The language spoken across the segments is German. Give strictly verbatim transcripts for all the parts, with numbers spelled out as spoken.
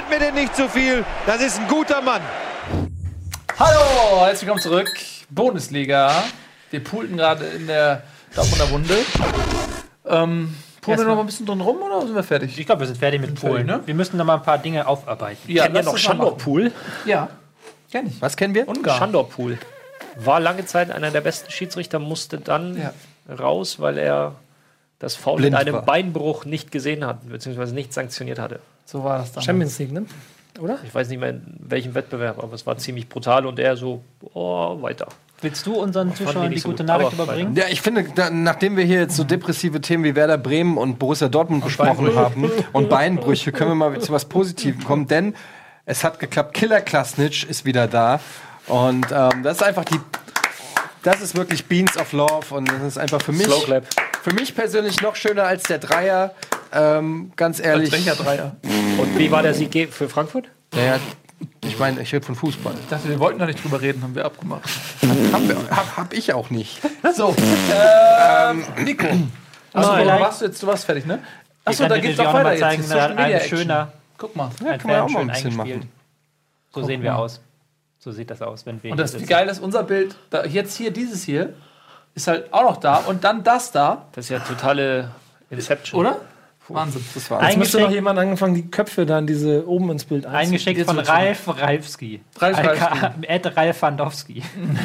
erzählt mir denn nicht so viel. Das ist ein guter Mann. Hallo, herzlich willkommen zurück. Bundesliga. Wir poolten gerade in der Dortmunder Wunde. Ähm, poolen wir noch mal ein bisschen drin rum oder sind wir fertig? Ich glaube, wir sind fertig mit Poolen. Ne? Wir müssen noch mal ein paar Dinge aufarbeiten. Ja, Kennen wir noch Schandor-Pool? Ja, kenn ich. Was kennen wir? Ungarn. Schandor-Pool. War lange Zeit einer der besten Schiedsrichter, musste dann Ja. raus, weil er das Foul Blind mit einem war. Beinbruch nicht gesehen hat, beziehungsweise nicht sanktioniert hatte. So war das dann. Champions League, ne? Oder? Ich weiß nicht mehr, in welchem Wettbewerb, aber es war ziemlich brutal und er so, oh, weiter. Willst du unseren Fand Zuschauern ich die nicht so gute gut, Nachricht aber überbringen? Ja, ich finde, da, nachdem wir hier jetzt so depressive Themen wie Werder Bremen und Borussia Dortmund besprochen haben und Beinbrüche, können wir mal zu was Positivem kommen, denn es hat geklappt. Killer Klasnic ist wieder da und ähm, das ist einfach die, das ist wirklich Beans of Love und das ist einfach für mich, Slow clap. für mich persönlich noch schöner als der Dreier. Ähm, ganz ehrlich. Welcher Dreier? Und wie war der Sieg ge- für Frankfurt? Ja, ich meine, ich rede von Fußball. Ich dachte, wir wollten noch nicht drüber reden, haben wir abgemacht. Hab, hab, hab ich auch nicht. So, ähm, Nico. Achso, Nein. warum warst du jetzt? Du warst fertig, ne? Achso, da geht's doch auch weiter mal jetzt. zeigen, Die da hat Social Media ein Action. schöner, Guck mal. ein kann man auch Fan mal schön ein bisschen eingespielt. machen. So Guck sehen wir mal. aus. So sieht das aus, wenn wir Und hier das wie sitzen. geil ist, unser Bild, da, jetzt hier, dieses hier, ist halt auch noch da und dann das da, Das ist ja totale Inception. oder? Wahnsinn. Das war Jetzt müsste noch Eingeschickt, jemand angefangen, die Köpfe dann diese oben ins Bild einzufügen. eingeschickt Jetzt von wird's schon. Ralf Ralfski. Ralf Ralfski. Ed Ralf Wandowski.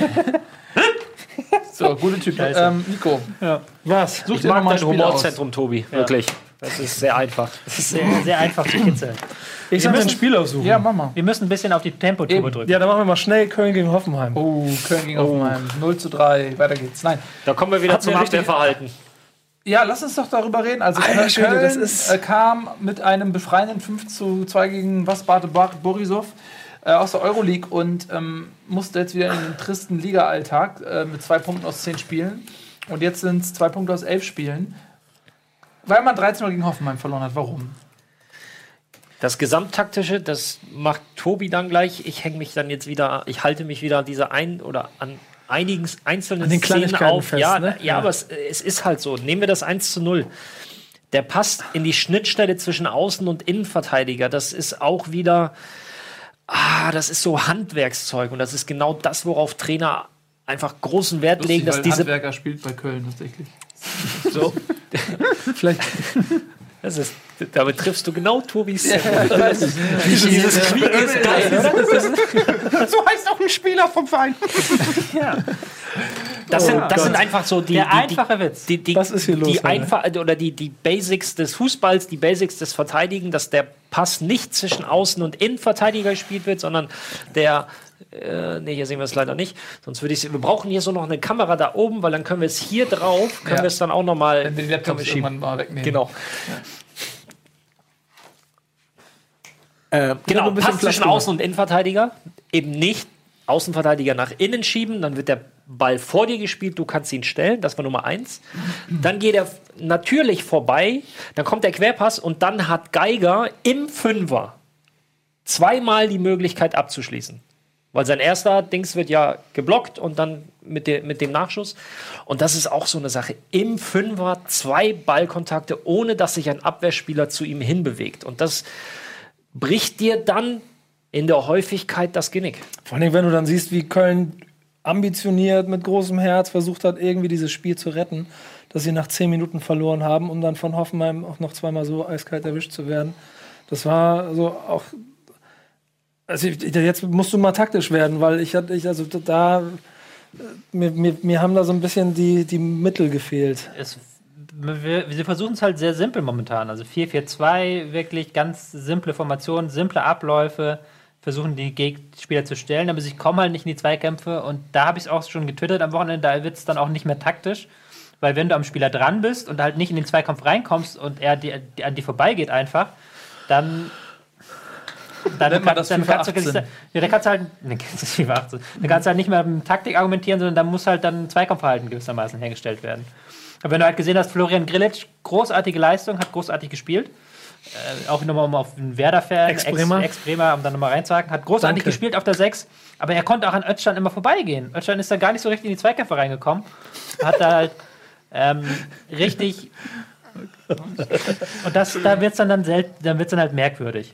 So, gute Typ. Scheiße. Ähm, Nico, Was? such Ich dir mag nochmal dein ein Spiel aus. Humorzentrum, Tobi. Wirklich. Das ist sehr einfach. Das ist sehr, sehr einfach zu kitzeln. Ich soll mir ein müssen- Spiel aussuchen. Ja, mach mal. Wir müssen ein bisschen auf die Tempotube Eben. drücken. Ja, dann machen wir mal schnell Köln gegen Hoffenheim. Oh, Köln gegen Hoffenheim. null zu drei, weiter geht's. Nein. Da kommen wir wieder Hatten zum wir richtig- Abwehrverhalten. Ja, lass uns doch darüber reden. Also Alter Köln Schwede, das ist- äh, kam mit einem befreienden fünf zu zwei gegen Wasbate Borisov äh, aus der Euroleague und ähm, musste jetzt wieder in den tristen Liga-Alltag äh, mit zwei Punkten aus zehn Spielen. Und jetzt sind es zwei Punkte aus elf Spielen. Weil man dreizehn null gegen Hoffenheim verloren hat. Warum? Das Gesamttaktische, das macht Tobi dann gleich. Ich hänge mich dann jetzt wieder, ich halte mich wieder an dieser ein oder an einigen einzelnen An den Szenen Kleinigkeiten auf. fest, ja, ne? ja, Ja. aber es, es ist halt so. Nehmen wir das eins zu null. Der passt in die Schnittstelle zwischen Außen- und Innenverteidiger. Das ist auch wieder, ah, das ist so Handwerkszeug. Und das ist genau das, worauf Trainer einfach großen Wert legen, dass weil diese Handwerker spielt bei Köln tatsächlich. so, Vielleicht. das ist, damit triffst du genau Tobis. dieses Quiek ist geil, oder? So heißt auch ein Spieler vom Verein. Das, sind, das sind einfach so die, Der die, die, einfache Witz. die, die, Was ist hier los, die Alter? einfach oder die, die Basics des Fußballs, die Basics des Verteidigen, dass der Pass nicht zwischen Außen- und Innenverteidiger gespielt wird, sondern der äh, nee, hier sehen wir es leider nicht. Sonst würde ich wir brauchen hier so noch eine Kamera da oben, weil dann können wir es hier drauf, können Ja. wir es dann auch noch mal Wenn wir die können Laptops wir schieben. irgendwann mal wegnehmen. Genau. Äh, Genau, ein bisschen Pass zwischen Platz Außen- und Innenverteidiger. Eben nicht Außenverteidiger nach innen schieben, dann wird der Ball vor dir gespielt, du kannst ihn stellen, das war Nummer eins. Dann geht er f- natürlich vorbei, dann kommt der Querpass und dann hat Geiger im Fünfer zweimal die Möglichkeit abzuschließen. Weil sein erster Dings wird ja geblockt und dann mit, de, mit dem Nachschuss. Und das ist auch so eine Sache. Im Fünfer zwei Ballkontakte, ohne dass sich ein Abwehrspieler zu ihm hinbewegt. Und das bricht dir dann in der Häufigkeit das Genick. Vor allem, wenn du dann siehst, wie Köln ambitioniert, mit großem Herz versucht hat, irgendwie dieses Spiel zu retten, dass sie nach zehn Minuten verloren haben, um dann von Hoffenheim auch noch zweimal so eiskalt erwischt zu werden. Das war so auch. Also ich, jetzt musst du mal taktisch werden, weil ich hatte, ich, also da, mir, mir, mir haben da so ein bisschen die, die Mittel gefehlt. Es, wir, wir versuchen es halt sehr simpel momentan. Also vier vier zwei, wirklich ganz simple Formationen, simple Abläufe, versuchen die Gegenspieler zu stellen, aber sie kommen halt nicht in die Zweikämpfe. Und da habe ich es auch schon getwittert am Wochenende, da wird es dann auch nicht mehr taktisch. Weil wenn du am Spieler dran bist und halt nicht in den Zweikampf reinkommst und er die, die, an dir vorbeigeht einfach, dann... Dann, Nennt man kann, das dann FIFA kannst du, achtzehn. ja, dann kannst du halt, ne, das ist FIFA achtzehn. Dann kannst du halt nicht mehr mit Taktik argumentieren, sondern dann muss halt dann ein Zweikampfverhalten gewissermaßen hergestellt werden. Aber wenn du halt gesehen hast, Florian Grillitsch, großartige Leistung, hat großartig gespielt. Äh, auch nochmal um auf den Werder-Fan, Ex-Bremer. Ex-Bremer, um dann nochmal reinzuhaken, hat großartig Danke. gespielt auf der sechs, aber er konnte auch an Özcan immer vorbeigehen. Özcan ist da gar nicht so richtig in die Zweikämpfe reingekommen. Hat da halt ähm, richtig. Und das, da wird es dann, dann, selten, dann, wird's dann halt merkwürdig.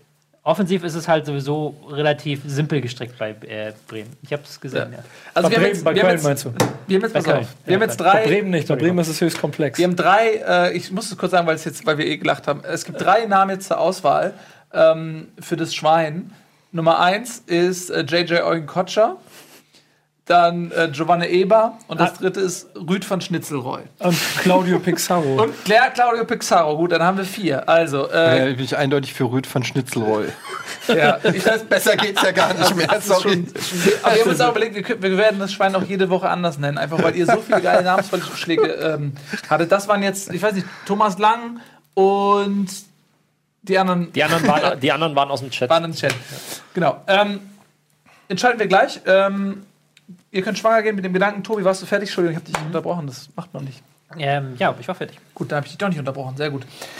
Offensiv ist es halt sowieso relativ simpel gestrickt bei äh, Bremen. Ich habe es gesehen, ja. ja. Also bei wir haben Bremen, jetzt, bei wir haben Köln jetzt, meinst du? Wir haben jetzt, Bei pass Köln. auf, wir haben Ja, jetzt Bei drei, Bremen nicht, bei Bremen ist es höchst komplex. wir haben drei, äh, ich muss es kurz sagen, weil es jetzt, weil wir eh gelacht haben. Es gibt drei Namen jetzt zur Auswahl ähm, für das Schwein. Nummer eins ist äh, J J Eugen-Kotscher, dann äh, Giovanni Eber und das Ah. dritte ist Rüd von Schnitzelroy. Und Claudio Pixarro. Und Claire Claudio Pixarro. Gut, dann haben wir vier. Also, äh, Äh, bin ich eindeutig für Rüd von Schnitzelroll. ja, ich weiß, Besser geht's ja gar nicht mehr. Sorry. aber wir haben uns auch überlegt, wir, können- wir werden das Schwein auch jede Woche anders nennen, einfach weil ihr so viele geile Namensvorschläge ähm, hattet. Das waren jetzt, ich weiß nicht, Thomas Lang und die anderen Die anderen waren, die anderen waren aus dem Chat. waren im Chat. Genau. Ähm, entscheiden wir gleich. Ähm, ihr könnt schwanger gehen mit dem Gedanken, Tobi, warst du fertig? Entschuldigung, ich habe dich unterbrochen, das macht man nicht. Ähm, ja, ich war fertig. Gut, da habe ich dich doch nicht unterbrochen. Sehr gut.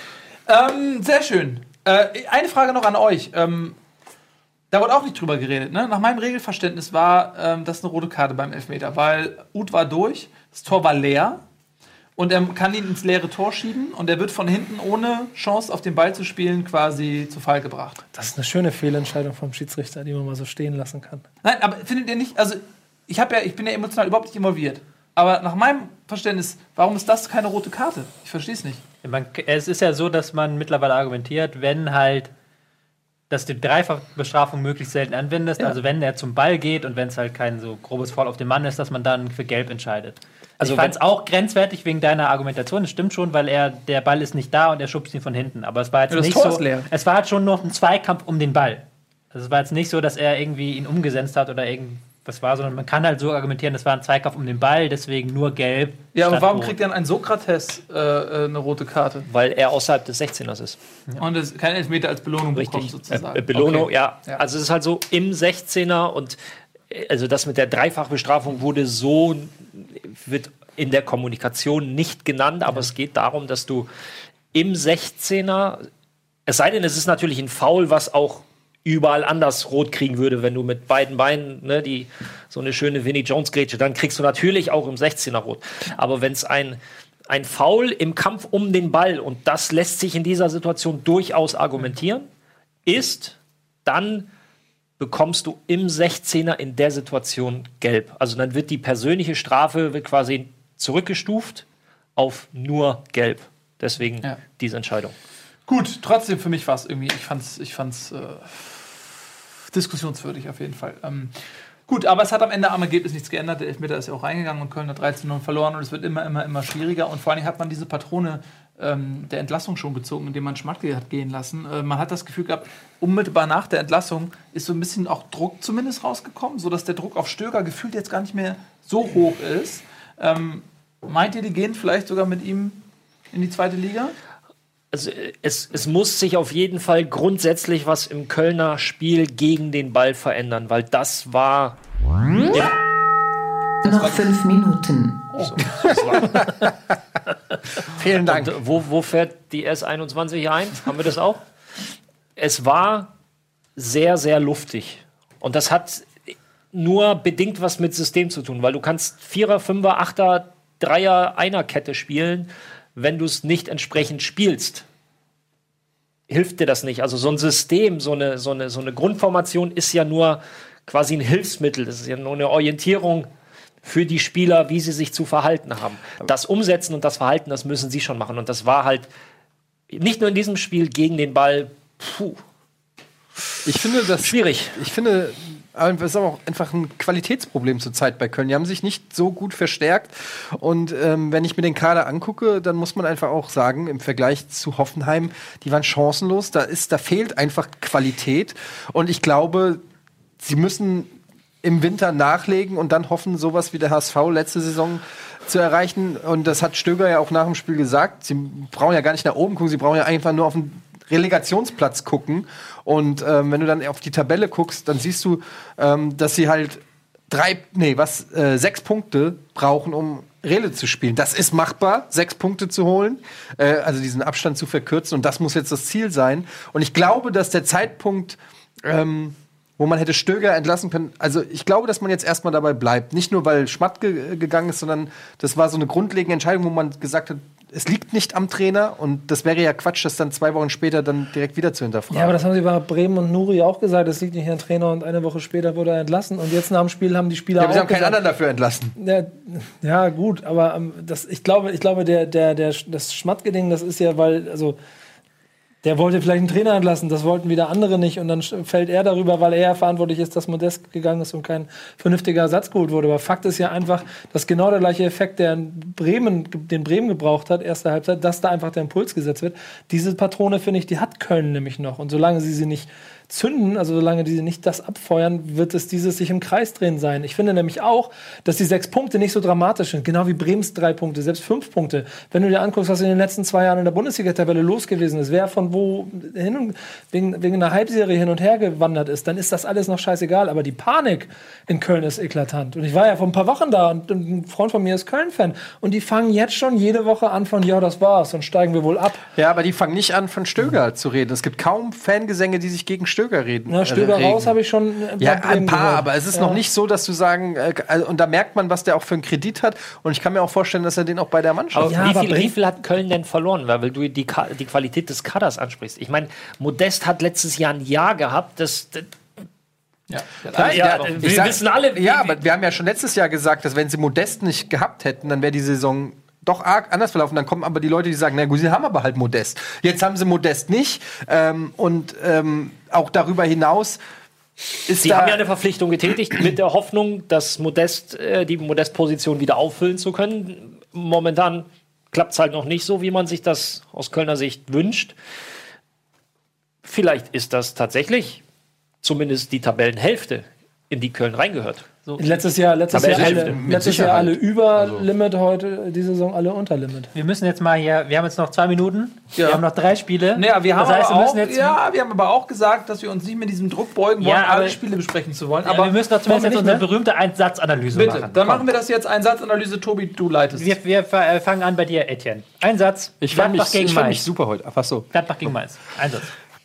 Ähm, sehr schön. Äh, eine Frage noch an euch. Ähm, da wurde auch nicht drüber geredet. Ne? Nach meinem Regelverständnis war ähm, das eine rote Karte beim Elfmeter, weil Uth war durch, das Tor war leer und er kann ihn ins leere Tor schieben und er wird von hinten ohne Chance auf den Ball zu spielen quasi zu Fall gebracht. Das ist eine schöne Fehlentscheidung vom Schiedsrichter, die man mal so stehen lassen kann. Nein, aber findet ihr nicht, also ich, hab ja, ich bin ja emotional überhaupt nicht involviert. Aber nach meinem Verständnis, warum ist das keine rote Karte? Ich verstehe es nicht. Man, es ist ja so, dass man mittlerweile argumentiert, wenn halt, dass du die Dreifachbestrafung möglichst selten anwendest, Ja. also wenn er zum Ball geht und wenn es halt kein so grobes Foul auf den Mann ist, dass man dann für Gelb entscheidet. Also ich fand es wenn- auch grenzwertig wegen deiner Argumentation, das stimmt schon, weil er, der Ball ist nicht da und er schubst ihn von hinten. Aber es war jetzt Ja, das nicht Tor so, ist leer. es war halt schon noch ein Zweikampf um den Ball. Also es war jetzt nicht so, dass er irgendwie ihn umgesetzt hat oder irgendwas war, sondern man kann halt so argumentieren, das war ein Zweikampf um den Ball, deswegen nur Gelb. Ja, aber statt warum Rot. kriegt dann ein Sokrates äh, äh, eine rote Karte? Weil er außerhalb des sechzehners ist. Und es kein Elfmeter als Belohnung bekommt, Richtig. sozusagen. Äh, Belohnung, Okay. ja. Ja. Also es ist halt so im sechzehner und äh, also das mit der Dreifachbestrafung wurde so, wird in der Kommunikation nicht genannt, aber es geht darum, dass du im sechzehner, es sei denn, es ist natürlich ein Foul, was auch überall anders rot kriegen würde, wenn du mit beiden Beinen, ne, die so eine schöne Vinnie Jones Grätsche, dann kriegst du natürlich auch im sechzehner rot. Aber wenn es ein ein Foul im Kampf um den Ball, und das lässt sich in dieser Situation durchaus argumentieren, ist, dann bekommst du im sechzehner in der Situation gelb. Also dann wird die persönliche Strafe wird quasi zurückgestuft auf nur gelb. Deswegen Ja. diese Entscheidung. Gut, trotzdem für mich war es irgendwie, ich fand's, ich fand's äh, diskussionswürdig auf jeden Fall. Ähm, gut, aber es hat am Ende am Ergebnis nichts geändert. Der Elfmeter ist ja auch reingegangen und Köln hat drei zu null verloren und es wird immer, immer, immer schwieriger. Und vor allem hat man diese Patrone ähm, der Entlassung schon gezogen, indem man Schmatke hat gehen lassen. Äh, man hat das Gefühl gehabt, unmittelbar nach der Entlassung ist so ein bisschen auch Druck zumindest rausgekommen, sodass der Druck auf Stöger gefühlt jetzt gar nicht mehr so hoch ist. Ähm, meint ihr, die gehen vielleicht sogar mit ihm in die zweite Liga? Also es, es muss sich auf jeden Fall grundsätzlich was im Kölner Spiel gegen den Ball verändern, weil das war Noch fünf Minuten. Vielen Dank. Und wo, wo fährt die S einundzwanzig ein? Haben wir das auch? Es war sehr, sehr luftig. Und das hat nur bedingt was mit System zu tun, weil du kannst Vierer, Fünfer, Achter, Dreier, Einer-Kette spielen, wenn du es nicht entsprechend spielst. Hilft dir das nicht. Also so ein System, so eine, so eine, so eine Grundformation ist ja nur quasi ein Hilfsmittel. Das ist ja nur eine Orientierung für die Spieler, wie sie sich zu verhalten haben. Das Umsetzen und das Verhalten, das müssen sie schon machen. Und das war halt nicht nur in diesem Spiel gegen den Ball, puh, Ich finde das schwierig. Ich finde, es ist aber auch einfach ein Qualitätsproblem zurzeit bei Köln. Die haben sich nicht so gut verstärkt. Und ähm, wenn ich mir den Kader angucke, dann muss man einfach auch sagen, im Vergleich zu Hoffenheim, die waren chancenlos. Da ist, da fehlt einfach Qualität. Und ich glaube, sie müssen im Winter nachlegen und dann hoffen, sowas wie der H S V letzte Saison zu erreichen. Und das hat Stöger ja auch nach dem Spiel gesagt. Sie brauchen ja gar nicht nach oben gucken, sie brauchen ja einfach nur auf den Relegationsplatz gucken. Und ähm, wenn du dann auf die Tabelle guckst, dann siehst du, ähm, dass sie halt drei, nee, was, äh, sechs Punkte brauchen, um Rele zu spielen. Das ist machbar, sechs Punkte zu holen, äh, also diesen Abstand zu verkürzen. Und das muss jetzt das Ziel sein. Und ich glaube, dass der Zeitpunkt, ähm, wo man hätte Stöger entlassen können, also ich glaube, dass man jetzt erstmal dabei bleibt. Nicht nur, weil Schmatt ge gegangen ist, sondern das war so eine grundlegende Entscheidung, wo man gesagt hat, es liegt nicht am Trainer und das wäre ja Quatsch, das dann zwei Wochen später dann direkt wieder zu hinterfragen. Ja, aber das haben sie bei Bremen und Nuri auch gesagt, es liegt nicht am Trainer und eine Woche später wurde er entlassen und jetzt nach dem Spiel haben die Spieler ja, aber auch sie haben keinen gesagt, anderen dafür entlassen. Ja, ja gut, aber ähm, das, ich glaube, ich glaube der, der, der, das Schmatke-Ding, das ist ja, weil, also der wollte vielleicht einen Trainer entlassen, das wollten wieder andere nicht und dann fällt er darüber, weil er ja verantwortlich ist, dass Modest gegangen ist und kein vernünftiger Ersatz geholt wurde. Aber Fakt ist ja einfach, dass genau der gleiche Effekt, der in Bremen, den Bremen gebraucht hat, erste Halbzeit, dass da einfach der Impuls gesetzt wird. Diese Patrone, finde ich, die hat Köln nämlich noch. Und solange sie sie nicht zünden, also solange die nicht das abfeuern, wird es dieses sich im Kreis drehen sein. Ich finde nämlich auch, dass die sechs Punkte nicht so dramatisch sind, genau wie Bremens drei Punkte, selbst fünf Punkte. Wenn du dir anguckst, was in den letzten zwei Jahren in der Bundesliga-Tabelle los gewesen ist, wer von wo hin und, wegen, wegen einer Halbserie hin und her gewandert ist, dann ist das alles noch scheißegal. Aber die Panik in Köln ist eklatant. Und ich war ja vor ein paar Wochen da und ein Freund von mir ist Köln-Fan. Und die fangen jetzt schon jede Woche an von, ja, das war's, und steigen wir wohl ab. Ja, aber die fangen nicht an, von Stöger zu reden. Es gibt kaum Fangesänge, die sich gegen Stöger reden. Na, Stöger äh, raus habe ich schon ein paar, ja, ein paar gehört. aber es ist ja. noch nicht so, dass du sagen, äh, also, und da merkt man, was der auch für einen Kredit hat. Und ich kann mir auch vorstellen, dass er den auch bei der Mannschaft Aber Ja, wie, aber viel, bringt- wie viel hat Köln denn verloren? Weil du die, Ka- die Qualität des Kaders ansprichst. Ich meine, Modest hat letztes Jahr ein Jahr gehabt, das. das Ja, ja, ja, Ich wir sag- wissen alle, wie, Ja, aber wir haben ja schon letztes Jahr gesagt, dass wenn sie Modest nicht gehabt hätten, dann wäre die Saison doch arg anders verlaufen. Dann kommen aber die Leute, die sagen, na gut, sie haben aber halt Modest. Jetzt haben sie Modest nicht. Ähm, und ähm, auch darüber hinaus ist Sie da haben ja eine Verpflichtung getätigt mit der Hoffnung, dass Modest äh, die Modest-Position wieder auffüllen zu können. Momentan klappt es halt noch nicht so, wie man sich das aus Kölner Sicht wünscht. Vielleicht ist das tatsächlich zumindest die Tabellenhälfte, in die Köln reingehört. Letztes Jahr, letztes Aber Jahr, Hälfte, alle, mit letztes Jahr Sicherheit. alle über Limit, heute die Saison alle unter Limit. Wir müssen jetzt mal hier, wir haben jetzt noch zwei Minuten, Ja. wir haben noch drei Spiele. Naja, wir haben, das heißt, wir aber müssen auch, jetzt, ja, wir haben aber auch gesagt, dass wir uns nicht mit diesem Druck beugen wollen, Ja, aber- alle Spiele besprechen zu wollen. aber Aber wir müssen doch zumindest wollen jetzt wir unsere nicht berühmte Einsatzanalyse mehr? Bitte, machen. dann Komm. machen wir das jetzt. Einsatzanalyse, Tobi, du leitest. Wir, wir fa- äh, fangen an bei dir, Etienne. Einsatz. Ich fand mich, Gladbach gegen ich fand mich Mainz. super heute. Ach so. Gladbach gegen Mainz. Einsatz.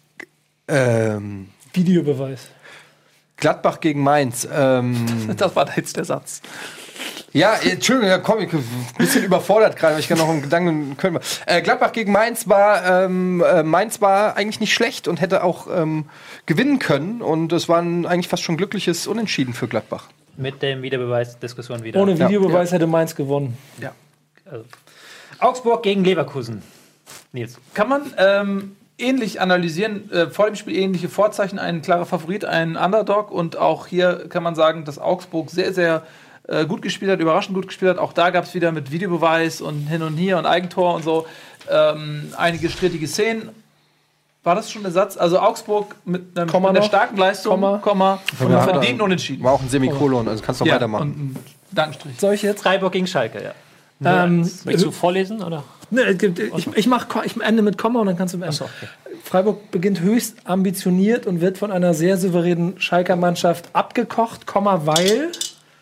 Ähm, Videobeweis. Gladbach gegen Mainz. Ähm, Das war jetzt der Satz. ja, Entschuldigung, ja, komm, ich bin ein bisschen überfordert gerade, weil ich gerade noch einen Gedanken können wir. Äh, Gladbach gegen Mainz war, ähm, äh, Mainz war eigentlich nicht schlecht und hätte auch ähm, gewinnen können. Und es war ein eigentlich fast schon glückliches Unentschieden für Gladbach. Mit dem Wiederbeweis-Diskussion wieder. Ohne Ja. Videobeweis hätte Mainz gewonnen. Also. Augsburg gegen Leverkusen. Nils. Kann man ähm, ähnlich analysieren, äh, vor dem Spiel ähnliche Vorzeichen, ein klarer Favorit, ein Underdog, und auch hier kann man sagen, dass Augsburg sehr, sehr äh, gut gespielt hat, überraschend gut gespielt hat. Auch da gab es wieder mit Videobeweis und hin und hier und Eigentor und so ähm, einige strittige Szenen. War das schon der Satz? Also Augsburg mit, einem, Komma mit einer noch. starken Leistung, Komma. Komma, und Ja. verdient unentschieden. War auch ein Semikolon, also kannst du noch Ja, weitermachen. und ein Dankenstrich. Soll ich jetzt? Freiburg gegen Schalke, ja. Ähm, Möchtest du vorlesen? Oder? ne, es gibt- ich, ich, mach, Ko- ich ende mit Komma und dann kannst du beenden. Freiburg beginnt höchst ambitioniert und wird von einer sehr souveränen Schalker Mannschaft abgekocht, Komma, weil.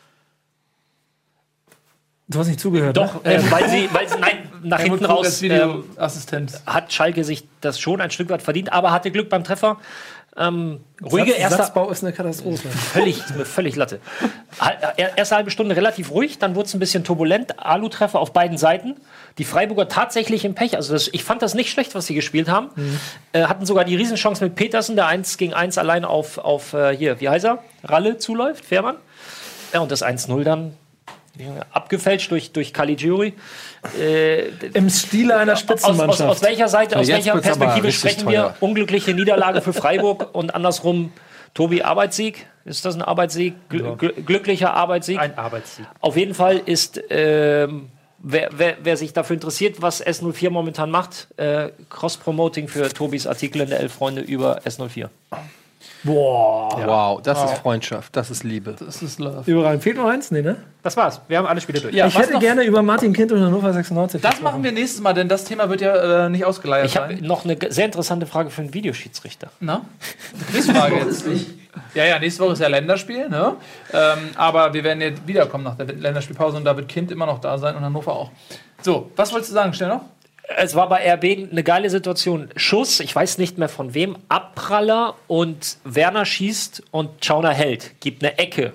Du hast nicht zugehört. Doch, Ne? äh, weil, sie, weil sie, nein, nach hinten Helmut Krug raus als ähm, Videoassistent. hat Schalke sich das schon ein Stück weit verdient, aber hatte Glück beim Treffer. Ähm, ruhige Satz, erste, Satzbau ist eine Katastrophe. völlig, ist mir völlig Latte. Hal- äh, Erste halbe Stunde relativ ruhig, dann wurde es ein bisschen turbulent. Alu-Treffer auf beiden Seiten. Die Freiburger tatsächlich im Pech. Also das, ich fand das nicht schlecht, was sie gespielt haben. Äh, hatten sogar die Riesenchance mit Petersen, der eins gegen eins allein auf, auf äh, hier, wie heißt er? Ralle zuläuft, Fährmann. Ja, und das eins null dann abgefälscht durch, durch Caligiuri. Äh, Im Stile einer aus, aus, Spitzenmannschaft. aus welcher Seite, aus jetzt welcher wird's aber Perspektive richtig sprechen wir? teuer. Unglückliche Niederlage für Freiburg und andersrum Tobi Arbeitssieg. Ist das ein Arbeitssieg? Gl gl glücklicher Arbeitssieg? Ein Arbeitssieg. Auf jeden Fall ist, ähm, wer, wer, wer sich dafür interessiert, was S null vier momentan macht, äh, Cross-Promoting für Tobis Artikel in der Elf Freunde über S null vier. Wow, das ist Freundschaft, das ist Liebe. Das ist Love. Überall. Fehlt noch eins? Nee, ne? Das war's. Wir haben alle Spiele durch. Ja, Ich was hätte noch- gerne über Martin Kind und Hannover sechsundneunzig. Das machen wir nächstes Mal, denn das Thema wird ja äh, nicht ausgeleiert Ich habe sein. noch eine ge- sehr interessante Frage für einen Videoschiedsrichter. Na? Quizfrage jetzt. Ja, ja, nächste Woche ist ja Länderspiel, ne? Ähm, aber wir werden jetzt wiederkommen nach der Länderspielpause und da wird Kind immer noch da sein und Hannover auch. So, was wolltest du sagen, schnell noch? Es war bei R B eine geile Situation. Schuss, ich weiß nicht mehr von wem, Abpraller und Werner schießt und Schauner hält, gibt eine Ecke.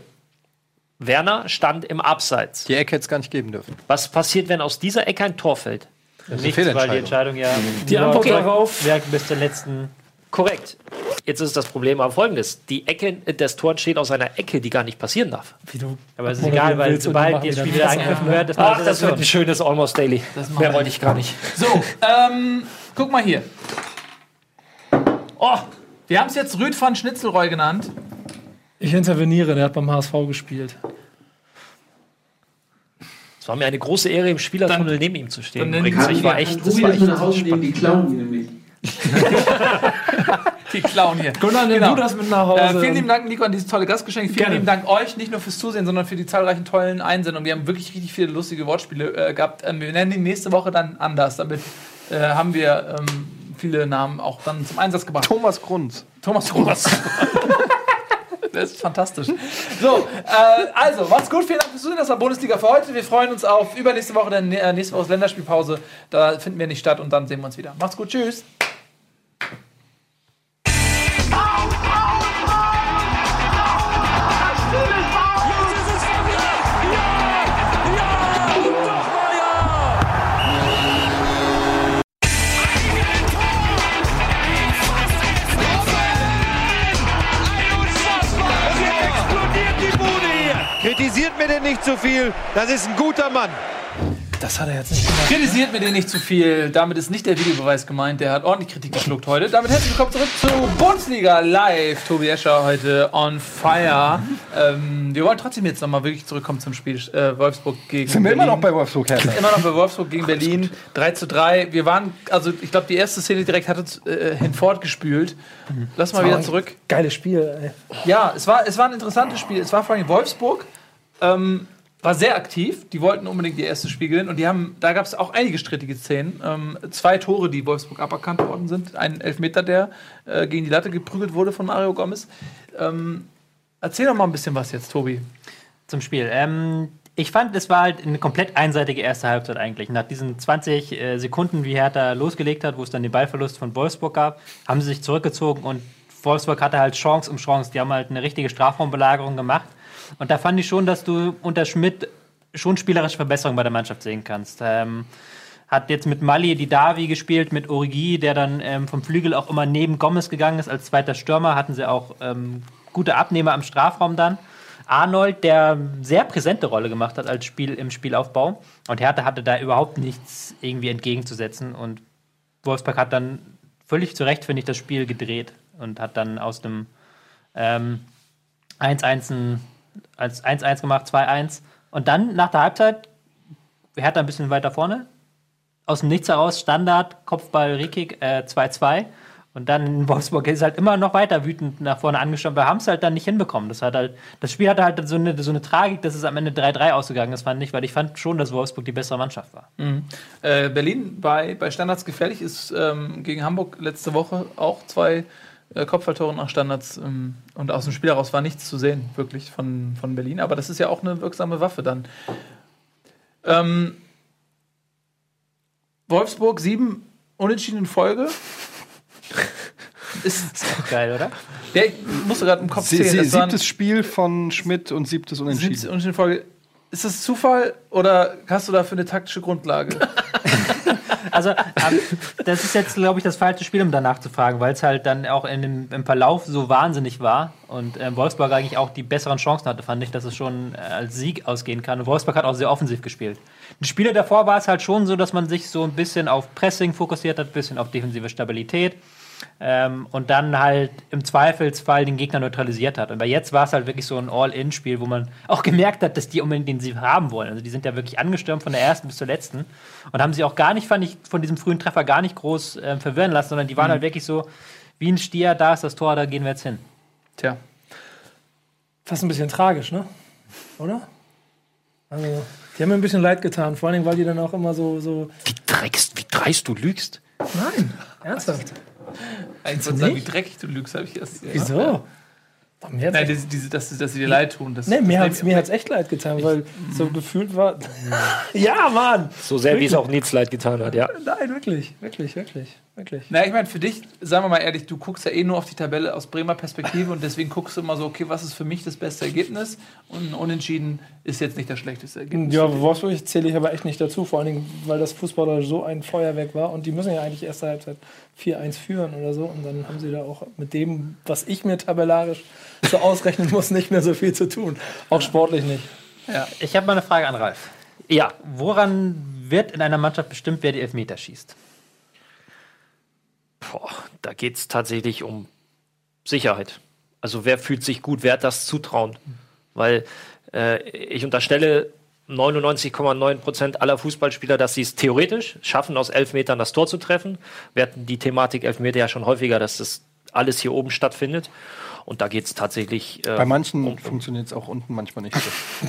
Werner stand im Abseits. Die Ecke hätte es gar nicht geben dürfen. Was passiert, wenn aus dieser Ecke ein Tor fällt? Nichts, weil die Fehlentscheidung. Entscheidung ja Die nur Antwort wirkt- darauf- wirkt bis zur letzten. Korrekt. Jetzt ist das Problem aber folgendes. Die Ecke, das Tor entsteht aus einer Ecke, die gar nicht passieren darf. Wie du Aber es ist moderieren egal, weil willst und die sobald machen das wieder Spiel wieder nichts. angegriffen wird, ist Ach, das wird ein schönes Almost Daily. machen Mehr wir. wollte ich gar nicht. So, ähm, guck mal hier. Oh, wir haben es jetzt Rüd van Schnitzelroy genannt. Ich interveniere, der hat beim H S V gespielt. Es war mir eine große Ehre, im Spielertunnel neben ihm zu stehen. dann nenn Übrigens, ich- ich war echt, das Ruhe war jetzt echt nach Hause nehmen, die klauen die nämlich. Die Clown hier. Gunnar, nimm Genau. du das mit nach Hause. Äh, vielen lieben Dank, Nico, an dieses tolle Gastgeschenk. Vielen Gerne. lieben Dank euch, nicht nur fürs Zusehen, sondern für die zahlreichen tollen Einsendungen. Wir haben wirklich richtig viele lustige Wortspiele äh, gehabt. Ähm, wir nennen die nächste Woche dann anders. Damit äh, haben wir ähm, viele Namen auch dann zum Einsatz gebracht. Thomas Grunz. Thomas Thomas. Das ist fantastisch. So, äh, also, macht's gut. Vielen Dank fürs Zusehen. Das war Bundesliga für heute. Wir freuen uns auf übernächste Woche, denn äh, nächste Woche ist Länderspielpause. Da finden wir nicht statt und dann sehen wir uns wieder. Macht's gut. Tschüss. Kritisiert mir denn nicht zu viel. Das ist ein guter Mann. Das hat er jetzt nicht gemacht. Kritisiert mir den nicht zu viel. Damit ist nicht der Videobeweis gemeint. Der hat ordentlich Kritik geschluckt heute. Damit herzlich willkommen zurück zu Bundesliga Live. Tobi Escher heute on fire. Ähm, wir wollen trotzdem jetzt nochmal wirklich zurückkommen zum Spiel äh, Wolfsburg gegen Sind wir Berlin. immer noch bei Wolfsburg, Herr? Immer noch bei Wolfsburg gegen Berlin. drei zu drei. Wir waren, also ich glaube, die erste Szene direkt hat uns äh, hinfortgespült. Lass mal wieder zurück. Geiles Spiel, ey. Ja, es war, es war ein interessantes Spiel. Es war vor allem Wolfsburg. Ähm, war sehr aktiv. Die wollten unbedingt ihr erstes Spiel gewinnen. Und die haben, da gab es auch einige strittige Szenen. Ähm, zwei Tore, die Wolfsburg aberkannt worden sind. Ein Elfmeter, der äh, gegen die Latte geprügelt wurde von Mario Gomez. Ähm, erzähl doch mal ein bisschen was jetzt, Tobi. Zum Spiel. Ähm, ich fand, es war halt eine komplett einseitige erste Halbzeit eigentlich. Nach diesen zwanzig äh, Sekunden, wie Hertha losgelegt hat, wo es dann den Ballverlust von Wolfsburg gab, haben sie sich zurückgezogen und Wolfsburg hatte halt Chance um Chance. Die haben halt eine richtige Strafraumbelagerung gemacht. Und da fand ich schon, dass du unter Schmidt schon spielerische Verbesserungen bei der Mannschaft sehen kannst. Ähm, hat jetzt mit Mali Didavi gespielt, mit Origi, der dann ähm, vom Flügel auch immer neben Gomez gegangen ist. Als zweiter Stürmer hatten sie auch ähm, gute Abnehmer am Strafraum dann. Arnold, der eine sehr präsente Rolle gemacht hat als Spiel im Spielaufbau. Und Hertha hatte da überhaupt nichts irgendwie entgegenzusetzen. Und Wolfsburg hat dann völlig zu Recht, finde ich, das Spiel gedreht und hat dann aus dem ähm, eins eins ein als eins eins gemacht, zwei eins. Und dann nach der Halbzeit, Hertha ein bisschen weiter vorne, aus dem Nichts heraus, Standard, Kopfball, Rekik, äh, zwei zwei. Und dann in Wolfsburg ist halt immer noch weiter wütend nach vorne angeschaut. Wir haben es halt dann nicht hinbekommen. Das, hat halt, das Spiel hatte halt so eine, so eine Tragik, dass es am Ende drei drei ausgegangen ist, fand ich, weil ich fand schon, dass Wolfsburg die bessere Mannschaft war. Mhm. Äh, Berlin bei, bei Standards gefährlich ist ähm, gegen Hamburg letzte Woche auch zwei äh, Kopfballtore nach Standards. Ähm, und aus dem Spiel heraus war nichts zu sehen, wirklich, von, von Berlin. Aber das ist ja auch eine wirksame Waffe dann. Ähm, Wolfsburg, sieben Unentschieden in Folge. Ist, Ist auch geil, oder? der musste gerade im Kopf Sie, zählen. sie, Es waren siebtes Spiel von Schmidt und siebtes siebzehn Unentschieden. Unentschieden in Folge. Ist das Zufall oder hast du dafür eine taktische Grundlage? Also, ähm, das ist jetzt, glaube ich, das falsche Spiel, um danach zu fragen, weil es halt dann auch in dem, im Verlauf so wahnsinnig war und ähm, Wolfsburg eigentlich auch die besseren Chancen hatte, fand ich, dass es schon äh, als Sieg ausgehen kann. Und Wolfsburg hat auch sehr offensiv gespielt. Die Spiele davor war es halt schon so, dass man sich so ein bisschen auf Pressing fokussiert hat, ein bisschen auf defensive Stabilität. Ähm, und dann halt im Zweifelsfall den Gegner neutralisiert hat. Aber jetzt war es halt wirklich so ein All-In-Spiel, wo man auch gemerkt hat, dass die unbedingt den Sieg haben wollen. Also die sind ja wirklich angestürmt von der ersten bis zur letzten und haben sich auch gar nicht, fand ich, von diesem frühen Treffer gar nicht groß äh, verwirren lassen, sondern die waren mhm. halt wirklich so wie ein Stier, da ist das Tor, da gehen wir jetzt hin. Tja. Fast ein bisschen tragisch, ne? Oder? Also, die haben mir ein bisschen leid getan, vor allem, weil die dann auch immer so... so Wie dreckst, wie dreist du lügst. Nein, ernsthaft. Eigentlich wollte sagen, wie dreckig du lügst, habe ich erst. Wieso? Ja. Doch, mir hat's Nein, echt, diese, diese, dass, dass sie dir leid tun. Das, nee, mir das hat's, mir hat's echt leid getan, weil so gefühlt war... ja, Mann! So sehr, wie es auch Nils leid getan hat, ja. Nein, wirklich, wirklich, wirklich. Wirklich. Na, ich meine, für dich, sagen wir mal ehrlich, du guckst ja eh nur auf die Tabelle aus Bremer Perspektive und deswegen guckst du immer so, okay, was ist für mich das beste Ergebnis? Und ein Unentschieden ist jetzt nicht das schlechteste Ergebnis. Ja, Wolfsburg zähle ich aber echt nicht dazu, vor allen Dingen, weil das Fußballer so ein Feuerwerk war und die müssen ja eigentlich erste Halbzeit vier eins führen oder so und dann haben sie da auch mit dem, was ich mir tabellarisch so ausrechnen muss, nicht mehr so viel zu tun. Auch sportlich nicht. Ja. Ich habe mal eine Frage an Ralf. Ja, Woran wird in einer Mannschaft bestimmt, wer die Elfmeter schießt? boah, da geht es tatsächlich um Sicherheit. Also wer fühlt sich gut, wer hat das Zutrauen? Weil äh, ich unterstelle neunundneunzig Komma neun Prozent aller Fußballspieler, dass sie es theoretisch schaffen, aus elf Metern das Tor zu treffen. Wir hatten die Thematik Elfmeter ja schon häufiger, dass das alles hier oben stattfindet. Und da geht es tatsächlich. Äh, Bei manchen um, funktioniert es auch unten manchmal nicht so.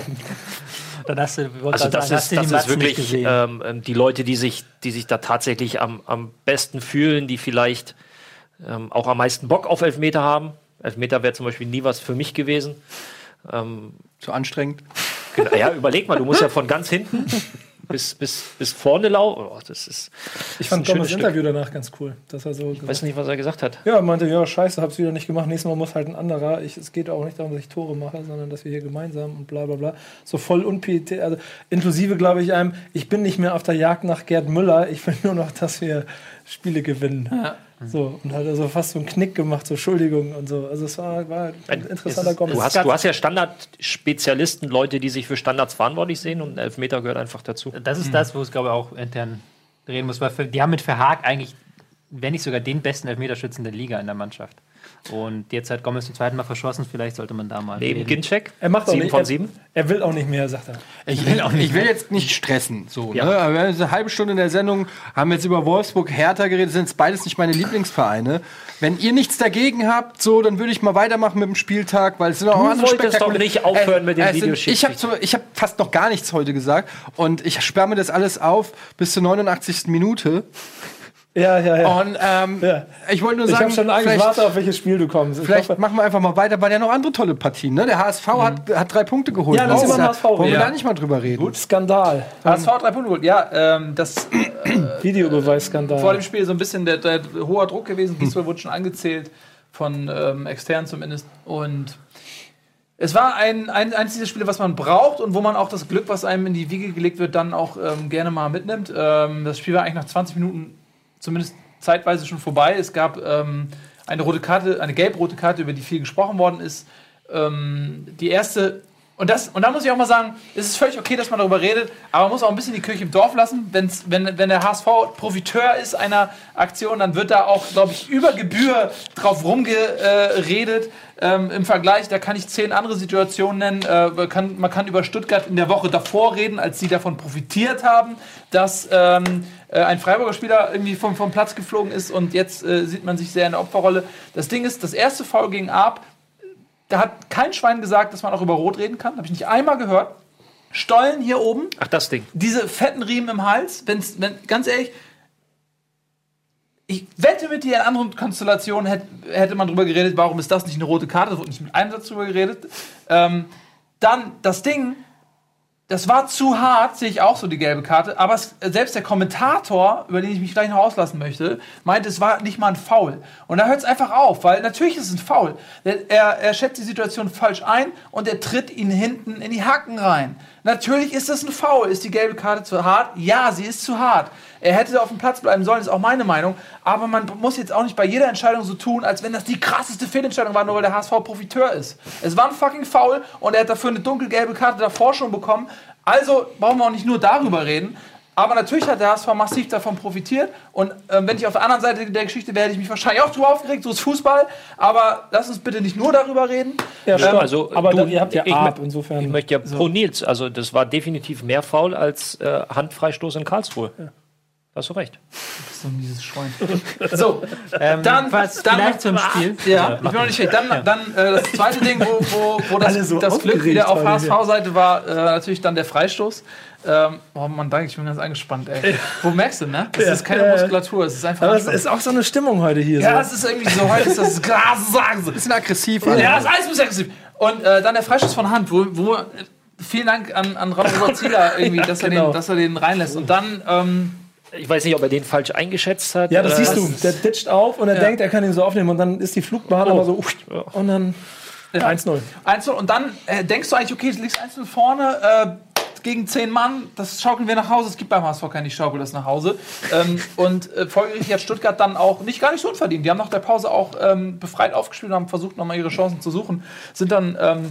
Dann hast du, also das sagen, ist, das ist wirklich ähm, die Leute, die sich, die sich da tatsächlich am, am besten fühlen, die vielleicht ähm, auch am meisten Bock auf Elfmeter haben. Elfmeter wäre zum Beispiel nie was für mich gewesen. Ähm, Zu anstrengend. Genau, ja, überleg mal, du musst ja von ganz hinten bis, bis, bis vorne laufen. Oh, das ist, Ich fand Thomas' Interview danach ganz cool. Dass er so ich weiß nicht, was er gesagt hat. Ja, er meinte, ja, scheiße, hab's wieder nicht gemacht. Nächstes Mal muss halt ein anderer. Ich, es geht auch nicht darum, dass ich Tore mache, sondern dass wir hier gemeinsam und bla bla bla. So voll unpietät, also inklusive, glaube ich, einem, ich bin nicht mehr auf der Jagd nach Gerd Müller, ich will nur noch, dass wir Spiele gewinnen. Ja. So, und hat also fast so einen Knick gemacht, so Entschuldigung und so. Also es war, war ein interessanter Ist, Kommentar. du, hast, du hast ja Standardspezialisten, Leute, die sich für Standards verantwortlich sehen und ein Elfmeter gehört einfach dazu. Das ist das, wo es, glaube ich, auch intern reden muss, weil für, die haben mit Verhaag eigentlich, wenn nicht sogar den besten Elfmeterschützen der Liga in der Mannschaft. Und jetzt hat Gomez zum zweiten Mal verschossen, vielleicht sollte man da mal Neben reden. Ginczek, Er macht auch sieben nicht, von er, sieben. Er will auch nicht mehr, sagt er. Ich will, ich will jetzt nicht stressen. So, Ja. ne? Aber wir haben jetzt eine halbe Stunde in der Sendung, haben jetzt über Wolfsburg, Hertha geredet, sind jetzt beides nicht meine Lieblingsvereine. Wenn ihr nichts dagegen habt, so, dann würde ich mal weitermachen mit dem Spieltag, weil es sind auch Du andere wolltest doch spektakuläre- nicht aufhören mit dem es sind- Videoschiedsrichter. Ich habe ich hab fast noch gar nichts heute gesagt und ich sperre mir das alles auf bis zur neunundachtzigsten Minute. Ja, ja, ja. Und ähm, Ja. ich wollte nur Ich sagen, habe schon eigentlich vielleicht- warte, auf welches Spiel du kommst. Ich Vielleicht hoffe, machen wir einfach mal weiter, weil ja noch andere tolle Partien. Ne? Der H S V hat, hat drei Punkte geholt. Ja, lass Dieses über den Jahr. H S V Wollen wir reden. da nicht mal drüber reden? Skandal. H S V hat drei Punkte geholt. Ja, ähm, das Videobeweisskandal. vor dem Spiel so ein bisschen der, der hoher Druck gewesen. Gisdol wurde schon angezählt, von ähm, extern zumindest. Und es war ein, ein, eins dieser Spiele, was man braucht und wo man auch das Glück, was einem in die Wiege gelegt wird, dann auch ähm, gerne mal mitnimmt. Ähm, das Spiel war eigentlich nach zwanzig Minuten zumindest zeitweise schon vorbei. Es gab ähm, eine rote Karte, eine gelb-rote Karte, über die viel gesprochen worden ist. Ähm, die erste, und, das, und da muss ich auch mal sagen, es ist völlig okay, dass man darüber redet, aber man muss auch ein bisschen die Kirche im Dorf lassen. Wenn's, wenn, wenn der H S V Profiteur ist einer Aktion, dann wird da auch, glaube ich, über Gebühr drauf rumgeredet. Ähm, Im Vergleich, da kann ich zehn andere Situationen nennen. Äh, man, kann, man kann über Stuttgart in der Woche davor reden, als sie davon profitiert haben, dass ähm, äh, ein Freiburger Spieler irgendwie vom, vom Platz geflogen ist und jetzt äh, sieht man sich sehr in der Opferrolle. Das Ding ist, das erste Foul gegen Arp, da hat kein Schwein gesagt, dass man auch über Rot reden kann. Habe ich nicht einmal gehört. Stollen hier oben, Ach, das Ding. diese fetten Riemen im Hals, wenn's, wenn, ganz ehrlich, ich wette mit dir, in anderen Konstellationen hätte, hätte man drüber geredet, warum ist das nicht eine rote Karte, da wurde nicht mit einem Satz drüber geredet. Ähm, dann das Ding, das war zu hart, sehe ich auch so die gelbe Karte, aber es, selbst der Kommentator, über den ich mich gleich noch auslassen möchte, meinte, es war nicht mal ein Foul. Und da hört es einfach auf, weil natürlich ist es ein Foul. Er, er schätzt die Situation falsch ein und er tritt ihn hinten in die Hacken rein. Natürlich ist das ein Foul. Ist die gelbe Karte zu hart? Ja, sie ist zu hart. Er hätte auf dem Platz bleiben sollen, ist auch meine Meinung. Aber man muss jetzt auch nicht bei jeder Entscheidung so tun, als wenn das die krasseste Fehlentscheidung war, nur weil der H S V Profiteur ist. Es war ein fucking Foul und er hat dafür eine dunkelgelbe Karte davor schon bekommen. Also brauchen wir auch nicht nur darüber reden. Aber natürlich hat der H S V massiv davon profitiert. Und ähm, wenn ich auf der anderen Seite der Geschichte wäre, hätte ich mich wahrscheinlich auch drüber aufgeregt. So ist Fußball. Aber lass uns bitte nicht nur darüber reden. Ja, stopp. also, aber du- dann, ihr habt ja ich Arp, mö- insofern. Ich möchte ja pro Nils, also das war definitiv mehr Foul als äh, Handfreistoß in Karlsruhe. Da hast du recht. So ein mieses Schwein. So, Ähm, dann, was dann vielleicht zum Spiel. Ja, ich bin noch nicht fertig. Dann, dann äh, das zweite Ding, wo, wo, wo das, Alle so das Glück aufgeregt wieder auf heute H S V-Seite war, äh, natürlich dann der Freistoß. Ähm, oh Mann, danke, ich bin ganz angespannt, ey. Wo merkst du, ne? Das Ja. ist keine Muskulatur, es ist einfach aber es Anspannung. ist auch so eine Stimmung heute hier. Ja, so. es ist irgendwie so, heute ist das Glas, sagen sie. Bisschen aggressiv. Ja, alle. das ist alles ein bisschen aggressiv. Und äh, dann der Freistoß von Hand, wo, wo vielen Dank an, an Robert Zieler, irgendwie, dass, er genau. den, dass er den reinlässt. Und dann, ähm, Ich weiß nicht, ob er den falsch eingeschätzt hat. Ja, das oder siehst du. Der ditcht auf und er Ja. denkt, er kann ihn so aufnehmen und dann ist die Flugbahn Oh. aber so und dann Ja. eins null. eins null und dann äh, denkst du eigentlich, okay, du liegst eins null vorne äh, gegen zehn Mann, das schaukeln wir nach Hause. Es gibt beim H S V kein Ich schaukel das nach Hause. ähm, und äh, folgerichtig hat Stuttgart dann auch nicht gar nicht so unverdient. Die haben nach der Pause auch ähm, befreit aufgespielt und haben versucht, nochmal ihre Chancen zu suchen. Sind dann ähm,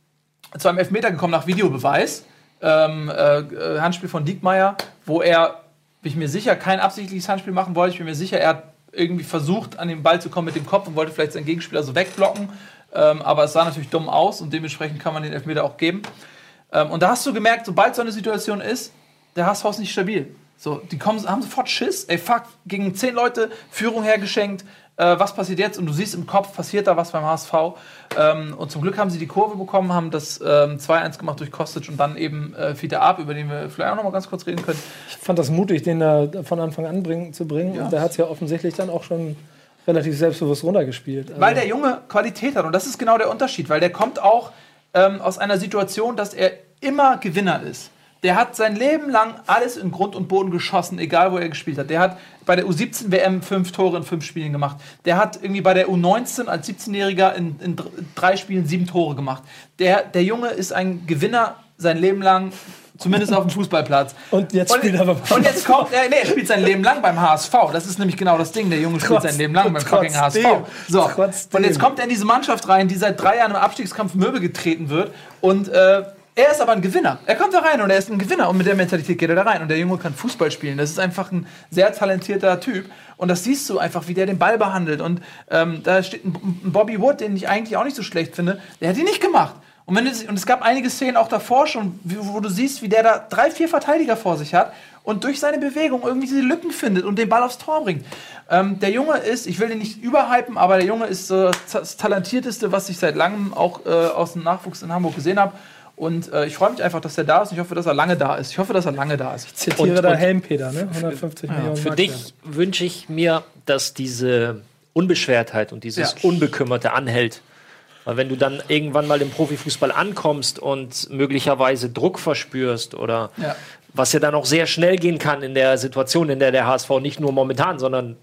zu einem Elfmeter gekommen nach Videobeweis. Ähm, äh, Handspiel von Diekmeyer, wo er, bin ich mir sicher, kein absichtliches Handspiel machen wollte. Ich bin mir sicher, er hat irgendwie versucht, an den Ball zu kommen mit dem Kopf und wollte vielleicht seinen Gegenspieler so wegblocken. Ähm, aber es sah natürlich dumm aus und dementsprechend kann man den Elfmeter auch geben. Ähm, und da hast du gemerkt, sobald so eine Situation ist, der H S V ist nicht stabil. So, die kommen, haben sofort Schiss. Ey, fuck, gegen zehn Leute Führung hergeschenkt. Äh, was passiert jetzt? Und du siehst im Kopf, passiert da was beim H S V. Ähm, und zum Glück haben sie die Kurve bekommen, haben das ähm, zwei eins gemacht durch Kostic und dann eben äh, Fiete Ab, über den wir vielleicht auch noch mal ganz kurz reden können. Ich fand das mutig, den da von Anfang an bringen, zu bringen. Ja. Und der hat es ja offensichtlich dann auch schon relativ selbstbewusst runtergespielt. Also Weil der Junge Qualität hat. Und das ist genau der Unterschied. Weil der kommt auch ähm, aus einer Situation, dass er immer Gewinner ist. Der hat sein Leben lang alles in Grund und Boden geschossen, egal wo er gespielt hat. Der hat bei der U siebzehn W M fünf Tore in fünf Spielen gemacht. Der hat irgendwie bei der U neunzehn als siebzehnjähriger in, in drei Spielen sieben Tore gemacht. Der, der Junge ist ein Gewinner sein Leben lang, zumindest auf dem Fußballplatz. Und jetzt und, spielt er aber Und jetzt kommt er, nee, er spielt sein Leben lang beim H S V. Das ist nämlich genau das Ding. Der Junge spielt Trotz- sein Leben lang beim fucking H S V. trotzdem. So. Trotzdem. Und jetzt kommt er in diese Mannschaft rein, die seit drei Jahren im Abstiegskampf Möbel getreten wird. Und äh, er ist aber ein Gewinner. Er kommt da rein und er ist ein Gewinner. Und mit der Mentalität geht er da rein. Und der Junge kann Fußball spielen. Das ist einfach ein sehr talentierter Typ. Und das siehst du einfach, wie der den Ball behandelt. Und ähm, da steht ein, ein Bobby Wood, den ich eigentlich auch nicht so schlecht finde. Der hat ihn nicht gemacht. Und, wenn es, und es gab einige Szenen auch davor schon, wo, wo du siehst, wie der da drei, vier Verteidiger vor sich hat und durch seine Bewegung irgendwie diese Lücken findet und den Ball aufs Tor bringt. Ähm, der Junge ist, ich will den nicht überhypen, aber der Junge ist äh, das Talentierteste, was ich seit langem auch äh, aus dem Nachwuchs in Hamburg gesehen habe. Und äh, ich freue mich einfach, dass er da ist. Und ich hoffe, dass er lange da ist. Ich hoffe, dass er lange da ist. zitiere Und- da und- Helmpeter, ne? hundertfünfzig Millionen Für Mark dich wert. wünsche ich mir, dass diese Unbeschwertheit und dieses Ja. Unbekümmerte anhält. Weil wenn du dann irgendwann mal im Profifußball ankommst und möglicherweise Druck verspürst oder Ja. was ja dann auch sehr schnell gehen kann in der Situation, in der der H S V nicht nur momentan, sondern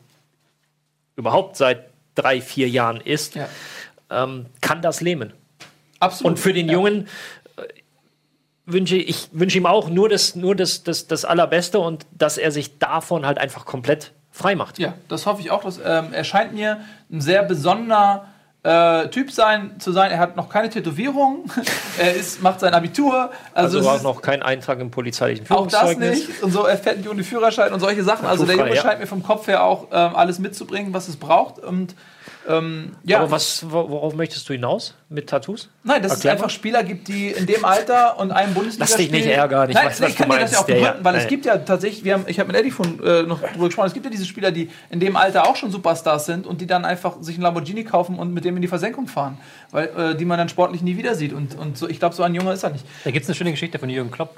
überhaupt seit drei, vier Jahren ist, Ja. ähm, kann das lähmen. Absolut. Und für den Ja. Jungen äh, wünsche ich wünsche ihm auch nur das, nur das, das, das Allerbeste und dass er sich davon halt einfach komplett frei macht. Ja, das hoffe ich auch. Dass, ähm, er scheint mir ein sehr besonderer äh, Typ sein, zu sein. Er hat noch keine Tätowierung. Er ist, macht sein Abitur. Also, Also, es auch ist noch kein Eintrag im polizeilichen auch das Führungszeugnis. nicht. Und so, er fährt nicht ohne Führerschein und solche Sachen. Also der Naturfrei, Junge ja. scheint mir vom Kopf her auch ähm, alles mitzubringen, was es braucht. Und ähm, ja, Aber was, wo- worauf möchtest du hinaus mit Tattoos? nein, dass Erklär es mal. einfach Spieler gibt, die in dem Alter und einem Bundesliga Lass dich nicht ärgern, ich Nein, weiß, nee, was ich kann du dir das ja auch meinst. Ja, begründen, weil ja. es gibt ja tatsächlich, wir haben, ich habe mit Eddie von, äh, noch drüber gesprochen, es gibt ja diese Spieler, die in dem Alter auch schon Superstars sind und die dann einfach sich einen Lamborghini kaufen und mit dem in die Versenkung fahren, weil äh, die man dann sportlich nie wieder sieht. Und, und so, ich glaube, so ein Junge ist er nicht. Da gibt es eine schöne Geschichte von Jürgen Klopp,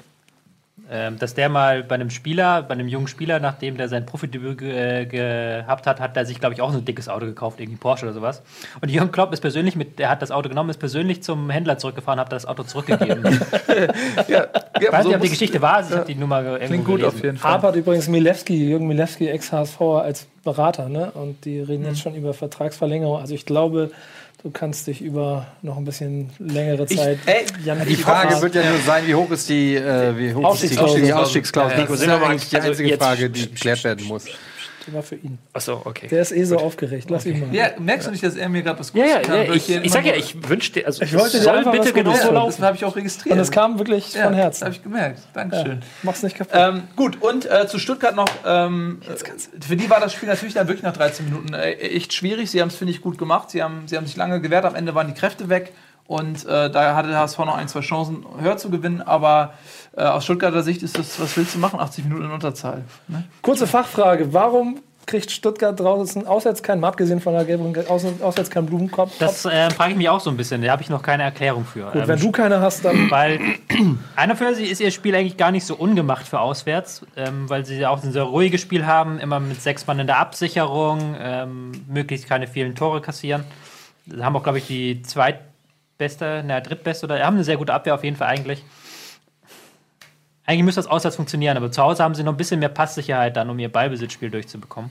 ähm, dass der mal bei einem Spieler, bei einem jungen Spieler, nachdem der sein Profidebüt ge äh, gehabt hat, hat er sich, glaube ich, auch so ein dickes Auto gekauft, irgendwie Porsche oder sowas. Und Jürgen Klopp ist persönlich mit, er hat das Auto genommen, ist persönlich zum Händler zurückgefahren, hat das Auto zurückgegeben. Ich Ja, ja, weiß so nicht, ob die muss- Geschichte wahr ist, ich habe die Nummer irgendwo Klingt gut gelesen. auf jeden Fall. Harp hat übrigens Milewski, Jürgen Milewski, Ex-H S V als Berater, ne? Und die reden Mhm. jetzt schon über Vertragsverlängerung. Also ich glaube, du kannst dich über noch ein bisschen längere Zeit. Ey, Jan Die Frage wird ja nur sein, wie hoch ist die, äh, wie hoch ist die Ausstiegsklausel. die Ausstiegsklausel? Nico, Das ist sind wir ja mal- eigentlich die also einzige jetzt- Frage, die geklärt werden muss. war für ihn. Achso, okay. Der ist eh so aufgeregt. Lass ihn mal. ja, merkst du nicht, dass er mir gerade was Ja, ja, Gutes kann, ja weil ich, hier ich sag immer ja, nur- ich wünschte, also Ich wollte dir soll einfach was bitte Gutes genauso tun. laufen. Das habe ich auch registriert. Und es kam wirklich ja, von Das Herzen. habe ich gemerkt. Dankeschön. Mach's nicht kaputt. Ähm, gut, und äh, zu Stuttgart noch, ähm, für die war das Spiel natürlich dann wirklich nach dreizehn Minuten äh, echt schwierig. Sie haben es, finde ich, gut gemacht. Sie haben, sie haben sich lange gewehrt, am Ende waren die Kräfte weg und äh, da hatte der H S V noch ein, zwei Chancen höher zu gewinnen, aber äh, aus Stuttgarter Sicht ist das, was willst du machen, achtzig Minuten in Unterzahl. Ne? Kurze Fachfrage. Warum kriegt Stuttgart draußen auswärts keinen, mal abgesehen von der gelben, aus- auswärts keinen Blumenkopf? Das äh, frage ich mich auch so ein bisschen, da habe ich noch keine Erklärung für. Gut, Ähm, wenn du keine hast, dann Weil einer für sie ist ihr Spiel eigentlich gar nicht so ungemacht für auswärts, ähm, weil sie auch ein sehr ruhiges Spiel haben, immer mit sechs Mann in der Absicherung, ähm, möglichst keine vielen Tore kassieren. Sie haben auch, glaube ich, die zweitbeste, na, drittbeste oder haben eine sehr gute Abwehr auf jeden Fall eigentlich. Eigentlich müsste das auswärts funktionieren, aber zu Hause haben sie noch ein bisschen mehr Passsicherheit dann, um ihr Ballbesitzspiel durchzubekommen.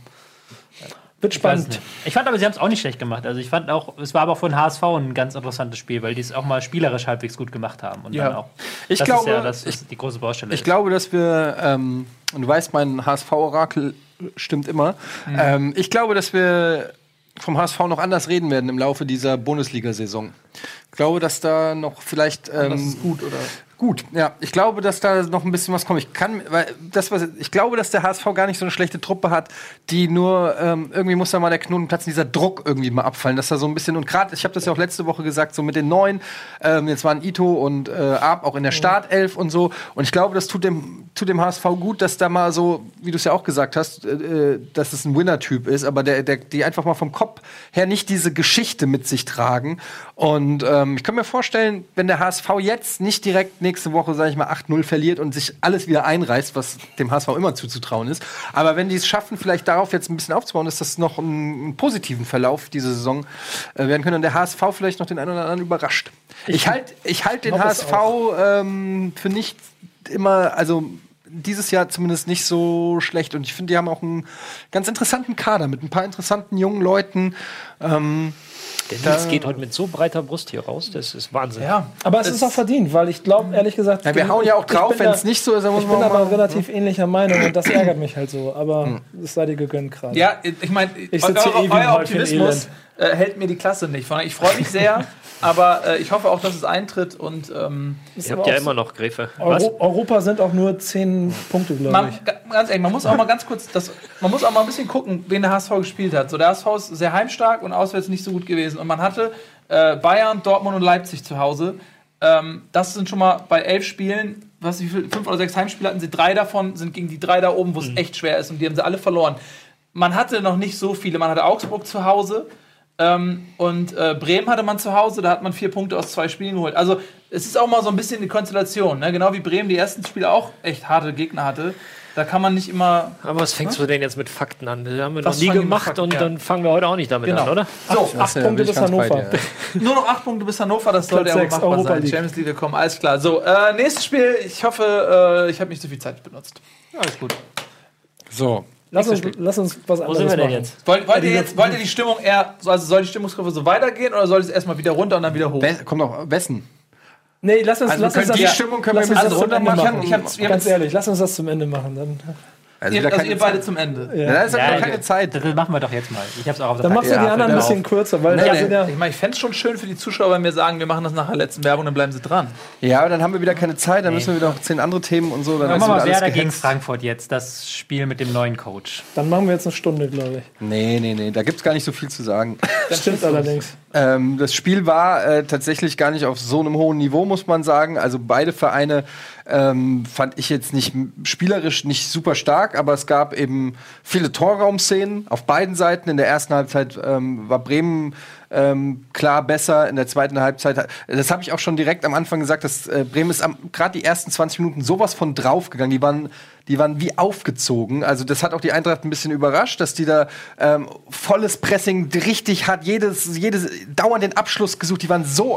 Wird Ich weiß spannend. nicht. Ich fand aber, sie haben es auch nicht schlecht gemacht. Also ich fand auch, es war aber auch von H S V ein ganz interessantes Spiel, weil die es auch mal spielerisch halbwegs gut gemacht haben. Und Ja. dann auch. Ich das glaube, ist ja das, was ich- die große Baustelle Ich ist. glaube, dass wir, ähm, und du weißt, mein H S V-Orakel stimmt immer. Ähm, ich glaube, dass wir vom H S V noch anders reden werden im Laufe dieser Bundesliga-Saison. Ich glaube, dass da noch vielleicht ähm, Das ist gut, oder? Gut, ja. Ich glaube, dass da noch ein bisschen was kommt. Ich kann, weil das, was ich glaube, dass der H S V gar nicht so eine schlechte Truppe hat, die nur ähm, irgendwie muss da mal der Knoten platzen, dieser Druck irgendwie mal abfallen, dass da so ein bisschen und gerade, ich habe das ja auch letzte Woche gesagt, so mit den Neuen, ähm, jetzt waren Ito und äh, Arp auch in der Startelf und so. Und ich glaube, das tut dem tut dem H S V gut, dass da mal so, wie du es ja auch gesagt hast, äh, dass es ein Winner-Typ ist, aber der, der, die einfach mal vom Kopf her nicht diese Geschichte mit sich tragen. Und ähm, ich kann mir vorstellen, wenn der H S V jetzt nicht direkt nächste Woche, sage ich mal, acht null verliert und sich alles wieder einreißt, was dem H S V immer zuzutrauen ist, aber wenn die es schaffen, vielleicht darauf jetzt ein bisschen aufzubauen, dass das noch einen, einen positiven Verlauf diese Saison äh, werden können und der H S V vielleicht noch den einen oder anderen überrascht. Ich halte ich halt den glaub H es S V ähm, für nicht immer, also dieses Jahr zumindest nicht so schlecht. Und ich finde, die haben auch einen ganz interessanten Kader mit ein paar interessanten jungen Leuten. Ähm, Der Nils geht heute mit so breiter Brust hier raus, das ist Wahnsinn. Ja. Aber es ist auch verdient, weil ich glaube, ehrlich gesagt. ja, wir hauen ja auch ich drauf, bin wenn da- es nicht so ist, dann muss Ich man bin auch aber mal, relativ ähnlicher Meinung und das ärgert mich halt so. Aber es sei dir gegönnt gerade. Ja, ich meine, Ich sitze hier eu- ewig euer im Optimismus äh, hält mir die Klasse nicht. Von daher, ich freue mich sehr, aber äh, ich hoffe auch, dass es eintritt und ähm, Ist Ihr aber habt ja auch immer noch Gräfe. Was? Euro Europa sind auch nur zehn Punkte, glaube man, ich. ga- ganz ehrlich, man muss auch mal ganz kurz, das, man muss auch mal ein bisschen gucken, wen der H S V gespielt hat. So, der H S V ist sehr heimstark und auswärts nicht so gut gewesen. Und man hatte äh, Bayern, Dortmund und Leipzig zu Hause. Ähm, das sind schon mal bei elf Spielen, was wie viel, fünf oder sechs Heimspiele hatten sie, drei davon sind gegen die drei da oben, wo es echt schwer ist und die haben sie alle verloren. Man hatte noch nicht so viele. Man hatte Augsburg zu Hause ähm, und äh, Bremen hatte man zu Hause, da hat man vier Punkte aus zwei Spielen geholt. Also es ist auch mal so ein bisschen die Konstellation, ne? Genau wie Bremen die ersten Spiele auch echt harte Gegner hatte. Da kann man nicht immer. Aber was fängst du denn jetzt mit Fakten an? Das haben wir Was noch nie fangen wir mit gemacht Fakten, und ja. dann fangen wir heute auch nicht damit Genau. an, oder? So, Acht Ja, Punkte bin ich bis ganz bei Hannover. dir. nur noch acht Punkte bis Hannover, das sollte ja Platz auch sechs, machbar Europa sein. League. Champions League, wir kommen, alles klar. So, äh, nächstes Spiel. Ich hoffe, äh, ich habe nicht so viel Zeit benutzt. Alles gut. So. Lass uns, lass uns was Wo anderes sind wir denn machen. jetzt? Wollt, wollt, ihr die- jetzt, wollt ihr die Stimmung eher, so- also soll die Stimmungskurve so weitergehen oder soll es erstmal wieder runter und dann wieder hoch? Be kommt noch Wessen. Nee, lass uns, Also lass wir uns können das, die Stimmung können lass wir uns ein das bisschen zum Ende runter machen. machen. Ich hab- wir haben Ganz jetzt- ehrlich, lass uns das zum Ende machen. Dann, Also, Ihr, wieder also keine ihr beide Zeit. zum Ende. Ja, da ist halt Ja, noch keine Zeit. Das machen wir doch jetzt mal. Ich hab's auch auf der dann machst du Ja, die anderen ein bitte bisschen kürzer, weil Nee, wir nee. sind ja, Ich meine, ich fände es schon schön für die Zuschauer, wenn wir sagen, wir machen das nach der letzten Werbung, dann bleiben sie dran. Ja, aber dann haben wir wieder keine Zeit, dann müssen wir wieder noch zehn andere Themen und so. Dann Dann ist machen wir wieder alles Werder gegen gehetzt. Frankfurt jetzt, das Spiel mit dem neuen Coach. dann machen wir jetzt eine Stunde, glaube ich. Nee, nee, nee, da gibt's gar nicht so viel zu sagen. Das stimmt allerdings. Ähm, das Spiel war äh, tatsächlich gar nicht auf so einem hohen Niveau, muss man sagen. Also beide Vereine ähm, fand ich jetzt nicht m- spielerisch nicht super stark, aber es gab eben viele Torraumszenen auf beiden Seiten. In der ersten Halbzeit ähm, war Bremen ähm, klar besser, in der zweiten Halbzeit. Das habe ich auch schon direkt am Anfang gesagt, dass äh, Bremen ist gerade die ersten zwanzig Minuten sowas von draufgegangen. Die waren Die waren wie aufgezogen. Also das hat auch die Eintracht ein bisschen überrascht, dass die da ähm, volles Pressing richtig hat, jedes, jedes dauernd den Abschluss gesucht. Die waren so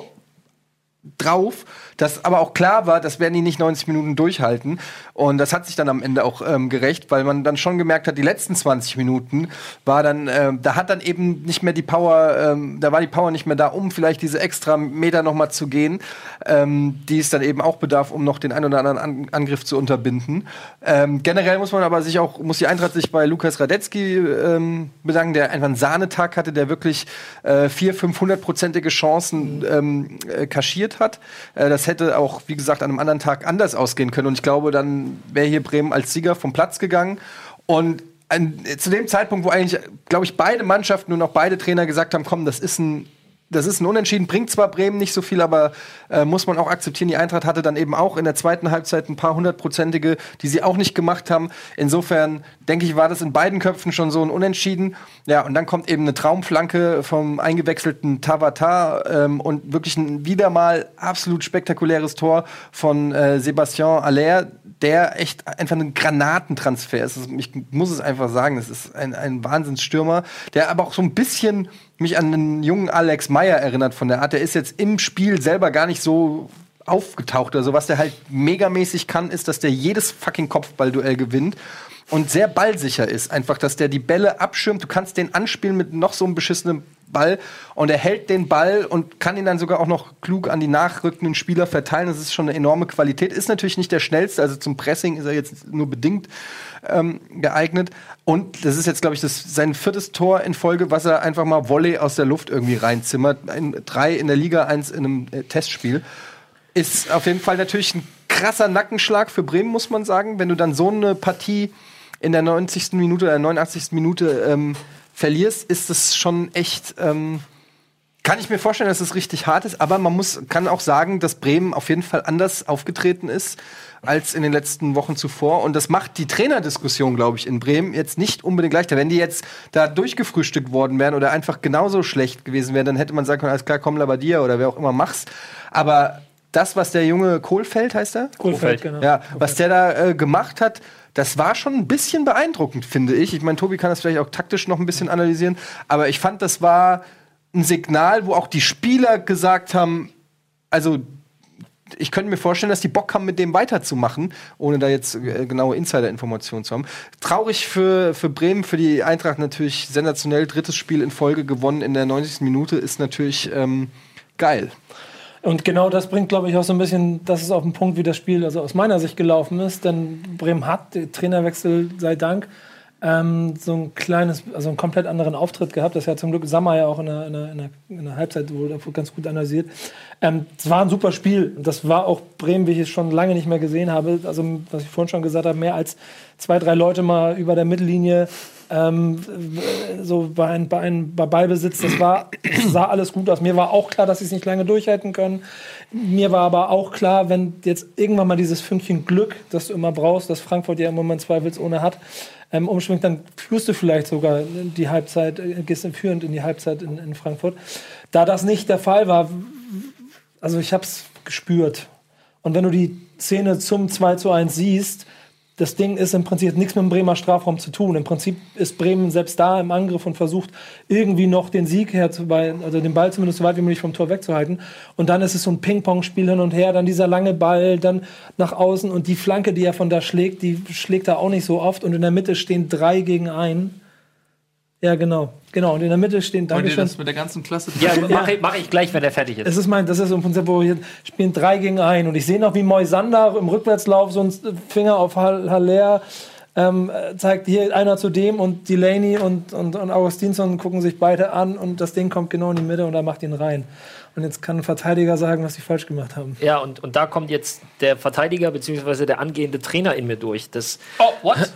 drauf, dass aber auch klar war, das werden die nicht neunzig Minuten durchhalten. Und das hat sich dann am Ende auch ähm, gerecht, weil man dann schon gemerkt hat, die letzten zwanzig Minuten war dann, ähm, da hat dann eben nicht mehr die Power, ähm, da war die Power nicht mehr da, um vielleicht diese extra Meter noch mal zu gehen, ähm, die es dann eben auch bedarf, um noch den einen oder anderen An Angriff zu unterbinden. Ähm, generell muss man aber sich auch, muss die Eintracht sich bei Lukas Radetzky ähm, bedanken, der einfach einen Sahnetag hatte, der wirklich äh, vier, fünfhundertprozentige Chancen ähm, äh, kaschiert hat. Äh, das hätte auch, wie gesagt, an einem anderen Tag anders ausgehen können. Und ich glaube, dann wäre hier Bremen als Sieger vom Platz gegangen. Und an, zu dem Zeitpunkt, wo eigentlich, glaube ich, beide Mannschaften und auch beide Trainer gesagt haben, komm, das ist ein Das ist ein Unentschieden, bringt zwar Bremen nicht so viel, aber äh, muss man auch akzeptieren. Die Eintracht hatte dann eben auch in der zweiten Halbzeit ein paar hundertprozentige, die sie auch nicht gemacht haben. Insofern, denke ich, war das in beiden Köpfen schon so ein Unentschieden. Ja, und dann kommt eben eine Traumflanke vom eingewechselten Tabata ähm, und wirklich ein wieder mal absolut spektakuläres Tor von äh, Sébastien Haller, der echt einfach ein Granatentransfer ist. Ich muss es einfach sagen, das ist ein, ein Wahnsinnsstürmer, der aber auch so ein bisschen mich an den jungen Alex Meyer erinnert von der Art. Der ist jetzt im Spiel selber gar nicht so aufgetaucht. Also was der halt megamäßig kann, ist, dass der jedes fucking Kopfballduell gewinnt und sehr ballsicher ist. Einfach, dass der die Bälle abschirmt. Du kannst den anspielen mit noch so einem beschissenen Ball und er hält den Ball und kann ihn dann sogar auch noch klug an die nachrückenden Spieler verteilen. Das ist schon eine enorme Qualität. Ist natürlich nicht der schnellste, also zum Pressing ist er jetzt nur bedingt ähm, geeignet. Und das ist jetzt, glaube ich, das, sein viertes Tor in Folge, was er einfach mal Volley aus der Luft irgendwie reinzimmert. Ein, drei in der Liga, eins in einem äh, Testspiel. Ist auf jeden Fall natürlich ein krasser Nackenschlag für Bremen, muss man sagen. Wenn du dann so eine Partie in der neunzigsten Minute oder neunundachtzigsten Minute ähm, verlierst, ist es schon echt, ähm, kann ich mir vorstellen, dass es richtig hart ist, aber man muss, kann auch sagen, dass Bremen auf jeden Fall anders aufgetreten ist als in den letzten Wochen zuvor und das macht die Trainerdiskussion, glaube ich, in Bremen jetzt nicht unbedingt leichter. Wenn die jetzt da durchgefrühstückt worden wären oder einfach genauso schlecht gewesen wären, dann hätte man sagen können, alles klar, komm, Labadia oder wer auch immer, mach's. Aber das, was der junge Kohlfeld, heißt er? Kohlfeld, genau. Ja, was der da äh, gemacht hat, das war schon ein bisschen beeindruckend, finde ich. Ich meine, Tobi kann das vielleicht auch taktisch noch ein bisschen analysieren, aber ich fand, das war ein Signal, wo auch die Spieler gesagt haben, also ich könnte mir vorstellen, dass die Bock haben, mit dem weiterzumachen, ohne da jetzt äh, genaue Insider-Informationen zu haben. Traurig für, für Bremen, für die Eintracht natürlich sensationell. Drittes Spiel in Folge gewonnen in der neunzigsten Minute ist natürlich ähm, geil. Und genau das bringt, glaube ich, auch so ein bisschen, das ist auf den Punkt, wie das Spiel also aus meiner Sicht gelaufen ist. Denn Bremen hat, der Trainerwechsel sei Dank, ähm, so ein kleines, also einen komplett anderen Auftritt gehabt. Das hat zum Glück Sammer ja auch in der, in der, in der, in der Halbzeit wohl ganz gut analysiert. Ähm, es war ein super Spiel. Und das war auch Bremen, wie ich es schon lange nicht mehr gesehen habe. Also, was ich vorhin schon gesagt habe, mehr als zwei, drei Leute mal über der Mittellinie. Ähm, so bei, ein, bei, ein, bei Ballbesitz, das war, sah alles gut aus. Mir war auch klar, dass sie es nicht lange durchhalten können. Mir war aber auch klar, wenn jetzt irgendwann mal dieses Fünkchen Glück, das du immer brauchst, das Frankfurt ja im Moment zweifelsohne hat, ähm, umschwingt, dann führst du vielleicht sogar die Halbzeit, äh, gehst führend in die Halbzeit in, in Frankfurt. Da das nicht der Fall war, also ich habe es gespürt. Und wenn du die Szene zum zwei zu eins siehst, das Ding ist im Prinzip nichts mit dem Bremer Strafraum zu tun. Im Prinzip ist Bremen selbst da im Angriff und versucht irgendwie noch den Sieg herzubehalten, also den Ball zumindest so weit wie möglich vom Tor wegzuhalten. Und dann ist es so ein Ping-Pong-Spiel hin und her, dann dieser lange Ball, dann nach außen und die Flanke, die er von da schlägt, die schlägt er auch nicht so oft. Und in der Mitte stehen drei gegen einen. Ja, genau. Genau. Und in der Mitte stehen, danke schön. Das mit der ganzen Klasse. Ja, mache ich, mach ich gleich, wenn er fertig ist. Es ist mein, das ist im Prinzip, wo wir spielen drei gegen einen. Und ich sehe noch, wie Moisander im Rückwärtslauf so einen Finger auf Haller ähm, zeigt, hier einer zu dem und Delaney und, und, und Augustinsson gucken sich beide an und das Ding kommt genau in die Mitte und er macht ihn rein. Und jetzt kann ein Verteidiger sagen, was sie falsch gemacht haben. Ja, und, und da kommt jetzt der Verteidiger bzw. der angehende Trainer in mir durch. Das, Oh, what?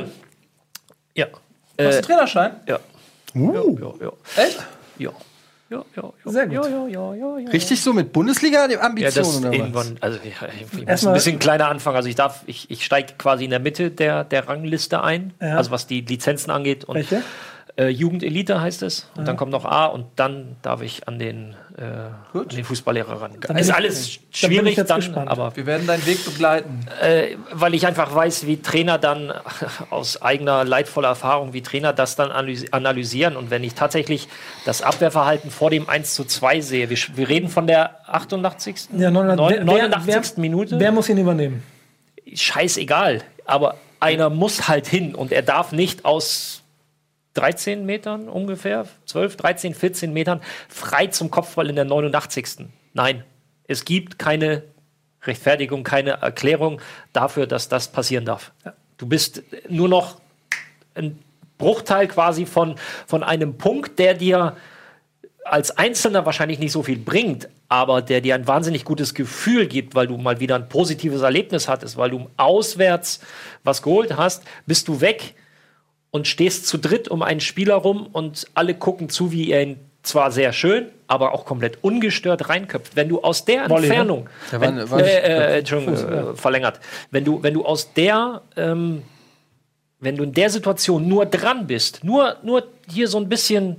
ja. Hast du einen Trainerschein? Ja. Uh. Ja, ja, ja. Echt? Ja. Ja, ja, ja. Sehr gut. Ja, ja, ja, ja, ja. Richtig so mit Bundesliga-Ambitionen Ja, das oder was? irgendwann, also ja, ich muss Erstmal- ein bisschen kleiner anfangen. Also ich darf, ich, ich steige quasi in der Mitte der, der Rangliste ein, Ja. also was die Lizenzen angeht. Und Welche? äh, Jugendelite heißt es. Und dann kommt noch A und dann darf ich an den, äh, an den Fußballlehrer ran. bin Ist ich- alles dann bin ich schwierig jetzt dann, gespannt. aber Wir werden deinen Weg begleiten. äh, weil ich einfach weiß, wie Trainer dann aus eigener leidvoller Erfahrung, wie Trainer das dann analysi- analysieren. Und wenn ich tatsächlich das Abwehrverhalten vor dem eins zu zwei sehe, wir, sch- wir reden von der achtundachtzigsten Ja, neunundachtzig. neun- neunundachtzigsten Minute. Wer muss ihn übernehmen? Scheißegal. Aber einer muss halt hin und er darf nicht aus dreizehn Metern ungefähr, zwölf, dreizehn, vierzehn Metern frei zum Kopfball in der neunundachtzigsten Nein, es gibt keine Rechtfertigung, keine Erklärung dafür, dass das passieren darf. Du bist nur noch ein Bruchteil quasi von, von einem Punkt, der dir als Einzelner wahrscheinlich nicht so viel bringt, aber der dir ein wahnsinnig gutes Gefühl gibt, weil du mal wieder ein positives Erlebnis hattest, weil du auswärts was geholt hast, bist du weg und stehst zu dritt um einen Spieler rum und alle gucken zu, wie er ihn zwar sehr schön, aber auch komplett ungestört reinköpft. Wenn du aus der Volley, ne? Entfernung, Ja, wenn, war- war- äh, äh, Entschuldigung, Fuß, ja. äh, verlängert, wenn du, wenn du aus der, ähm, wenn du in der Situation nur dran bist, nur, nur hier so ein bisschen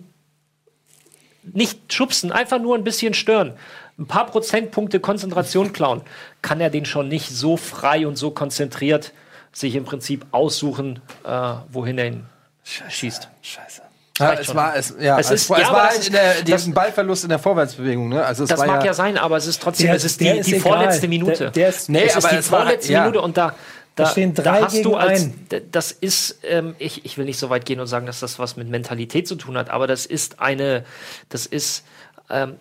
nicht schubsen, einfach nur ein bisschen stören, ein paar Prozentpunkte Konzentration klauen, kann er den schon nicht so frei und so konzentriert sich im Prinzip aussuchen, äh, wohin er ihn schießt. Scheiße. Ja, es war, es, ja, Es es, ist- war, ja, es aber war das halt ist- in der, das- diesen Ballverlust in der Vorwärtsbewegung. Ne? Also es Das war mag ja, ja sein, aber es ist trotzdem, Der- es ist der die, ist die egal. vorletzte Minute. Der, der ist, Nee, es aber ist die es war- vorletzte ja. Minute und da, da, Da stehen drei da hast du gegen als, einen. d- das ist, ähm, ich, ich will nicht so weit gehen und sagen, dass das was mit Mentalität zu tun hat, aber das ist eine, das ist ähm,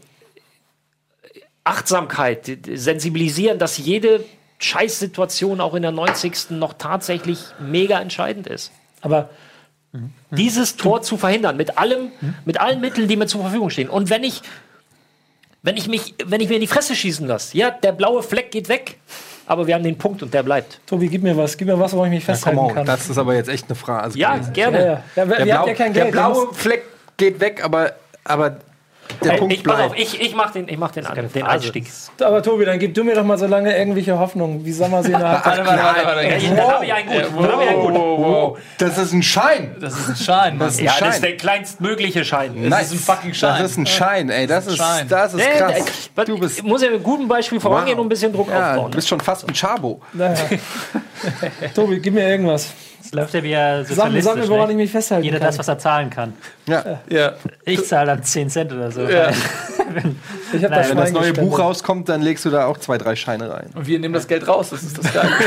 Achtsamkeit, d- d- sensibilisieren, dass jede Scheißsituation auch in der neunzigsten noch tatsächlich mega entscheidend ist. aber Dieses Tor zu verhindern, mit allem, mit allen Mitteln, die mir zur Verfügung stehen. Und wenn ich, wenn ich mich, wenn ich mir in die Fresse schießen lasse, ja, der blaue Fleck geht weg, aber wir haben den Punkt und der bleibt. Tobi, gib mir was. Gib mir was, wo ich mich Ja, festhalten come on, kann. das ist aber jetzt echt eine Phrase. Ja, gewesen. gerne. ja, ja. Ja, wir, Der, wir habt Blau, ja kein der Geld. wir blaue müssen- Fleck geht weg, aber, aber der Punkt Ich, pass auf, bleibt. ich, ich mach den, ich mach den, an, den Phase. Einstieg. Aber Tobi, dann gib du mir doch mal so lange irgendwelche Hoffnung. Wie soll man sie innerhalb Warte, warte, warte, warte. Ja, dann habe ich einen gut. Dann hab ich einen gut. wow. Das ist ein Schein. Das ist ein Schein, Mann. Das ist ein Ja, Schein. das ist der kleinstmögliche Schein. Nein, ist ein fucking Schein. Das ist ein Schein, ey. Das ist, Schein. das ist Nee, krass. äh, Du bist, ich muss ja mit gutem Beispiel vorangehen Wow. und ein bisschen Druck ja, aufbauen. du bist schon fast ein Chabo. Naja. Tobi, gib mir irgendwas. Es läuft ja wieder Sag, sozialistisch. sag mir, woran ich ne? mich festhalten Jeder kann. das, was er zahlen kann. Ja. Ja. Ich zahle dann zehn Cent oder so. Ja. ich habe Nein, das Wenn das Schwein neue gespendet. Buch rauskommt, dann legst du da auch zwei, drei Scheine rein. Und wir nehmen das Geld raus, das ist das Geile.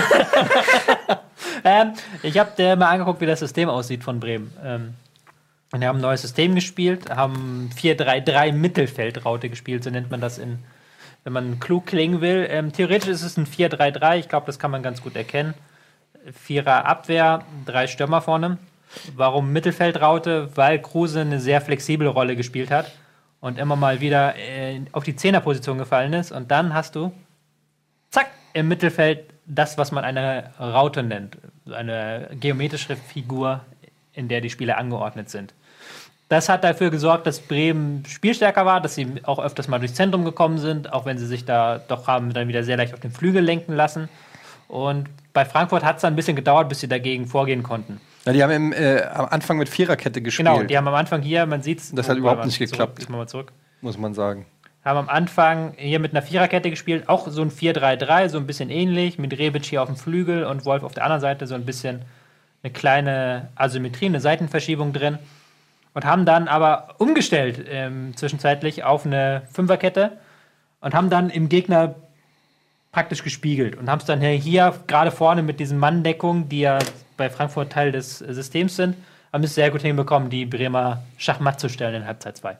Ähm, ich habe dir mal angeguckt, wie das System aussieht von Bremen. Ähm, und wir haben ein neues System gespielt, haben vier drei drei Mittelfeldraute gespielt, so nennt man das, in, wenn man klug klingen will. Ähm, theoretisch ist es ein vier drei drei, ich glaube, das kann man ganz gut erkennen. Vierer Abwehr, drei Stürmer vorne. Warum Mittelfeldraute? Weil Kruse eine sehr flexible Rolle gespielt hat und immer mal wieder äh, auf die Zehnerposition gefallen ist. Und dann hast du, zack, im Mittelfeld das, was man eine Raute nennt. Eine geometrische Figur, in der die Spieler angeordnet sind. Das hat dafür gesorgt, dass Bremen spielstärker war, dass sie auch öfters mal durchs Zentrum gekommen sind, auch wenn sie sich da doch haben dann wieder sehr leicht auf den Flügel lenken lassen. Und bei Frankfurt hat es dann ein bisschen gedauert, bis sie dagegen vorgehen konnten. Ja, die haben im, äh, am Anfang mit Viererkette gespielt, Genau, die haben am Anfang hier, man sieht es. Das hat überhaupt nicht geklappt. Zurück, mal zurück. muss man sagen. Haben am Anfang hier mit einer Viererkette gespielt, auch so ein vier drei drei, so ein bisschen ähnlich, mit Rebic hier auf dem Flügel und Wolf auf der anderen Seite, so ein bisschen eine kleine Asymmetrie, eine Seitenverschiebung drin. Und haben dann aber umgestellt ähm, zwischenzeitlich auf eine Fünferkette und haben dann im Gegner praktisch gespiegelt und haben es dann hier, hier gerade vorne mit diesen Manndeckungen, die ja bei Frankfurt Teil des äh, Systems sind, haben es sehr gut hinbekommen, die Bremer schachmatt zu stellen in Halbzeit zwei.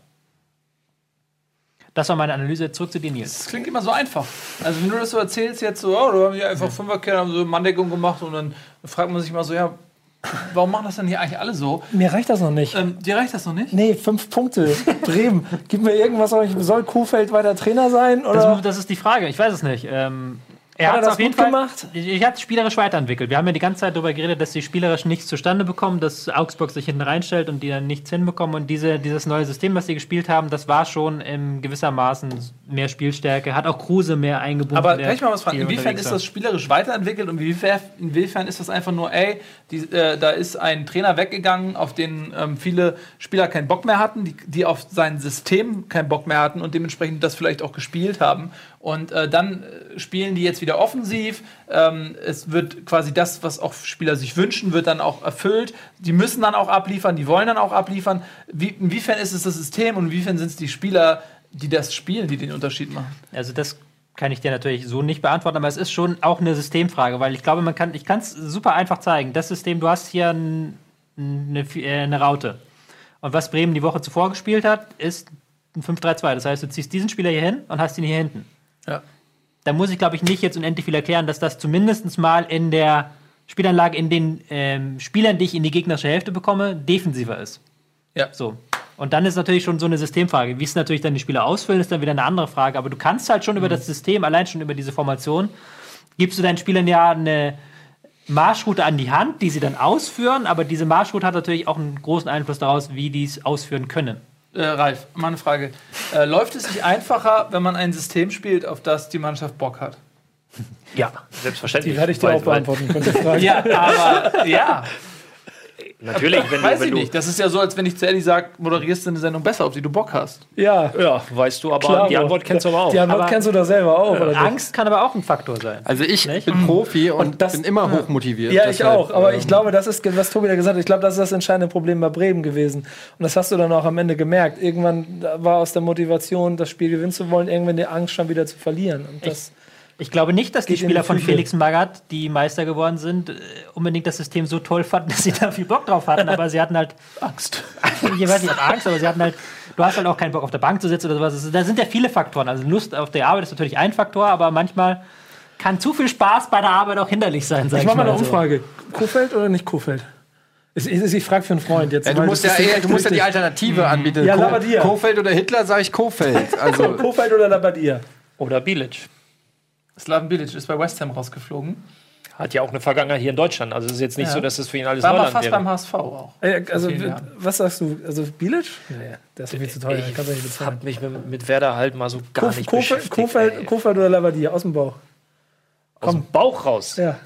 Das war meine Analyse. Zurück zu dir, Nils. Das klingt immer so einfach. Also wenn du das so erzählst, jetzt so, oh, da haben die einfach Fünferkette, haben so Manndeckung gemacht und dann fragt man sich mal so, ja, warum machen das denn hier eigentlich alle so? Mir reicht das noch nicht. Ähm, dir reicht das noch nicht? Nee, fünf Punkte. Bremen. Gib mir irgendwas. Soll Kuhfeld weiter Trainer sein? Oder? Das, das ist die Frage. Ich weiß es nicht. Ähm, er Hat er hat es das auf jeden gut Fall gemacht? Ich hat spielerisch weiterentwickelt. Wir haben ja die ganze Zeit darüber geredet, dass sie spielerisch nichts zustande bekommen, dass Augsburg sich hinten reinstellt und die dann nichts hinbekommen. Und diese, dieses neue System, was sie gespielt haben, das war schon in gewissermaßen mehr Spielstärke. Hat auch Kruse mehr eingebunden. Aber der kann ich mal was fragen? viel Inwiefern unterwegs ist war. das spielerisch weiterentwickelt und inwiefern, inwiefern ist das einfach nur, ey, die, äh, da ist ein Trainer weggegangen, auf den ähm, viele Spieler keinen Bock mehr hatten, die, die auf sein System keinen Bock mehr hatten und dementsprechend das vielleicht auch gespielt haben. Und äh, dann äh, spielen die jetzt wieder offensiv. Ähm, es wird quasi das, was auch Spieler sich wünschen, wird dann auch erfüllt. Die müssen dann auch abliefern, die wollen dann auch abliefern. Wie, inwiefern ist es das System und inwiefern sind es die Spieler, die das spielen, die den Unterschied machen? Also das kann ich dir natürlich so nicht beantworten, aber es ist schon auch eine Systemfrage, weil ich glaube, man kann, ich kann es super einfach zeigen. Das System, du hast hier ein, eine, äh, eine Raute. Und was Bremen die Woche zuvor gespielt hat, ist ein fünf drei zwei. Das heißt, du ziehst diesen Spieler hier hin und hast ihn hier hinten. Ja. Da muss ich, glaube ich, nicht jetzt unendlich viel erklären, dass das zumindest mal in der Spielanlage, in den ähm, Spielern, die ich in die gegnerische Hälfte bekomme, defensiver ist. Ja. So. Und dann ist natürlich schon so eine Systemfrage. Wie es natürlich dann die Spieler ausfüllen, ist dann wieder eine andere Frage. Aber du kannst halt schon mhm. über das System, allein schon über diese Formation, gibst du deinen Spielern ja eine Marschroute an die Hand, die sie dann ausführen. Aber diese Marschroute hat natürlich auch einen großen Einfluss daraus, wie die es ausführen können. Äh, Ralf, mal eine Frage. Äh, läuft es nicht einfacher, wenn man ein System spielt, auf das die Mannschaft Bock hat? Ja, selbstverständlich. Die werde ich dir Weil- auch beantworten können. Die Frage. Ja, aber ja. Natürlich, wenn du, Weiß wenn ich du nicht. Das ist ja so, als wenn ich zu Eddie sage, moderierst du eine Sendung besser, auf die du Bock hast. Ja, ja, weißt du, aber klar. die Antwort kennst du aber auch. Die Antwort Aber- kennst du doch selber auch, oder? nicht? Angst kann aber auch ein Faktor sein. Also ich Nicht? bin Profi und, Und das- bin immer hochmotiviert. Ja, ich Deshalb, auch. Aber ähm, ich glaube, das ist, was Tobi da gesagt hat, ich glaube, das ist das entscheidende Problem bei Bremen gewesen. Und das hast du dann auch am Ende gemerkt. Irgendwann war aus der Motivation, das Spiel gewinnen zu wollen, irgendwann die Angst schon wieder zu verlieren. Und das Ich glaube nicht, dass die Geht in Spieler die von Psyche. Felix Magath, die Meister geworden sind, äh, unbedingt das System so toll fanden, dass sie da viel Bock drauf hatten. Aber sie hatten halt Angst. ich weiß nicht, ob Angst, aber sie hatten halt, du hast halt auch keinen Bock auf der Bank zu sitzen oder sowas. Da sind ja viele Faktoren. Also Lust auf die Arbeit ist natürlich ein Faktor, aber manchmal kann zu viel Spaß bei der Arbeit auch hinderlich sein, sag ich ich, mach mal mal eine so. Umfrage. Kofeld oder nicht Kofeld? Ich, ich, ich frage für einen Freund jetzt. Ja, du weil musst ja, das ist eher, echt du musst ja die wichtig. Alternative anbieten. Ja, Ko- Labadia. Kofeld oder Hitler, sage ich Kofeld. Also, Kofeld oder Labadia? Oder Bilic. Slaven Bilic ist bei West Ham rausgeflogen. Hat ja auch eine Vergangenheit hier in Deutschland. Also es ist jetzt nicht Ja. so, dass es für ihn alles War aber Neuland fast beim wäre. H S V auch. Äh, Also, vielen Jahren. was sagst du? Also, Bilic? Nee, der ist so viel zu teuer. Ich Kannst du nicht bezahlen. hab mich mit, mit Werder halt mal so gar Kof- nicht Kofeld, beschäftigt. Kofeld, ey. Kofeld oder Labadia? Aus dem Bauch. Aus dem Bauch raus. Ja.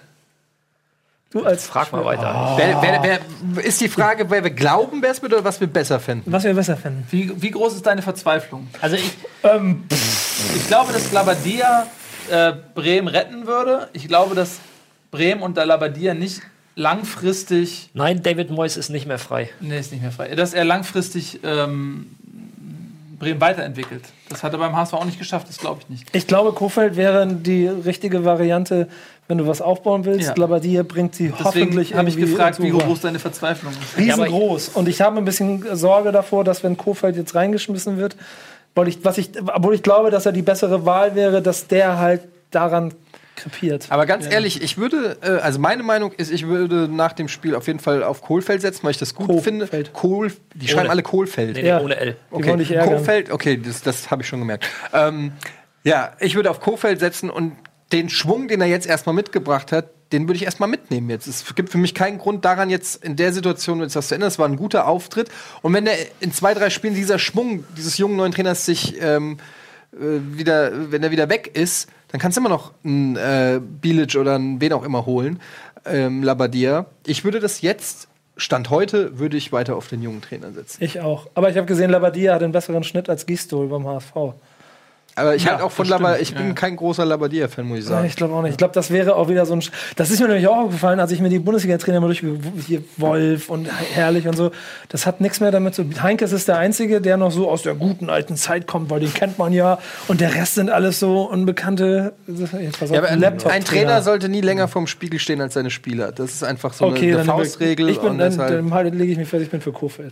Du als Frag mal weiter. wer, wer, wer, ist die Frage, wer wir glauben, wer es wird oder was wir besser fänden? Was wir besser finden. Wie, wie groß ist deine Verzweiflung? Also ich, Ähm, Ich glaube, dass Labadia äh, Bremen retten würde. Ich glaube, dass Bremen und der Labadia nicht langfristig, Nein, David Moyes ist nicht mehr frei. nee, ist nicht mehr frei, dass er langfristig ähm, Bremen weiterentwickelt. Das hat er beim H S V auch nicht geschafft, das glaube ich nicht. ich glaube, Kofeld wäre die richtige Variante, wenn du was aufbauen willst. Ja. Labadia bringt sie hoffentlich Deswegen habe ich irgendwie gefragt, wie ins Ufer. groß deine Verzweiflung ist. Riesengroß. Und ich habe ein bisschen Sorge davor, dass wenn Kofeld jetzt reingeschmissen wird, weil ich, was ich, obwohl ich glaube, dass er die bessere Wahl wäre, dass der halt daran krepiert. Aber ganz ehrlich, ich würde, äh, also meine Meinung ist, ich würde nach dem Spiel auf jeden Fall auf Kohlfeld setzen, weil ich das gut Kohlfeld. finde. Kohl, die schreiben alle Kohlfeld. Nee, nee, Ja. ohne L. Die wollen Okay, dich ärgern. Kohlfeld, okay, das, das habe ich schon gemerkt. Ähm, ja, ich würde auf Kohlfeld setzen und den Schwung, den er jetzt erstmal mitgebracht hat, den würde ich erstmal mitnehmen jetzt. Es gibt für mich keinen Grund daran, jetzt in der Situation jetzt was zu ändern. Es war ein guter Auftritt. Und wenn der in zwei, drei Spielen dieser Schwung dieses jungen neuen Trainers sich ähm, äh, wieder, wenn er wieder weg ist, dann kannst du immer noch einen äh, Bilic oder einen wen auch immer holen, ähm, Labadia. Ich würde das jetzt, Stand heute, würde ich weiter auf den jungen Trainer setzen. Ich auch. Aber ich habe gesehen, Labadia hat einen besseren Schnitt als Gistol beim H S V. Aber ich Ja, halt auch von das stimmt. Labadia, ich bin Ja. kein großer Labadia-Fan, muss ich Ja, sagen. ich glaube auch nicht. Ich glaube, das wäre auch wieder so ein. Sch das ist mir nämlich auch aufgefallen, als ich mir die Bundesliga-Trainer mal durch hier Wolf und Herrlich und so. Das hat nichts mehr damit zu tun. Heinkes ist der Einzige, der noch so aus der guten alten Zeit kommt, weil den kennt man ja. Und der Rest sind alles so unbekannte. Jetzt pass auf, Ja, aber ein, Laptop-Trainer. ein Trainer sollte nie länger vorm Spiegel stehen als seine Spieler. Das ist einfach so Okay, eine, eine dann Faustregel. Ich bin, und dann, deshalb- dann halt, lege ich mich fest, ich bin für Kofeld.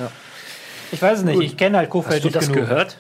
ich weiß es nicht, ich kenne halt Kofeld Hast du nicht das genug. gehört?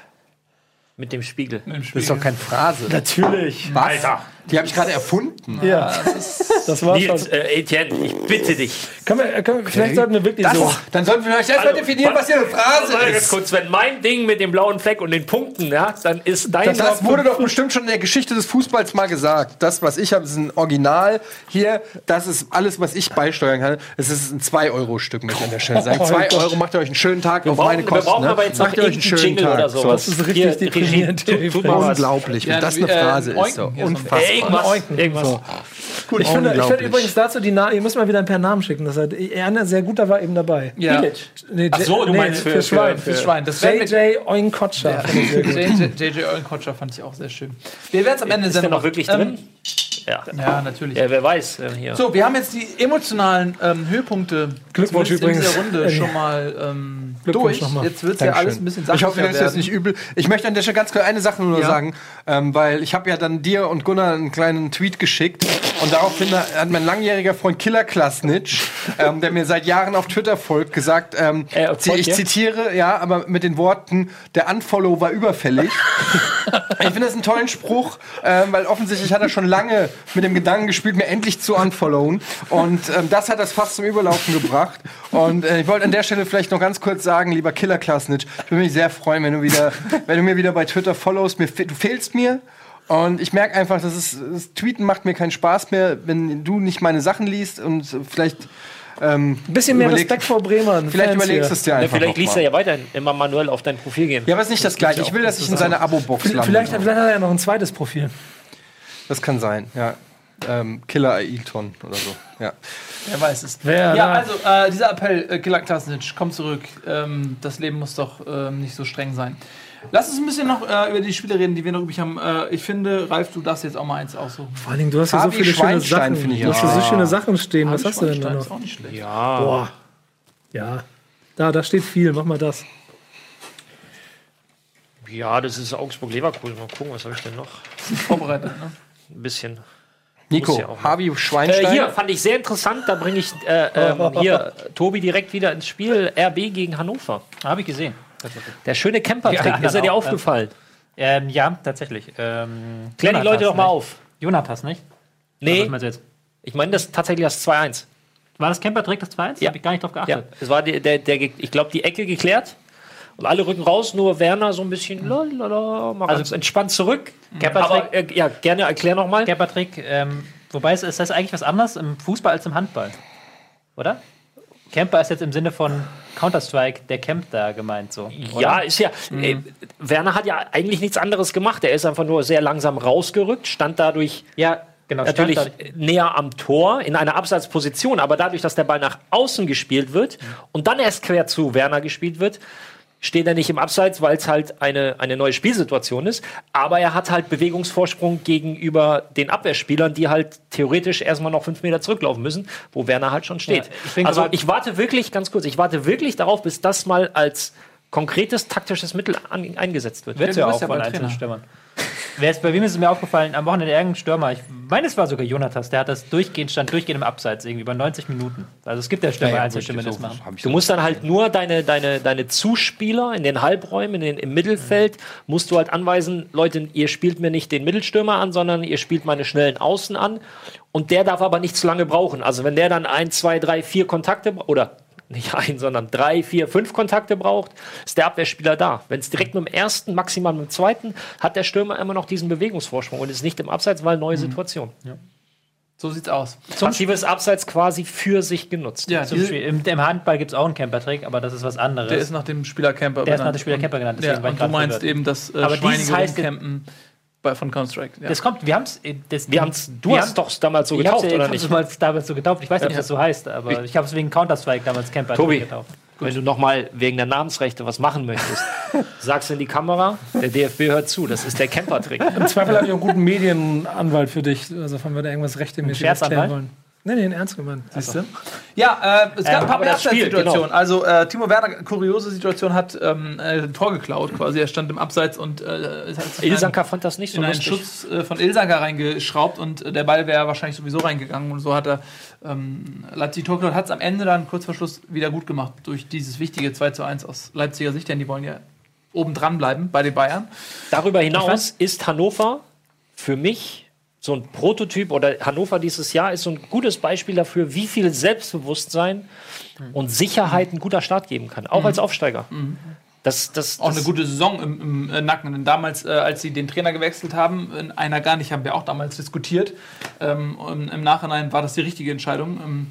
Mit dem Spiegel. das ist doch keine Phrase. Natürlich. Was? Die habe ich gerade erfunden. Ja, das war schon. Nils, äh, Etienne, ich bitte dich. Können wir, können wir, vielleicht sollten wir wirklich Das, so. Dann sollten wir vielleicht erstmal Also, definieren, was hier eine Phrase Warte ganz ist. kurz, wenn mein Ding mit dem blauen Fleck und den Punkten, ja, dann ist dein. Das, das wurde doch bestimmt schon in der Geschichte des Fußballs mal gesagt. Das, was ich habe, ist ein Original. Hier, das ist alles, was ich beisteuern kann. Es ist ein zwei Euro Stück, möchte ich an der Stelle sagen. zwei Euro, macht ihr euch einen schönen Tag auf brauchen- meine wir Kosten. brauchen ne? aber jetzt noch macht ihr euch einen irgendeinen schönen Jingle Tag. oder sowas. Das ist richtig Hier, Regie, deprimierend. tu- tut mal was. Unglaublich, Ja, wenn das eine wie, äh, Phrase ist. Oinken. So Hier so ein- unfassbar. Ey, irgendwas. Oinken. irgendwas. So. Gut, ich finde, ich Unglaublich. finde übrigens dazu die Namen, ihr müsst mal wieder ein paar Namen schicken. Das hat, einer sehr guter war eben dabei. Ja. Nee, Ach so, du nee, meinst für- für Schwein. Fürs Schwein. Das wäre J J Oinkotscher. J J Eulenkotscher fand ich auch sehr schön. Wir werden es am Ende Ist der Sendung noch wirklich ähm, drin? Ja. Ja, natürlich. Ja, wer weiß. äh, Hier. So, wir haben jetzt die emotionalen ähm, Höhepunkte Glückwunsch zumindest übrigens. in dieser Runde Eddie. schon mal ähm, Glückwunsch durch. nochmal. Jetzt wird es ja Dankeschön. alles ein bisschen Ich hoffe, sachlicher du nimmst das werden. nicht übel. Ich möchte an der Stelle ganz kurz eine Sache nur Ja. sagen, ähm, weil ich habe ja dann dir und Gunnar einen kleinen Tweet geschickt und daraufhin hat mein langjähriger Freund Killer Klasnitsch, ähm, der mir seit Jahren auf Twitter folgt, gesagt, ähm, Er folgt ich dir? zitiere, ja, aber mit den Worten, der Unfollow war überfällig. Ich finde das einen tollen Spruch, ähm, weil offensichtlich hat er schon lange mit dem Gedanken gespielt, mir endlich zu unfollowen. Und ähm, das hat das fast zum Überlaufen gebracht. Und äh, ich wollte an der Stelle vielleicht noch ganz kurz sagen, lieber Killer Klasnitsch, ich würde mich sehr freuen, wenn du, wieder, wenn du mir wieder bei Twitter followst. Mir, fe- du fehlst mir. Und ich merke einfach, dass es, das Tweeten macht mir keinen Spaß mehr, wenn du nicht meine Sachen liest und vielleicht ähm, Ein bisschen mehr überleg- Respekt vor Bremern. Vielleicht Fans überlegst du hier. es dir Ja, einfach. vielleicht noch liest mal. er ja weiterhin immer manuell auf dein Profil gehen. Ja, aber es ist nicht das Gleiche. Ich will, dass ich in seine Abo-Box lande. Vielleicht, vielleicht hat er ja noch ein zweites Profil. Das kann sein, ja. ähm, Killer Ailton oder so. Ja. Wer weiß es. Wer ja, da- also äh, dieser Appell, äh, Killer Klasnic, komm zurück. Ähm, das Leben muss doch ähm, nicht so streng sein. Lass uns ein bisschen noch äh, über die Spiele reden, die wir noch übrig haben. Äh, ich finde, Ralf, du darfst jetzt auch mal eins aussuchen. Vor allen Dingen, du hast ja so Fabi viele schöne Schweinstein Sachen. finde ich Du hast ja. ja so schöne Sachen stehen. Was Harvey hast du denn da Schweinstein noch? ist auch nicht schlecht. Ja. Boah. Ja. Da, da steht viel. Mach mal das. Ja, das ist Augsburg-Leverkusen. Mal gucken, was habe ich denn noch? Vorbereitet, ne? Ein bisschen. Nico, Muss ja auch mal. Harvey Äh, Schweinstein. hier fand ich sehr interessant. Da bringe ich äh, ähm, hier Tobi direkt wieder ins Spiel. R B gegen Hannover. Habe ich gesehen. Der schöne Camper-Trick. Ja, ist er dir genau. aufgefallen? Ähm, ja, tatsächlich. Ähm, Klär die Jonathas Leute doch mal nicht. auf. Jonathas, nicht? Oder Nee, was meinst du jetzt? ich meine das tatsächlich das zwei eins. War das Camper direkt das zwei eins? Ja. Habe ich gar nicht drauf Ja, geachtet. es war der, der, der ich glaube, die Ecke geklärt. Und alle rücken raus, nur Werner so ein bisschen lalala, mal Also- ganz entspannt zurück. Camper-Trick. Aber äh, ja, gerne erklär noch mal. Camper-Trick, ähm, wobei es ist das eigentlich was anderes im Fußball als im Handball. Oder? Camper ist jetzt im Sinne von Counter-Strike, der Camp da gemeint so. Ja, oder? ist ja. Äh, Werner hat ja eigentlich nichts anderes gemacht. Er ist einfach nur sehr langsam rausgerückt, stand dadurch Ja, genau. natürlich stand da- näher am Tor in einer Abseitsposition, aber dadurch, dass der Ball nach außen gespielt wird und dann erst quer zu Werner gespielt wird, steht er nicht im Abseits, weil es halt eine, eine neue Spielsituation ist. Aber er hat halt Bewegungsvorsprung gegenüber den Abwehrspielern, die halt theoretisch erstmal noch fünf Meter zurücklaufen müssen, wo Werner halt schon steht. Ja, ich bin also grad- ich warte wirklich, ganz kurz, ich warte wirklich darauf, bis das mal als konkretes taktisches Mittel an, eingesetzt wird. Wird Ja, du ja bist auch ja von bald einzelnen Trainer. Stürmern. Wer ist, bei wem ist es mir aufgefallen? Am Wochenende irgendein Stürmer. Ich meine, es war sogar Jonathas. Der hat das durchgehend, stand durchgehend im Abseits, irgendwie über neunzig Minuten. Also es gibt ja Stürmer, Einzelstürmer, die das machen. Du musst dann halt nur deine, deine, deine Zuspieler in den Halbräumen, in den, im Mittelfeld, musst du halt anweisen, Leute, ihr spielt mir nicht den Mittelstürmer an, sondern ihr spielt meine schnellen Außen an. Und der darf aber nicht zu lange brauchen. Also wenn der dann ein, zwei, drei, vier Kontakte bra- oder nicht ein, sondern drei, vier, fünf Kontakte braucht, ist der Abwehrspieler da. Wenn es direkt mit dem ersten, maximal mit dem zweiten, hat der Stürmer immer noch diesen Bewegungsvorsprung und ist nicht im Abseits, weil neue Situation. So sieht's aus. Passives Abseits quasi für sich genutzt. Ja, Zum diese, Beispiel, im, Im Handball gibt es auch einen Camper-Trick, aber das ist was anderes. der ist nach dem Spieler Camper Der ist nach dem Spieler Camper genannt, deswegen Ja, war ich und du grad meinst verwirrt. eben das äh, Aber dieses schweinige heißt jetzt- Rumcampen bei, von Counter-Strike. Ja. Das kommt, wir haben es. Wir haben's, du wir hast haben- doch damals so Ich hab's getauft, ja, oder ich nicht? hab's mal damals so getauft. Ich weiß nicht, ob das so heißt, aber ich habe es wegen Counter-Strike damals Camper Tobi, getauft. wenn du noch mal wegen der Namensrechte was machen möchtest, sagst in die Kamera, der D F B hört zu, das ist der Camper-Trick. Im Zweifel habe ich auch einen guten Medienanwalt für dich. Also, wenn wir da irgendwas rechtmäßig Scherzanwalt? erklären wollen. Nee, nee, ernst gemeint. Siehst du? Ja, äh, es gab ein paar aber das Spiel, Abseitssituationen. genau. Also äh, Timo Werner, kuriose Situation, hat ähm, äh, ein Tor geklaut quasi. Er stand im Abseits und äh, es hat sich Ilsanker fand das nicht so in einen lustig. Schutz äh, von Ilsanker reingeschraubt und äh, der Ball wäre wahrscheinlich sowieso reingegangen. Und so hat er ähm, Leipzig Tor geklaut, hat es am Ende dann kurz vor Schluss wieder gut gemacht durch dieses wichtige zwei zu eins aus Leipziger Sicht, denn die wollen ja oben dran bleiben bei den Bayern. Darüber Ich hinaus weiß- ist Hannover für mich so ein Prototyp, oder Hannover dieses Jahr ist so ein gutes Beispiel dafür, wie viel Selbstbewusstsein und Sicherheit ein guter Start geben kann, auch als Aufsteiger. Das, das, Auch das, eine gute Saison im, im äh, Nacken. Denn damals, äh, als sie den Trainer gewechselt haben, in einer gar nicht, haben wir auch damals diskutiert. Ähm, und im Nachhinein war das die richtige Entscheidung, ähm,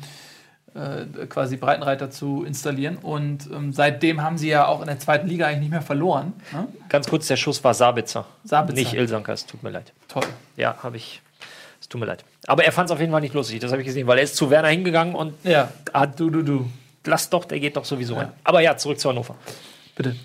äh, quasi Breitenreiter zu installieren. Und ähm, seitdem haben sie ja auch in der zweiten Liga eigentlich nicht mehr verloren. Ne? Ganz kurz, der Schuss war Sabitzer, Sabitzer. nicht Ilsanker, es tut mir leid. Toll. Ja, habe ich, es tut mir leid. Aber er fand es auf jeden Fall nicht lustig, das habe ich gesehen, weil er ist zu Werner hingegangen und Ja, ah, du, du, du. lass doch, der geht doch sowieso rein. Aber ja, zurück zu Hannover. Bitte.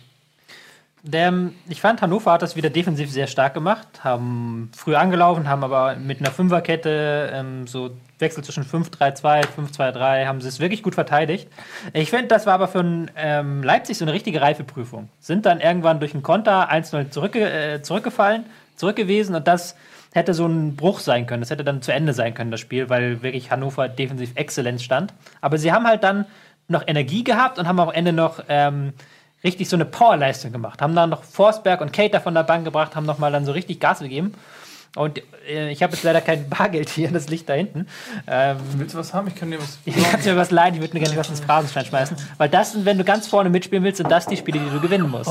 Der, ich fand, Hannover hat das wieder defensiv sehr stark gemacht, haben früh angelaufen, haben aber mit einer Fünferkette ähm, so Wechsel zwischen fünf drei zwei, fünf zwei drei, haben sie es wirklich gut verteidigt. Ich finde, das war aber für ein, ähm, Leipzig so eine richtige Reifeprüfung. Sind dann irgendwann durch einen Konter eins null zurückge äh, zurückgefallen, zurück gewesen und das hätte so ein Bruch sein können. Das hätte dann zu Ende sein können, das Spiel, weil wirklich Hannover defensiv exzellent stand. Aber sie haben halt dann noch Energie gehabt und haben am Ende noch ähm, richtig so eine Powerleistung gemacht. Haben dann noch Forsberg und Cater von der Bank gebracht, haben noch mal dann so richtig Gas gegeben. Und äh, ich habe jetzt leider kein Bargeld hier, das liegt da hinten. Ähm, Willst du was haben? Ich kann dir was. ich kann mir was leihen, ich würde mir gerne was ins Phrasenschwein schmeißen. Weil das sind, wenn du ganz vorne mitspielen willst, sind das die Spiele, die du gewinnen musst. Puh,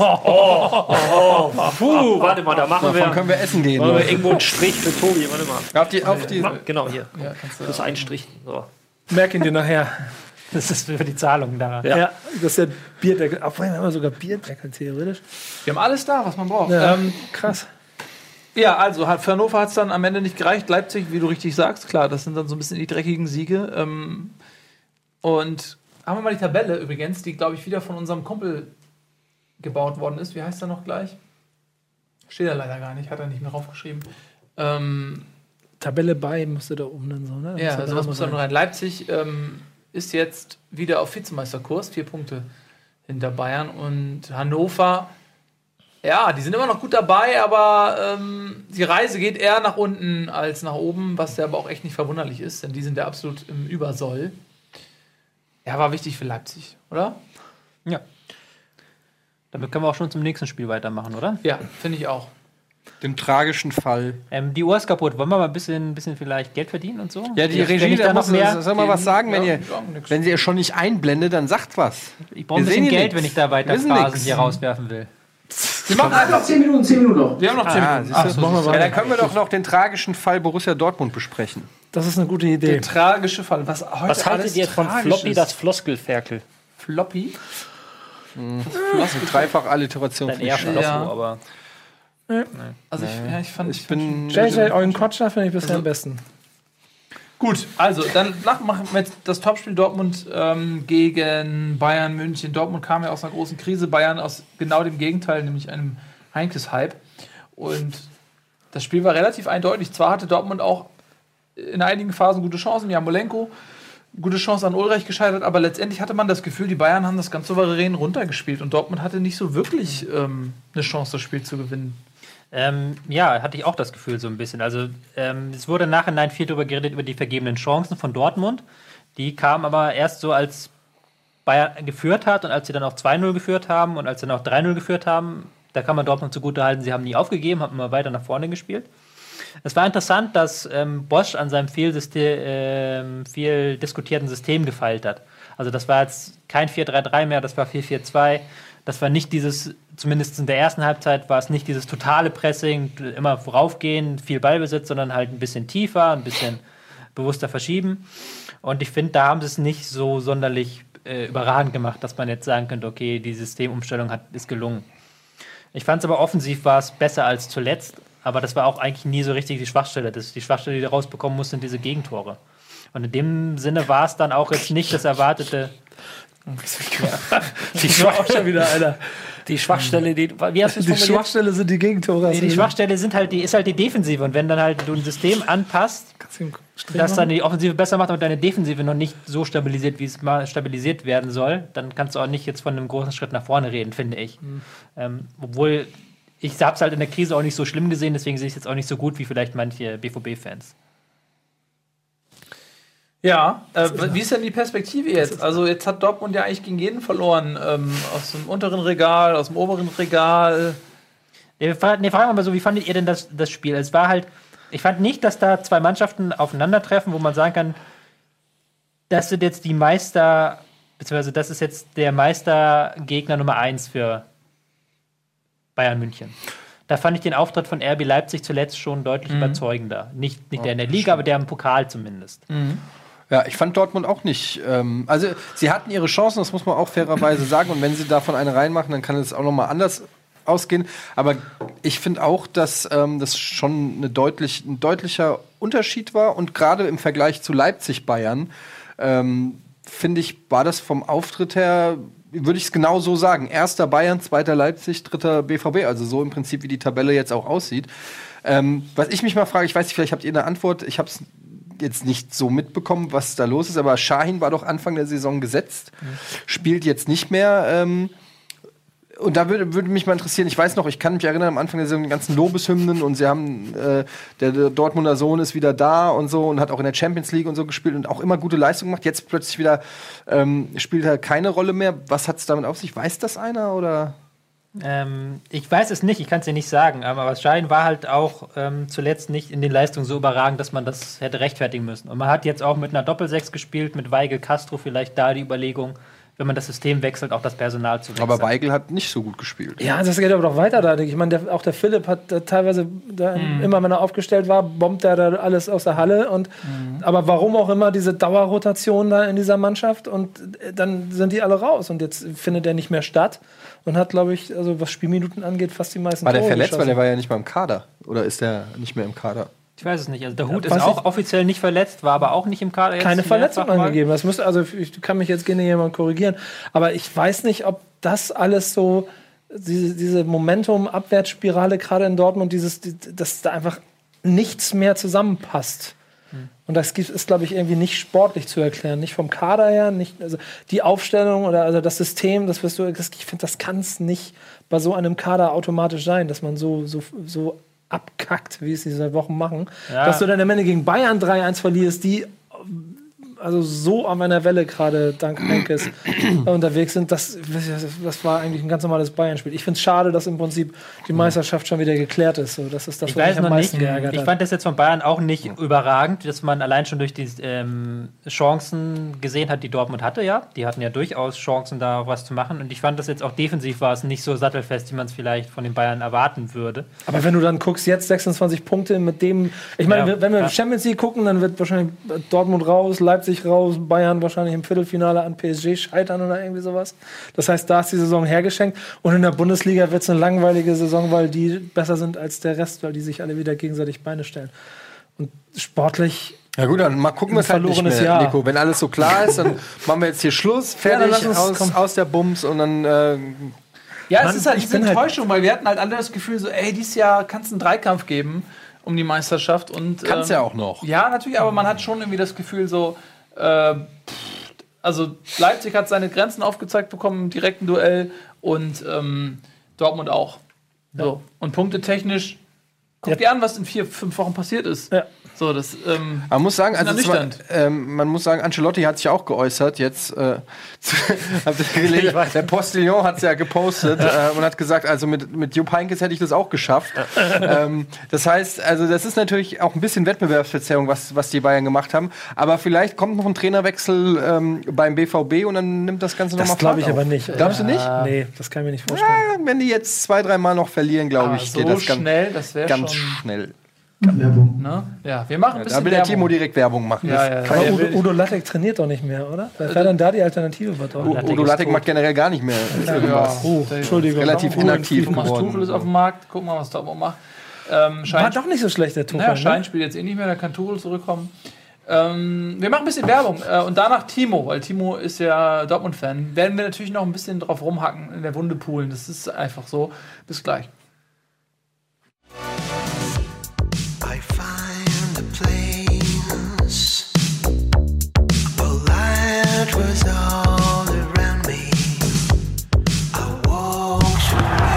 warte mal, da machen wir, Davon können wir essen gehen. machen wir Leute. irgendwo einen Strich für Tobi. Warte mal. Auf die, auf die, Ma- Genau, hier. Ja, kannst du. Plus ein Strich. So. Merk ihn dir nachher. Das ist für die Zahlung da. Ja. Ja, das ist der Bierdeckel. Obwohl, wir haben sogar Bierdeckel theoretisch. Wir haben alles da, was man braucht. Ja, Ähm, krass. Ja, also hat, für Hannover hat es dann am Ende nicht gereicht. Leipzig, wie du richtig sagst, klar, das sind dann so ein bisschen die dreckigen Siege. Ähm, und haben wir mal die Tabelle übrigens, die, glaube ich, wieder von unserem Kumpel gebaut worden ist. Wie heißt er noch gleich? Steht er leider gar nicht, hat er nicht mehr draufgeschrieben. Ähm, Tabelle bei musste da oben dann so, ne? ja, Das sowas muss da noch rein. Leipzig ähm, ist jetzt wieder auf Vizemeisterkurs, vier Punkte hinter Bayern. Und Hannover, ja, die sind immer noch gut dabei, aber ähm, die Reise geht eher nach unten als nach oben, was ja aber auch echt nicht verwunderlich ist, denn die sind ja absolut im Übersoll. Ja, war wichtig für Leipzig, oder? Ja. Damit können wir auch schon zum nächsten Spiel weitermachen, oder? Ja, finde ich auch. Dem tragischen Fall. Ähm, die Uhr ist kaputt. Wollen wir mal ein bisschen, bisschen vielleicht Geld verdienen und so? Ja, die Wenn Regie, ich da da noch muss, mehr. soll mal was sagen, wenn Ja, ihr, ja, nix. wenn sie ihr schon nicht einblendet, dann sagt was. Ich brauche ein Wir sehen bisschen hier Geld, nix. wenn ich da weiter Wir wissen Phasen nix. hier rauswerfen will. Wir machen einfach zehn Minuten, zehn Minuten noch. Wir haben noch zehn Ah, Minuten. siehst du? machen wir Ja, weiter. dann können wir doch noch den tragischen Fall Borussia Dortmund besprechen. Das ist eine gute Idee. Der tragische Fall. Was, heute Was haltet alles ihr von tragisch Floppy, ist. das Floskelferkel? Floppy? Das ist dreifach Alliteration. Dann finde eher ich Flosso, Ja. aber. Also ich, ja, ich fand... Ich bin. J J Eugen Kotschner finde ich bisher Also- am besten. Gut, also dann nach- machen wir jetzt das Topspiel Dortmund ähm, gegen Bayern München. Dortmund kam ja aus einer großen Krise, Bayern aus genau dem Gegenteil, nämlich einem Heinkes-Hype. Und das Spiel war relativ eindeutig. Zwar hatte Dortmund auch in einigen Phasen gute Chancen, Jarmolenko, gute Chance an Ulreich gescheitert, aber letztendlich hatte man das Gefühl, die Bayern haben das ganz souverän runtergespielt und Dortmund hatte nicht so wirklich ähm, eine Chance, das Spiel zu gewinnen. Ähm, ja, hatte ich auch das Gefühl so ein bisschen. Also ähm, es wurde im Nachhinein viel darüber geredet, über die vergebenen Chancen von Dortmund. Die kamen aber erst so, als Bayern geführt hat und als sie dann auch zwei null geführt haben und als sie dann auch drei null geführt haben, da kann man Dortmund zugutehalten, sie haben nie aufgegeben, haben immer weiter nach vorne gespielt. Es war interessant, dass ähm, Bosch an seinem viel, System, ähm, viel diskutierten System gefeilt hat. Also das war jetzt kein vier drei drei mehr, das war vier vier zwei. Das war nicht dieses, zumindest in der ersten Halbzeit, war es nicht dieses totale Pressing, immer voraufgehen, viel Ballbesitz, sondern halt ein bisschen tiefer, ein bisschen bewusster verschieben. Und ich finde, da haben sie es nicht so sonderlich äh, überragend gemacht, dass man jetzt sagen könnte, okay, die Systemumstellung hat, ist gelungen. Ich fand es aber offensiv war es besser als zuletzt, aber das war auch eigentlich nie so richtig die Schwachstelle. Das, die Schwachstelle, die du rausbekommen musst, sind diese Gegentore. Und in dem Sinne war es dann auch jetzt nicht das erwartete. Die, Das war auch schon wieder einer. die Schwachstelle, die. Wie hast du es Die formuliert? Schwachstelle sind die Gegentore. Nee, die Schwachstelle sind halt die, ist halt die Defensive. Und wenn dann halt du ein System anpasst, das dann die Offensive besser macht und deine Defensive noch nicht so stabilisiert, wie es mal stabilisiert werden soll, dann kannst du auch nicht jetzt von einem großen Schritt nach vorne reden, finde ich. Mhm. Ähm, obwohl, ich habe es halt in der Krise auch nicht so schlimm gesehen, deswegen sehe ich es jetzt auch nicht so gut wie vielleicht manche B V B-Fans. Ja, äh, wie ist denn die Perspektive jetzt? Also jetzt hat Dortmund ja eigentlich gegen jeden verloren. Ähm, aus dem unteren Regal, aus dem oberen Regal. Nee, fragen wir mal so, wie fandet ihr denn das, das Spiel? Es war halt, ich fand nicht, dass da zwei Mannschaften aufeinandertreffen, wo man sagen kann, das sind jetzt die Meister, beziehungsweise das ist jetzt der Meistergegner Nummer eins für Bayern München. Da fand ich den Auftritt von R B Leipzig zuletzt schon deutlich mhm. überzeugender. Nicht, nicht der in der Liga, aber der im Pokal zumindest. Mhm. Ja, ich fand Dortmund auch nicht. Ähm, also, sie hatten ihre Chancen, das muss man auch fairerweise sagen. Und wenn sie davon eine reinmachen, dann kann es auch noch mal anders ausgehen. Aber ich finde auch, dass ähm, das schon eine deutlich, ein deutlicher Unterschied war. Und gerade im Vergleich zu Leipzig-Bayern, ähm, finde ich, war das vom Auftritt her, würde ich es genau so sagen. Erster Bayern, zweiter Leipzig, dritter B V B. Also so im Prinzip, wie die Tabelle jetzt auch aussieht. Ähm, was ich mich mal frage, ich weiß nicht, vielleicht habt ihr eine Antwort. Ich habe es jetzt nicht so mitbekommen, was da los ist, aber Şahin war doch Anfang der Saison gesetzt, mhm. spielt jetzt nicht mehr. Ähm, und da würde, würde mich mal interessieren, ich weiß noch, ich kann mich erinnern, am Anfang der Saison die ganzen Lobeshymnen und sie haben, äh, der, der Dortmunder Sohn ist wieder da und so und hat auch in der Champions League und so gespielt und auch immer gute Leistungen gemacht. Jetzt plötzlich wieder ähm, spielt er keine Rolle mehr. Was hat es damit auf sich? Weiß das einer oder? Ähm, ich weiß es nicht, ich kann es dir nicht sagen, aber Şahin war halt auch ähm, zuletzt nicht in den Leistungen so überragend, dass man das hätte rechtfertigen müssen. Und man hat jetzt auch mit einer Doppelsechs gespielt, mit Weigl Castro, vielleicht da die Überlegung, wenn man das System wechselt, auch das Personal zu wechseln. Aber Weigl hat nicht so gut gespielt. Ja, das geht aber doch weiter da. Ich meine, der, auch der Philipp hat da teilweise, da Mhm. immer wenn er aufgestellt war, bombt er da alles aus der Halle. Und, Mhm. Aber warum auch immer diese Dauerrotation da in dieser Mannschaft und dann sind die alle raus. Und jetzt findet er nicht mehr statt und hat, glaube ich, also was Spielminuten angeht, fast die meisten War der Tore verletzt, weil geschossen. der war ja nicht mal im Kader. Oder ist der nicht mehr im Kader? Ich weiß es nicht. Also der Hut Ja, ist weiß auch ich- offiziell nicht verletzt, war aber auch nicht im Kader. Jetzt Keine Verletzung mehrfach mal. angegeben. Das müsste, also ich kann mich jetzt gerne jemand korrigieren. Aber ich weiß nicht, ob das alles so, diese, diese Momentum-Abwärtsspirale gerade in Dortmund, dieses, die- dass da einfach nichts mehr zusammenpasst. Und das gibt- ist, glaube ich, irgendwie nicht sportlich zu erklären. Nicht vom Kader her, nicht, also die Aufstellung oder also das System, das wirst du, das, ich finde, das kann es nicht bei so einem Kader automatisch sein, dass man so, so, so abkackt, wie es die seit Wochen machen. Ja. Dass du dann am Ende gegen Bayern drei eins verlierst, die also so an meiner Welle gerade dank Henkes unterwegs sind, das, das war eigentlich ein ganz normales Bayern-Spiel. Ich finde es schade, dass im Prinzip die Meisterschaft schon wieder geklärt ist. So, das ist das, Ich was weiß mich am noch nicht. meisten geärgert Ich hat. fand das jetzt von Bayern auch nicht überragend, dass man allein schon durch die ähm, Chancen gesehen hat, die Dortmund hatte, ja. Die hatten ja durchaus Chancen, da was zu machen. Und ich fand das jetzt auch defensiv war es nicht so sattelfest, wie man es vielleicht von den Bayern erwarten würde. Aber wenn du dann guckst, jetzt sechsundzwanzig Punkte mit dem, ich meine, Ja, wenn wir ja. Champions League gucken, dann wird wahrscheinlich Dortmund raus, Leipzig raus, Bayern wahrscheinlich im Viertelfinale an P S G scheitern oder irgendwie sowas. Das heißt, da ist die Saison hergeschenkt. Und in der Bundesliga wird es eine langweilige Saison, weil die besser sind als der Rest, weil die sich alle wieder gegenseitig Beine stellen. Und sportlich Ja gut, dann mal gucken wir es Ein halt nicht verlorenes mehr, Jahr. Nico. Wenn alles so klar ist, dann machen wir jetzt hier Schluss, Ja, dann fertig, lass uns- komm. aus, aus der Bums und dann äh, Ja, Mann, es ist halt ich diese bin halt- Enttäuschung, weil wir hatten halt alle das Gefühl, so, ey, dieses Jahr kann es einen Dreikampf geben um die Meisterschaft. Und, kann's ähm, ja auch noch. Ja, natürlich, aber man hat schon irgendwie das Gefühl, so, äh, pff, also Leipzig hat seine Grenzen aufgezeigt bekommen im direkten Duell und ähm, Dortmund auch. So. Und punktetechnisch, guck Ja. dir an, was in vier, fünf Wochen passiert ist. Ja. So, das, ähm, Man muss sagen, also zwar, ernüchternd. ähm, man muss sagen, Ancelotti hat sich auch geäußert. Jetzt äh, zu- habt ihr gelesen, der Postillon hat es ja gepostet äh, und hat gesagt, also mit, mit Jupp Heynckes hätte ich das auch geschafft. ähm, das heißt, also das ist natürlich auch ein bisschen Wettbewerbsverzerrung, was, was die Bayern gemacht haben. Aber vielleicht kommt noch ein Trainerwechsel ähm, beim B V B und dann nimmt das Ganze nochmal das glaube ich aber nicht. Glaubst du nicht? Nee, das kann ich mir nicht vorstellen. Ja, wenn die jetzt zwei, dreimal noch verlieren, glaube aber ich, so geht das ganz, schnell, das wäre ganz schon. schnell. Ne? Ja, wir machen ein Da bisschen will der Werbung. Timo direkt Werbung machen. Ja, Das ja, ja. kann Aber ja- Udo, Udo Lattek trainiert doch nicht mehr, oder? Wer wäre denn da die Alternative bei U- Dortmund? Udo Lattek macht generell gar nicht mehr irgendwas. Oh, Entschuldigung. Relativ Warum? inaktiv Thomas geworden. Tuchel ist auf dem Markt. Guck mal, was Dortmund macht. Ähm, War Schein, doch nicht so schlecht, der Tuchel. naja, ne? Schein spielt jetzt eh nicht mehr, da kann Tuchel zurückkommen. Ähm, wir machen ein bisschen Werbung. Äh, und danach Timo, weil Timo ist ja Dortmund-Fan. Werden wir natürlich noch ein bisschen drauf rumhacken, in der Wunde poolen. Das ist einfach so. Bis gleich. I find a place. Well, light was all around me. I walked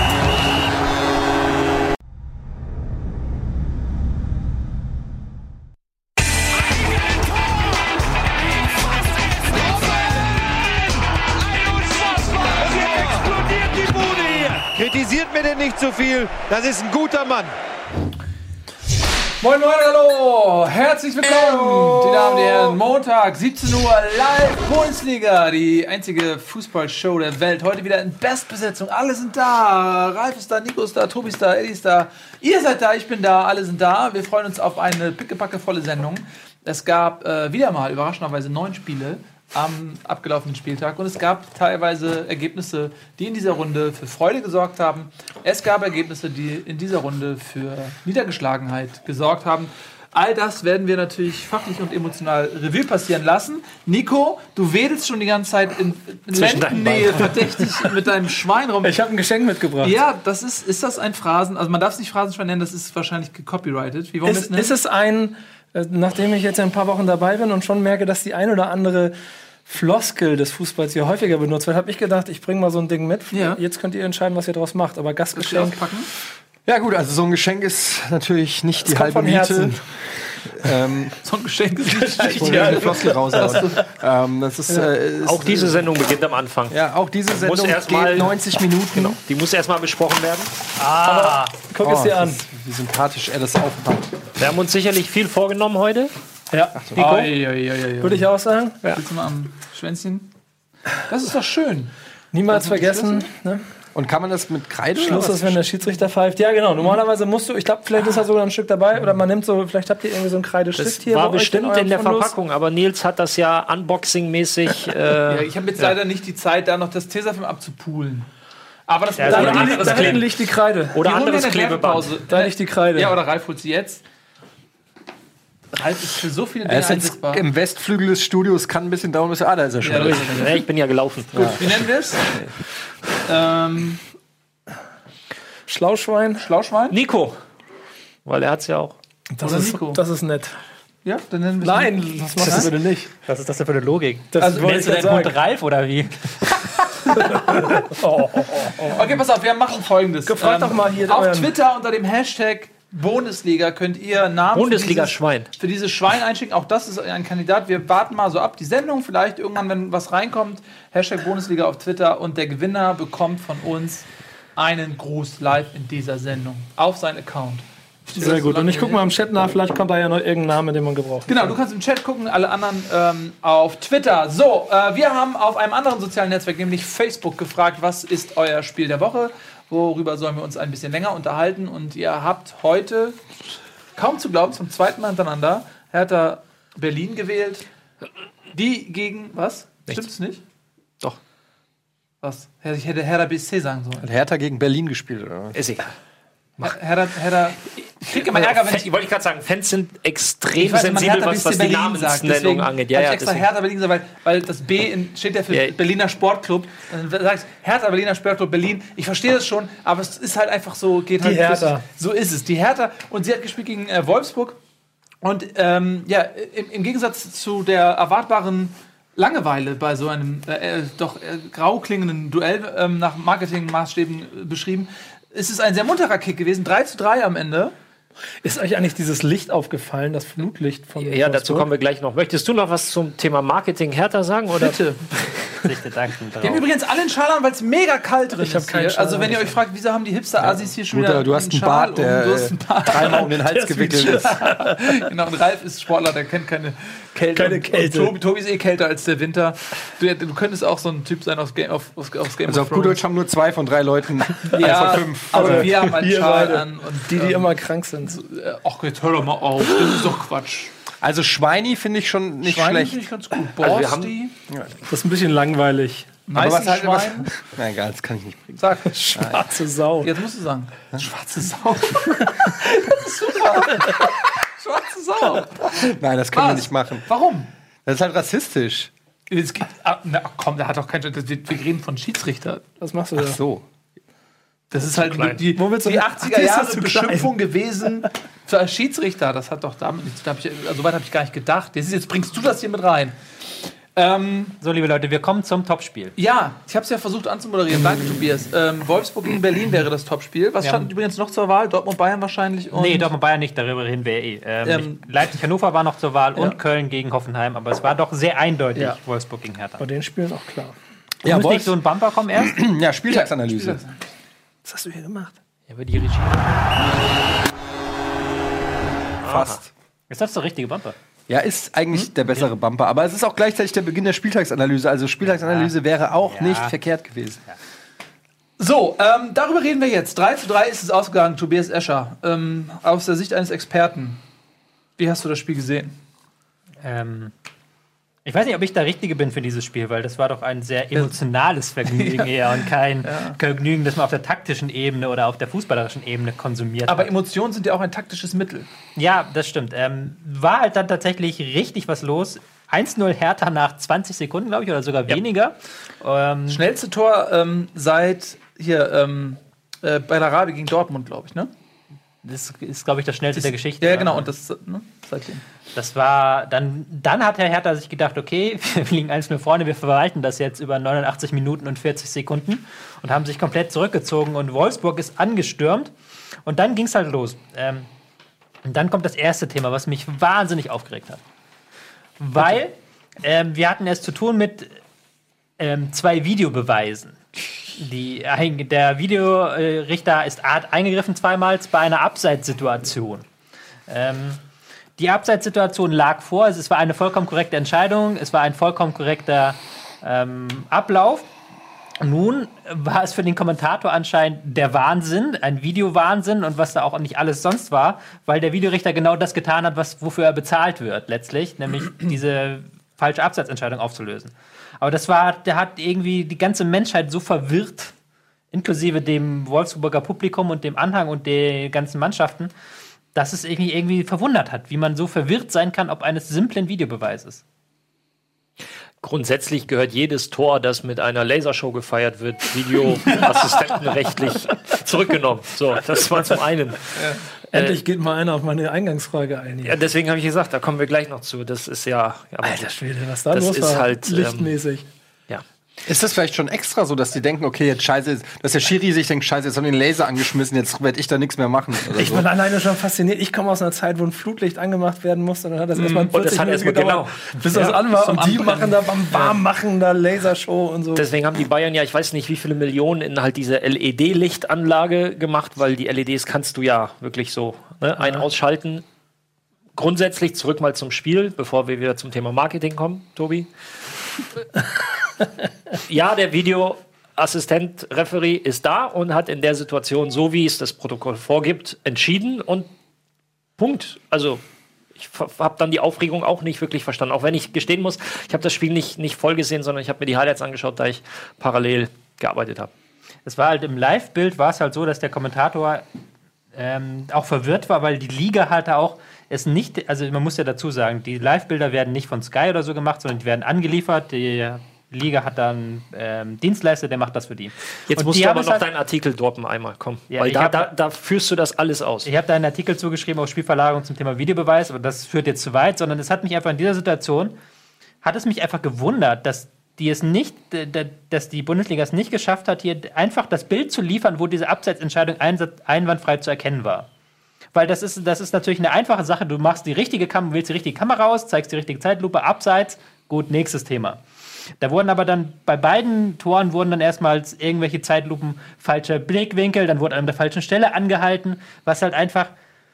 Kritisiert mir denn nicht zu viel. Das ist ein guter Mann. Moin, moin, hallo! Herzlich willkommen, die Damen und Herren. Montag, siebzehn Uhr, live Bundesliga, die einzige Fußballshow der Welt. Heute wieder in Bestbesetzung. Alle sind da. Ralf ist da, Nico ist da, Tobi ist da, Eddie ist da. Ihr seid da, ich bin da, alle sind da. Wir freuen uns auf eine pickepackevolle Sendung. Es gab äh, wieder mal überraschenderweise neun Spiele am abgelaufenen Spieltag und es gab teilweise Ergebnisse, die in dieser Runde für Freude gesorgt haben. Es gab Ergebnisse, die in dieser Runde für Niedergeschlagenheit gesorgt haben. All das werden wir natürlich fachlich und emotional Revue passieren lassen. Nico, du wedelst schon die ganze Zeit in Zwischen deinen Lendennähe verdächtig mit deinem Schwein rum. Ich habe ein Geschenk mitgebracht. Ja, das ist, ist das ein Phrasen, also man darf es nicht Phrasenschwein nennen, das ist wahrscheinlich gecopyrighted. Wie wollen wir es Ist, nennen? ist es ein, äh, nachdem ich jetzt ein paar Wochen dabei bin und schon merke, dass die ein oder andere Floskel des Fußballs hier häufiger benutzt wird, habe ich gedacht, ich bringe mal so ein Ding mit. Ja. Jetzt könnt ihr entscheiden, was ihr daraus macht. Aber Willst du Gastgeschenk, auspacken? Ja gut, also so ein Geschenk ist natürlich nicht die kommt halbe von Miete. Herzen. Ähm, So ein Geschenk ist nicht ich schlecht. wollte eine Floskel raushauen. ähm, das ist, äh, ist, Auch diese Sendung beginnt am Anfang. ja, auch diese Sendung Muss erst mal- geht neunzig Minuten. Genau. Die muss erstmal besprochen werden. guck Oh, es dir das an. ist, wie sympathisch er das aufpackt. Wir haben uns sicherlich viel vorgenommen heute. Ja, Nico? Ai, ai, ai, ai. würde ich auch sagen. Willst du mal am Schwänzchen? Das ist doch schön. Niemals vergessen. Ne? Und kann man das mit Kreide Schluss oder ist, wenn der Schiedsrichter pfeift. Ja, genau. Normalerweise musst du, ich glaube, vielleicht ist da sogar ein Stück dabei. Oder man nimmt so, vielleicht habt ihr irgendwie so einen Kreidestift Das hier. war bei euch bestimmt eurem in der Fundus. Verpackung, aber Nils hat das ja Unboxing-mäßig. Äh, Ja, ich habe jetzt leider nicht die Zeit, da noch das Tesafilm abzupulen. Aber das Ja, Da Oder hinten anderes liegt- da hinten liegt die Kreide. oder Die holen wir anderes in der Klebeband. Werbepause. Da liegt die Kreide. Ja, oder Ralf holt sie jetzt. Ralf ist für so viele Er Dinge ist jetzt einsetzbar. im Westflügel des Studios, kann ein bisschen dauern, bis er. Ah, da ist er schon. Ja, richtig. Ja, ich bin ja gelaufen. Wie nennen wir es? Ähm, Schlauschwein. Schlauschwein? Nico. Weil er hat es ja auch. Das Oder ist, Nico. das ist nett. Ja, dann nennen wir es. Nein, das machst du bitte nicht. Was ist das denn für eine Logik? Das Also, wollte Nennst ich du gerade deinen sagen. Hund Ralf oder wie? Okay, pass auf, wir machen folgendes. Gefragt doch mal hier Auf euren- Twitter unter dem Hashtag Bundesliga könnt ihr Namen Bundesliga für dieses, Schwein. für dieses Schwein einschicken. Auch das ist ein Kandidat. Wir warten mal so ab die Sendung. Vielleicht irgendwann, wenn was reinkommt, Hashtag Bundesliga auf Twitter. Und der Gewinner bekommt von uns einen Gruß live in dieser Sendung auf seinen Account. Sehr gut. Und ich gucke mal im Chat nach, vielleicht kommt da ja noch irgendein Name, den man gebraucht. Genau, du kannst im Chat gucken, alle anderen ähm, auf Twitter. So, äh, wir haben auf einem anderen sozialen Netzwerk, nämlich Facebook, gefragt, was ist euer Spiel der Woche? Worüber sollen wir uns ein bisschen länger unterhalten? Und ihr habt heute, kaum zu glauben, zum zweiten Mal hintereinander, Hertha Berlin gewählt. Die gegen, was? Stimmt's nicht? Doch. Was? Ich hätte Hertha B S C sagen sollen. Hat Hertha gegen Berlin gespielt, oder was? Ist egal. Her- Hertha, Hertha, ich kriege immer Ärger, wenn ich... Ich wollte gerade sagen, Fans sind extrem Ich weiß, wenn man sensibel, Hertha was, was B S C die Berlin sagt. Namensnennung Deswegen angeht. Ja, hab ja, ich extra deswegen. Hertha Berlin gesagt, weil, weil das B in, steht ja für Ja. Berliner Sportclub. Und dann sagst du Hertha Berliner Sportclub Berlin. Ich verstehe das schon, aber es ist halt einfach so, geht halt Hertha. So ist es. Die Hertha. Und sie hat gespielt gegen äh, Wolfsburg. Und ähm, ja, im, im Gegensatz zu der erwartbaren Langeweile bei so einem äh, äh, doch äh, grau klingenden Duell ähm, nach Marketingmaßstäben äh, beschrieben, ist es ein sehr munterer Kick gewesen. drei zu drei am Ende. Ist euch eigentlich dieses Licht aufgefallen, das Flutlicht von Ja, dazu kommen wir gleich noch. Möchtest du noch was zum Thema Marketing Hertha sagen? Oder? Bitte. Sich danken Wir haben drauf. übrigens alle einen Schal an, weil es mega kalt drin Ich hab ist. keinen hier. Schal Also, wenn an. ihr euch fragt, wieso haben die Hipster-Assis hier schon Gut, wieder aber du hast einen Schal Bart, um? der Du hast einen Bart. dreimal um den Hals gewickelt ist. Genau, und Ralf ist Sportler, der kennt keine Kälte. Keine Und- Kälte. Und Tobi, Tobi ist eh kälter als der Winter. Du, du könntest auch so ein Typ sein aus Game of, aus, aus Game Also of auf gut Deutsch haben nur zwei von drei Leuten Ja, von fünf. aber Also, wir haben einen wir Schal beide. an. Und, Die, die ähm, immer krank sind. äh, Ach, jetzt hör doch mal auf. Das ist doch Quatsch. also Schweini finde ich schon nicht Schwein schlecht. finde ich ganz gut. Also wir haben- Borsti, Das ist ein bisschen langweilig. Aber was halt was, Meißenschwein. na egal, das kann ich nicht bringen. Sag. Schwarze Sau. Jetzt musst du sagen. Schwarze Sau. Das ist super. Schwarze Sau. Nein, das können wir Was? nicht machen. Warum? Das ist halt rassistisch. Es gibt, ah, na, komm, der hat doch kein. Wir, wir reden von Schiedsrichter. Was machst du da? Ach so. Das ist halt die, Wo willst du- die Ach, achtziger die ist Jahre das zu Beschimpfung gewesen für Schiedsrichter. Das hat doch damit nichts. Da hab ich, also, so weit habe ich gar nicht gedacht. Jetzt, jetzt bringst du das hier mit rein. Ähm, So, liebe Leute, wir kommen zum Topspiel. ja, ich habe es ja versucht anzumoderieren. Danke, Tobias. Ähm, Wolfsburg gegen Berlin wäre das Topspiel. Was Ja. stand übrigens noch zur Wahl? Dortmund, Bayern wahrscheinlich. Und Nee, Dortmund Bayern nicht, darüber reden wir eh. Ähm, Ähm, ich- Leipzig-Hannover war noch zur Wahl Ja. und Köln gegen Hoffenheim, aber es war doch sehr eindeutig Ja. Wolfsburg gegen Hertha. Bei den Spielen auch klar. Ja, Muss Wolfs- nicht so ein Bumper kommen erst? Ja, Spieltagsanalyse. Was hast du hier gemacht? Ja, über die Regie. Fast. Ist das der richtige Bumper? Ja, ist eigentlich der bessere Bumper. Aber es ist auch gleichzeitig der Beginn der Spieltagsanalyse. Also Spieltagsanalyse wäre auch Ja. nicht verkehrt gewesen. So, ähm, darüber reden wir jetzt. drei zu drei ist es ausgegangen, Tobias Escher. Ähm, aus der Sicht eines Experten. Wie hast du das Spiel gesehen? Ähm, ich weiß nicht, ob ich der Richtige bin für dieses Spiel, weil das war doch ein sehr emotionales Vergnügen eher und kein Vergnügen, das man auf der taktischen Ebene oder auf der fußballerischen Ebene konsumiert Aber hat. Emotionen sind ja auch ein taktisches Mittel. Ja, das stimmt. Ähm, war halt dann tatsächlich richtig was los. eins null Hertha nach zwanzig Sekunden, glaube ich, oder sogar weniger. Ähm, Schnellste Tor ähm, seit hier ähm, äh, bei der Rabi gegen Dortmund, glaube ich, ne? das ist, glaube ich, das schnellste der Geschichte. Ja, genau. Und das ne? seitdem. Das war dann, dann hat Herr Hertha sich gedacht, okay, wir liegen eins null vorne, wir verwalten das jetzt über neunundachtzig Minuten und vierzig Sekunden und haben sich komplett zurückgezogen und Wolfsburg ist angestürmt und dann ging es halt los. Ähm, und dann kommt das erste Thema, was mich wahnsinnig aufgeregt hat. Weil ähm, wir hatten es zu tun mit ähm, zwei Videobeweisen. Die, ein- der Videorichter ist hat eingegriffen zweimal bei einer Abseitssituation. Ähm, die Abseitssituation lag vor, es war eine vollkommen korrekte Entscheidung, es war ein vollkommen korrekter ähm, Ablauf. Nun war es für den Kommentator anscheinend der Wahnsinn, ein Videowahnsinn und was da auch nicht alles sonst war, weil der Videorichter genau das getan hat, was, wofür er bezahlt wird, letztlich, nämlich diese falsche Abseitsentscheidung aufzulösen. Aber das war, der hat irgendwie die ganze Menschheit so verwirrt, inklusive dem Wolfsburger Publikum und dem Anhang und den ganzen Mannschaften, dass es irgendwie, irgendwie verwundert hat, wie man so verwirrt sein kann, ob eines simplen Videobeweises. Grundsätzlich gehört jedes Tor, das mit einer Lasershow gefeiert wird, videoassistentenrechtlich zurückgenommen. So, das war zum einen. Ja. Endlich geht mal einer auf meine Eingangsfrage ein. Hier. Ja, deswegen habe ich gesagt, da kommen wir gleich noch zu. Das ist ja. ja Alter Schwede, was da das los ist war, halt lichtmäßig. Ähm, ja. Ist das vielleicht schon extra so, dass die denken, okay, jetzt scheiße, dass der Schiri sich denkt, scheiße, jetzt haben die den Laser angeschmissen, jetzt werde ich da nichts mehr machen. Oder ich so. bin alleine schon fasziniert. Ich komme aus einer Zeit, wo ein Flutlicht angemacht werden musste. Und dann hat das erstmal und das hat erstmal genau. bis das ja, an war. Und die Anbrennen. machen da beim Warmmachen da Lasershow und so. Deswegen haben die Bayern ja, ich weiß nicht, wie viele Millionen in halt diese L E D-Lichtanlage gemacht, weil die L E Ds kannst du ja wirklich so ne, ein- ausschalten. Grundsätzlich zurück mal zum Spiel, bevor wir wieder zum Thema Marketing kommen, Tobi. Ja, der Videoassistent, Referee ist da und hat in der Situation, so wie es das Protokoll vorgibt, entschieden und Punkt. Also ich habe dann die Aufregung auch nicht wirklich verstanden, auch wenn ich gestehen muss, ich habe das Spiel nicht, nicht voll gesehen, sondern ich habe mir die Highlights angeschaut, da ich parallel gearbeitet habe. Es war halt im Live-Bild war es halt so, dass der Kommentator ähm, auch verwirrt war, weil die Liga halt auch es nicht, also man muss ja dazu sagen, die Live-Bilder werden nicht von Sky oder so gemacht, sondern die werden angeliefert. Die Liga hat dann ähm, Dienstleister, der macht das für die. Jetzt und musst die du aber haben es noch halt, deinen Artikel droppen einmal, komm. Ja, weil ich da, hab- da, da führst du das alles aus. Ich habe da einen Artikel zugeschrieben auf Spielverlagerung zum Thema Videobeweis, aber das führt jetzt zu weit, sondern es hat mich einfach in dieser Situation, hat es mich einfach gewundert, dass die es nicht, d- d- dass die Bundesliga es nicht geschafft hat, hier einfach das Bild zu liefern, wo diese Abseitsentscheidung einsatz- einwandfrei zu erkennen war. Weil das ist, das ist natürlich eine einfache Sache. Du machst die richtige Kamera, wählst die richtige Kamera raus, zeigst die richtige Zeitlupe, Abseits, gut, nächstes Thema. Da wurden aber dann bei beiden Toren wurden dann erstmals irgendwelche Zeitlupen, falscher Blickwinkel, dann wurde an der falschen Stelle angehalten, was halt einfach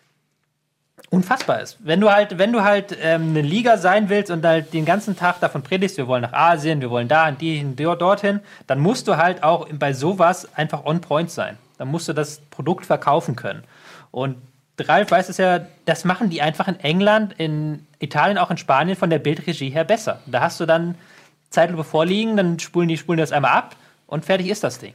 unfassbar ist. Wenn du halt, wenn du halt ähm, eine Liga sein willst und halt den ganzen Tag davon predigst, wir wollen nach Asien, wir wollen da und die, dort, dorthin, dann musst du halt auch bei sowas einfach on point sein. Dann musst du das Produkt verkaufen können. Und Ralf weiß es ja, das machen die einfach in England, in Italien, auch in Spanien von der Bildregie her besser. Da hast du dann Zeitlupe vorliegen, dann spulen die spulen das einmal ab und fertig ist das Ding.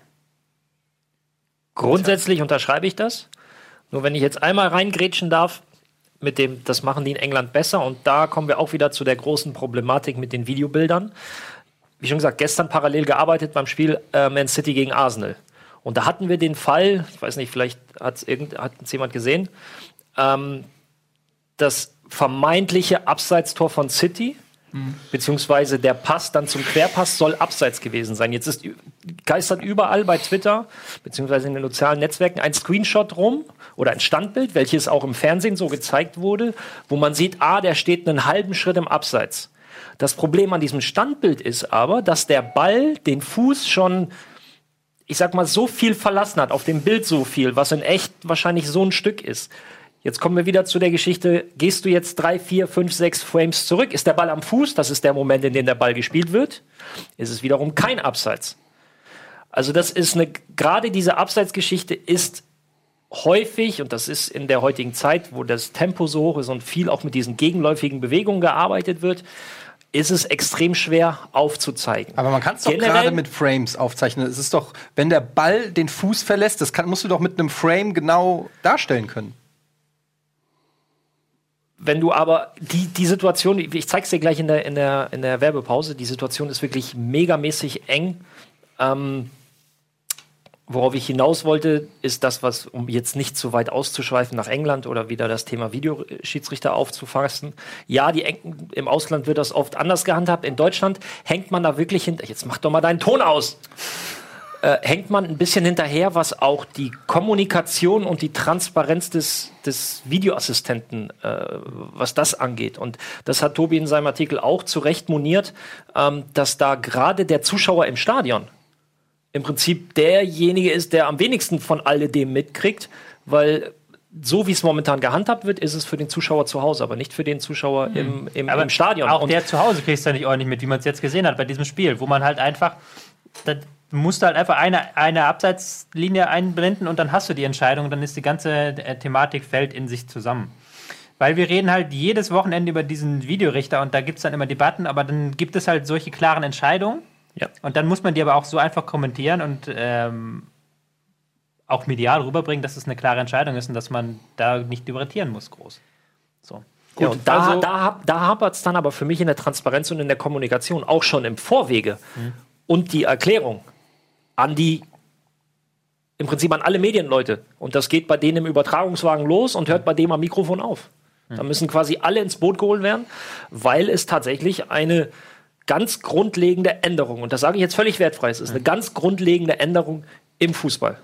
Grundsätzlich unterschreibe ich das. Nur wenn ich jetzt einmal reingrätschen darf, mit dem, das machen die in England besser. Und da kommen wir auch wieder zu der großen Problematik mit den Videobildern. Wie schon gesagt, gestern parallel gearbeitet beim Spiel äh, Man City gegen Arsenal. Und da hatten wir den Fall, ich weiß nicht, vielleicht hat es jemand gesehen, ähm, das vermeintliche Abseitstor von City, mhm. beziehungsweise der Pass dann zum Querpass soll abseits gewesen sein. Jetzt ist, geistert überall bei Twitter, beziehungsweise in den sozialen Netzwerken ein Screenshot rum oder ein Standbild, welches auch im Fernsehen so gezeigt wurde, wo man sieht, ah, der steht einen halben Schritt im Abseits. Das Problem an diesem Standbild ist aber, dass der Ball den Fuß schon, ich sag mal, so viel verlassen hat, auf dem Bild so viel, was in echt wahrscheinlich so ein Stück ist. Jetzt kommen wir wieder zu der Geschichte, gehst du jetzt drei, vier, fünf, sechs Frames zurück, ist der Ball am Fuß, das ist der Moment, in dem der Ball gespielt wird, ist es wiederum kein Abseits. Also das ist eine, gerade diese Abseitsgeschichte ist häufig, und das ist in der heutigen Zeit, wo das Tempo so hoch ist und viel auch mit diesen gegenläufigen Bewegungen gearbeitet wird, ist es extrem schwer aufzuzeigen. Aber man kann es doch Generell- gerade mit Frames aufzeichnen. Es ist doch, wenn der Ball den Fuß verlässt, das kann, musst du doch mit einem Frame genau darstellen können. Wenn du aber die, die Situation, ich zeig's dir gleich in der, in, der, in der Werbepause, die Situation ist wirklich megamäßig eng. Ähm, worauf ich hinaus wollte, ist das, was, um jetzt nicht zu weit auszuschweifen nach England oder wieder das Thema Videoschiedsrichter aufzufassen. Ja, die Eng- im Ausland wird das oft anders gehandhabt. In Deutschland hängt man da wirklich hinter. Jetzt mach doch mal deinen Ton aus. Äh, hängt man ein bisschen hinterher, was auch die Kommunikation und die Transparenz des, des Videoassistenten, äh, was das angeht. Und das hat Tobi in seinem Artikel auch zu Recht moniert, ähm, dass da gerade der Zuschauer im Stadion im Prinzip derjenige ist, der am wenigsten von alledem mitkriegt, weil so wie es momentan gehandhabt wird, ist es für den Zuschauer zu Hause, aber nicht für den Zuschauer im, im, Aber im Stadion. Auch Und der zu Hause kriegst du ja nicht ordentlich mit, wie man es jetzt gesehen hat bei diesem Spiel, wo man halt einfach, da musst du halt einfach eine, eine Abseitslinie einblenden und dann hast du die Entscheidung und dann ist die ganze äh, Thematik fällt in sich zusammen. Weil wir reden halt jedes Wochenende über diesen Videorichter und da gibt es dann immer Debatten, aber dann gibt es halt solche klaren Entscheidungen Ja. und dann muss man die aber auch so einfach kommentieren und ähm, auch medial rüberbringen, dass es eine klare Entscheidung ist und dass man da nicht debattieren muss groß. So. Ja, und da, also- da, hap- da hapert es dann aber für mich in der Transparenz und in der Kommunikation auch schon im Vorwege und die Erklärung an die, im Prinzip an alle Medienleute. Und das geht bei denen im Übertragungswagen los und hört bei dem am Mikrofon auf. Da müssen quasi alle ins Boot geholt werden, weil es tatsächlich eine ganz grundlegende Änderung, und das sage ich jetzt völlig wertfrei, es ist eine ganz grundlegende Änderung im Fußball.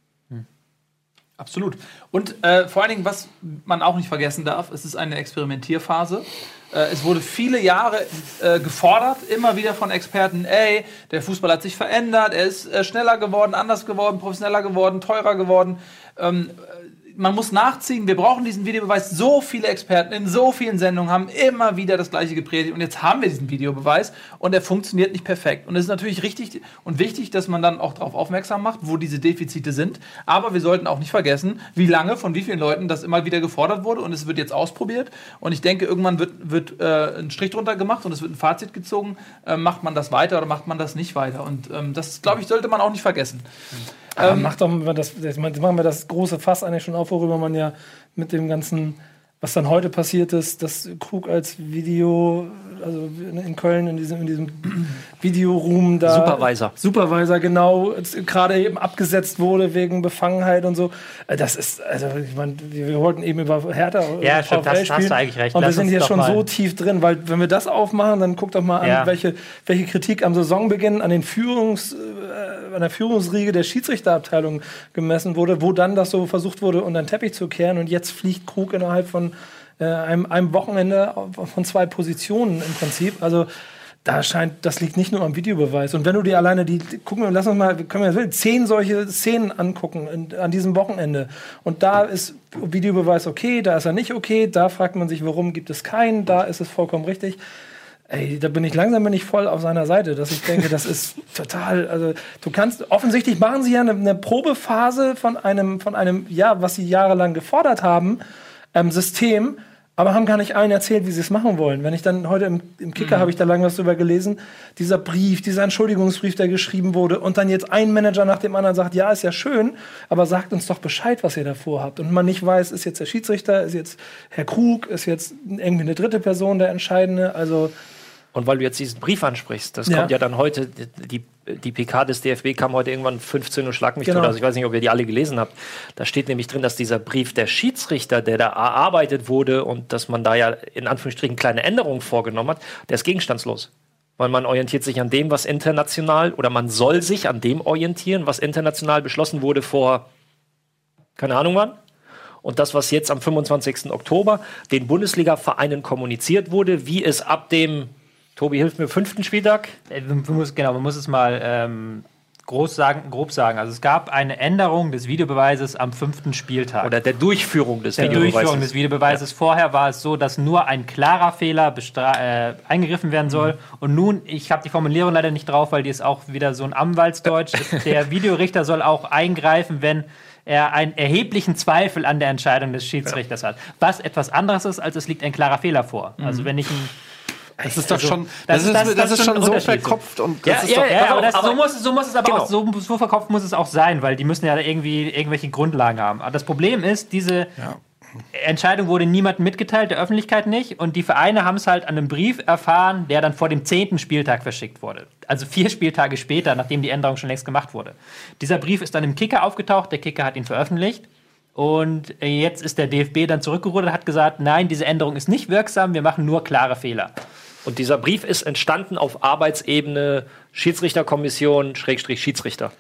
Absolut. Und äh, vor allen Dingen, was man auch nicht vergessen darf, es ist eine Experimentierphase. Äh, es wurde viele Jahre äh, gefordert, immer wieder von Experten, ey, der Fußball hat sich verändert, er ist äh, schneller geworden, anders geworden, professioneller geworden, teurer geworden. Ähm, man muss nachziehen, wir brauchen diesen Videobeweis. So viele Experten in so vielen Sendungen haben immer wieder das Gleiche gepredigt. Und jetzt haben wir diesen Videobeweis und er funktioniert nicht perfekt. Und es ist natürlich richtig und wichtig, dass man dann auch darauf aufmerksam macht, wo diese Defizite sind. Aber wir sollten auch nicht vergessen, wie lange, von wie vielen Leuten das immer wieder gefordert wurde. Und es wird jetzt ausprobiert. Und ich denke, irgendwann wird, wird äh, ein Strich drunter gemacht und es wird ein Fazit gezogen. Äh, macht man das weiter oder macht man das nicht weiter? Und ähm, das, glaube ich, sollte man auch nicht vergessen. Aber macht doch mal das, das machen wir das große Fass eigentlich schon auf, worüber man ja mit dem ganzen, was dann heute passiert ist, dass Krug als Video, also in Köln in diesem, in diesem Videoroom da. Supervisor. Supervisor, genau, gerade eben abgesetzt wurde wegen Befangenheit und so. Das ist, also ich meine, wir, wir wollten eben über Hertha Ja, oder stimmt, VfL das hast spielen. du eigentlich recht. Und wir Lass sind uns hier doch schon mal- so tief drin, weil wenn wir das aufmachen, dann guck doch mal an, Ja. welche, welche Kritik am Saisonbeginn an den Führungs, äh, an der Führungsriege der Schiedsrichterabteilung gemessen wurde, wo dann das so versucht wurde, unter den Teppich zu kehren und jetzt fliegt Krug innerhalb von äh, einem, einem Wochenende von zwei Positionen im Prinzip. Also da scheint, das liegt nicht nur am Videobeweis. Und wenn du dir alleine die, gucken wir, lass uns mal, können wir zehn solche Szenen angucken in, an diesem Wochenende. Und da ist Videobeweis okay, da ist er nicht okay, da fragt man sich, warum gibt es keinen, da ist es vollkommen richtig. Ey, da bin ich langsam bin ich voll auf seiner Seite, dass ich denke, das ist total, also du kannst, offensichtlich machen sie ja eine, eine Probephase von einem, von einem, ja, was sie jahrelang gefordert haben, ähm, System, aber haben gar nicht allen erzählt, wie sie es machen wollen. Wenn ich dann heute im, im Kicker, mhm. habe ich da lange was drüber gelesen, dieser Brief, dieser Entschuldigungsbrief, der geschrieben wurde und dann jetzt ein Manager nach dem anderen sagt, ja, ist ja schön, aber sagt uns doch Bescheid, was ihr davor habt. Und man nicht weiß, ist jetzt der Schiedsrichter, ist jetzt Herr Krug, ist jetzt irgendwie eine dritte Person der Entscheidende, also Und weil du jetzt diesen Brief ansprichst, das Ja. kommt ja dann heute, die, die P K des D F B kam heute irgendwann fünfzehn Uhr, schlag mich Genau. tot. Also ich weiß nicht, ob ihr die alle gelesen habt. Da steht nämlich drin, dass dieser Brief der Schiedsrichter, der da erarbeitet wurde und dass man da ja in Anführungsstrichen kleine Änderungen vorgenommen hat, der ist gegenstandslos. Weil man orientiert sich an dem, was international, oder man soll sich an dem orientieren, was international beschlossen wurde vor, keine Ahnung wann. Und das, was jetzt am fünfundzwanzigsten Oktober den Bundesliga-Vereinen kommuniziert wurde, wie es ab dem Tobi, hilf mir, fünften Spieltag? Äh, Man muss, genau, man muss es mal ähm, groß sagen, grob sagen. Also es gab eine Änderung des Videobeweises am fünften Spieltag. Oder der Durchführung des der Videobeweises. Durchführung des Videobeweises. Vorher war es so, dass nur ein klarer Fehler bestra- äh, eingegriffen werden soll. Und nun, ich habe die Formulierung leider nicht drauf, weil die ist auch wieder so ein Anwaltsdeutsch. Der Videorichter soll auch eingreifen, wenn er einen erheblichen Zweifel an der Entscheidung des Schiedsrichters hat. Was etwas anderes ist, als es liegt ein klarer Fehler vor. Also wenn ich ein Das ist doch Also, schon, das das, ist- ist, das das, ist- das ist ist schon ein so Unterschied. verkopft und Ja, das ist ja, doch, Ja, aber, das, aber- so, muss, es- so muss es aber Genau. auch, so, so verkauft muss es auch sein, weil die müssen ja irgendwie irgendwelche Grundlagen haben. Aber das Problem ist, diese Entscheidung wurde niemandem mitgeteilt, der Öffentlichkeit nicht. Und die Vereine haben es halt an einem Brief erfahren, der dann vor dem zehnten Spieltag verschickt wurde. Also vier Spieltage später, nachdem die Änderung schon längst gemacht wurde. Dieser Brief ist dann im Kicker aufgetaucht, der Kicker hat ihn veröffentlicht. Und jetzt ist der D F B dann zurückgerudert und hat gesagt, nein, diese Änderung ist nicht wirksam, wir machen nur klare Fehler. Und dieser Brief ist entstanden auf Arbeitsebene Schiedsrichterkommission, Schrägstrich Schiedsrichter.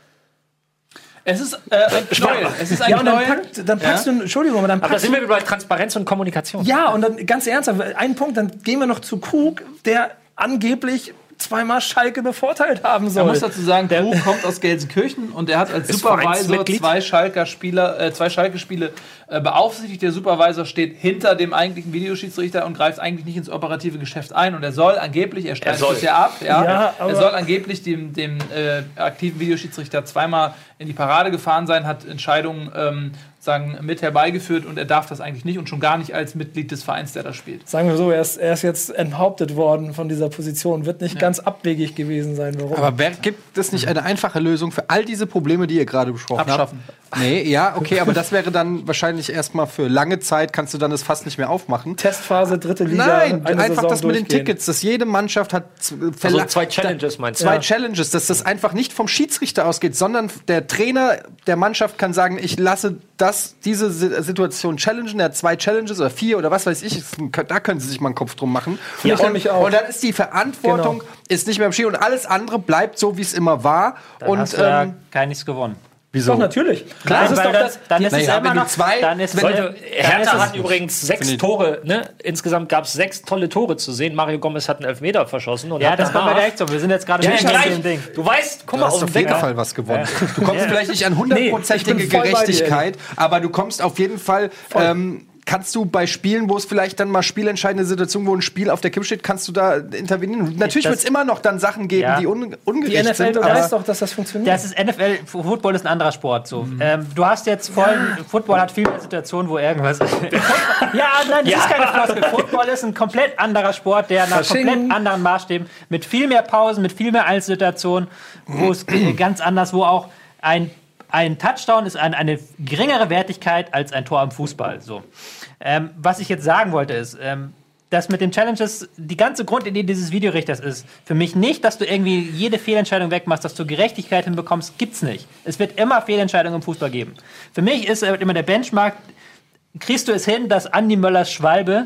Es ist äh, ein Knäuel. Es ist ein ja, und dann, Knäuel. packt, dann packst du, Entschuldigung, aber dann Aber da packst sind du, wir bei Transparenz und Kommunikation. ja, und dann ganz ernsthaft, ein Punkt, dann gehen wir noch zu Krug, der angeblich zweimal Schalke bevorteilt haben soll. Man muss dazu sagen, Krug kommt aus Gelsenkirchen und er hat als Supervisor Vereinsmitglied. zwei Schalker Spieler, äh, zwei Schalke-Spiele äh, beaufsichtigt. Der Supervisor steht hinter dem eigentlichen Videoschiedsrichter und greift eigentlich nicht ins operative Geschäft ein. Und er soll angeblich, er streitet soll. es ja ab, ja, Ja, er aber- soll angeblich dem, dem äh, aktiven Videoschiedsrichter zweimal in die Parade gefahren sein, hat Entscheidungen ähm, sagen, mit herbeigeführt und er darf das eigentlich nicht und schon gar nicht als Mitglied des Vereins, der da spielt. Sagen wir so, er ist, er ist jetzt enthauptet worden von dieser Position. Wird nicht ganz abwegig gewesen sein, warum. Aber wer, gibt es nicht eine einfache Lösung für all diese Probleme, die ihr gerade besprochen Abschaffen. habt? Nee, ja, okay, aber das wäre dann wahrscheinlich erstmal für lange Zeit, kannst du dann das fast nicht mehr aufmachen. Testphase, dritte Liga. Nein, eine einfach Saison das mit den durchgehen. Tickets, dass jede Mannschaft hat z- Also verla- zwei Challenges meinst du? zwei Ja. Challenges, dass das einfach nicht vom Schiedsrichter ausgeht, sondern der Trainer der Mannschaft kann sagen, ich lasse das, diese Si- Situation challengen, er hat zwei Challenges oder vier oder was weiß ich, da können sie sich mal einen Kopf drum machen. Ja, und, nämlich auch. und dann ist die Verantwortung Genau. ist nicht mehr im Ski und alles andere bleibt so, wie es immer war. Dann und hast du ja ähm, gar nichts gewonnen. wieso? Doch, natürlich. Klar, das ist weil doch dann, das. dann ist Naja, es wenn immer du noch zwei- Dann ist, wenn wenn, du- dann Hertha ist hat es, übrigens sechs Finde ich- Tore, ne? Insgesamt gab es sechs tolle Tore zu sehen. Mario Gomez hat einen Elfmeter verschossen. Und ja, hat das kommt danach- bei der Echt so. Wir sind jetzt gerade Ja, mitten in gleich. dem Ding. Du weißt, guck Du mal, hast aus auf dem jeden Wecker. Fall was gewonnen. Du kommst vielleicht nicht an hundertprozentige Nee, ich bin voll bei dir, Gerechtigkeit, aber du kommst auf jeden Fall. Ähm, kannst du bei Spielen, wo es vielleicht dann mal spielentscheidende Situationen, wo ein Spiel auf der Kippe steht, kannst du da intervenieren? Natürlich Das- wird es immer noch dann Sachen geben, Ja. die un ungerecht Die N F L sind. beweist aber doch, dass das funktioniert. Das ist N F L, Football ist ein anderer Sport. So. Ähm, du hast jetzt vollen, Football hat viel mehr Situationen, wo irgendwas. ja, nein, das Ja. ist keine Floskel. Football ist ein komplett anderer Sport, der nach Fasching. komplett anderen Maßstäben, mit viel mehr Pausen, mit viel mehr Einzelsituationen, wo es äh, ganz anders, wo auch ein, ein Touchdown ist ein, eine geringere Wertigkeit als ein Tor am Fußball. So. Ähm, was ich jetzt sagen wollte ist, ähm, das mit den Challenges, die ganze Grundidee dieses Videorichters ist für mich nicht, dass du irgendwie jede Fehlentscheidung wegmachst, dass du Gerechtigkeit hinbekommst, gibt's nicht. Es wird immer Fehlentscheidungen im Fußball geben. Für mich ist äh, immer der Benchmark, kriegst du es hin, dass Andi Möllers Schwalbe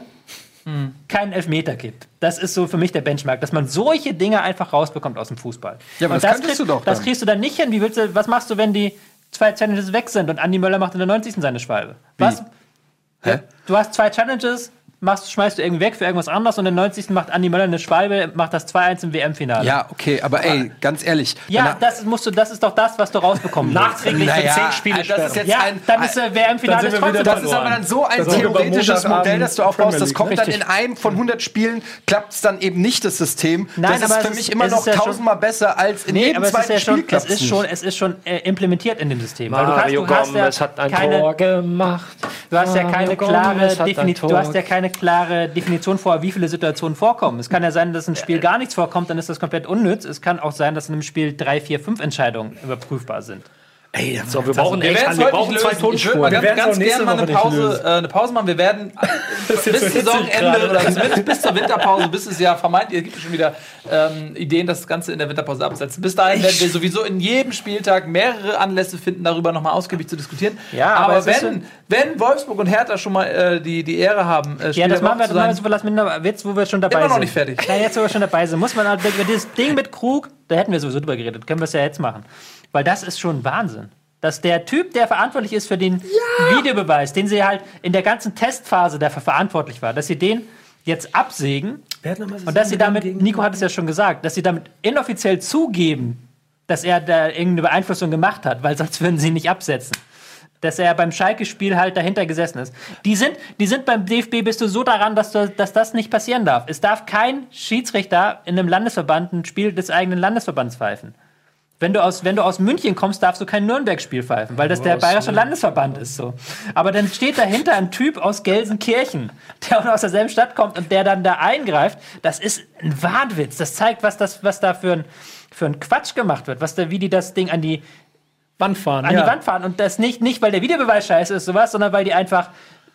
keinen Elfmeter gibt. Das ist so für mich der Benchmark, dass man solche Dinge einfach rausbekommt aus dem Fußball. Ja, aber Und das könntest kriegst, du doch Das dann. kriegst du dann nicht hin. Wie willst du, was machst du, wenn die zwei Challenges weg sind und Andi Möller macht in der neunzigsten seine Schwalbe? Was? Hä? Du hast zwei Challenges, machst, schmeißt du irgendwie weg für irgendwas anderes und in der neunzigsten macht Andi Möller eine Schwalbe, macht das zwei eins im W M-Finale. ja, okay, aber ey, ganz ehrlich. Ja, wenn er- das musst du, das ist doch das, was du rausbekommen willst. Nachträglich für Naja, zehn Spiele also das ist sperren. jetzt Ja, ein, dann ist der W M-Finale Dann sind wir trotzdem wieder- Das ist aber verloren. dann so ein Das sind wir beim theoretisches Montagabend Modell, das du aufbaust. Premier Das League. kommt dann Richtig. in einem von hundert Spielen, klappt es dann eben nicht, das System. Nein, das aber ist für es mich ist- immer es noch ist ja schon- tausendmal besser als in Nee, jedem aber es ist zweiten ja Spiel schon, es klappt's ist nicht. schon, es ist schon äh, implementiert in dem System. Weil Mario du hast, du Gomez hast ja hat ein keine, Tor gemacht. Du hast ja Mario keine Gomez klare hat ein Definition, Tor du hast ja keine klare Definition vor, wie viele Situationen vorkommen. Es kann ja sein, dass ein Spiel gar nichts vorkommt, dann ist das komplett unnütz. Es kann auch sein, dass in einem Spiel drei, vier, fünf Entscheidungen überprüfbar sind. Ey, So, wir brauchen Wir echt, werden es wir heute brauchen nicht zwei lösen. Ich würde mal Tonspuren. ganz, werden's ganz auch nächste gerne mal eine Woche nicht Pause, lösen. äh, eine Pause machen. Wir werden bis jetzt Saisonende gerade, oder zumindest bis zur Winterpause, bis es ja vermeintlich, es gibt schon wieder ähm, Ideen, das Ganze in der Winterpause absetzen. Bis dahin werden wir sowieso in jedem Spieltag mehrere Anlässe finden, darüber nochmal ausgiebig zu diskutieren. Ja, aber aber es ist wenn, wenn Wolfsburg und Hertha schon mal äh, die, die Ehre haben, äh, Ja, Spieler das machen wir, zu das machen wir sein, so, lass mich noch, jetzt, wo wir schon dabei Immer noch sind. nicht fertig. Na, jetzt, wo wir schon dabei sind, muss man halt über dieses Ding mit Krug, da hätten wir sowieso drüber geredet, können wir es ja jetzt machen. Weil das ist schon Wahnsinn. Dass der Typ, der verantwortlich ist für den Videobeweis, den sie halt in der ganzen Testphase dafür verantwortlich war, dass sie den jetzt absägen und dass sie damit, Nico hat es ja schon gesagt, dass sie damit inoffiziell zugeben, dass er da irgendeine Beeinflussung gemacht hat, weil sonst würden sie ihn nicht absetzen. Dass er beim Schalke-Spiel halt dahinter gesessen ist. Die sind, die sind beim D F B, bist du so daran, dass, du, dass das nicht passieren darf. Es darf kein Schiedsrichter in einem Landesverband ein Spiel des eigenen Landesverbands pfeifen. Wenn du aus, wenn du aus München kommst, darfst du kein Nürnberg-Spiel pfeifen, weil das der bayerische Landesverband ist. So. Aber dann steht dahinter ein Typ aus Gelsenkirchen, der auch noch aus derselben Stadt kommt und der dann da eingreift. Das ist ein Wahnwitz. Das zeigt, was, das, was da für ein, für ein Quatsch gemacht wird. Was da, wie die das Ding an die Wand fahren. an ja. die Wand fahren. Und das nicht, nicht, weil der Videobeweis scheiße ist, sowas, sondern weil die einfach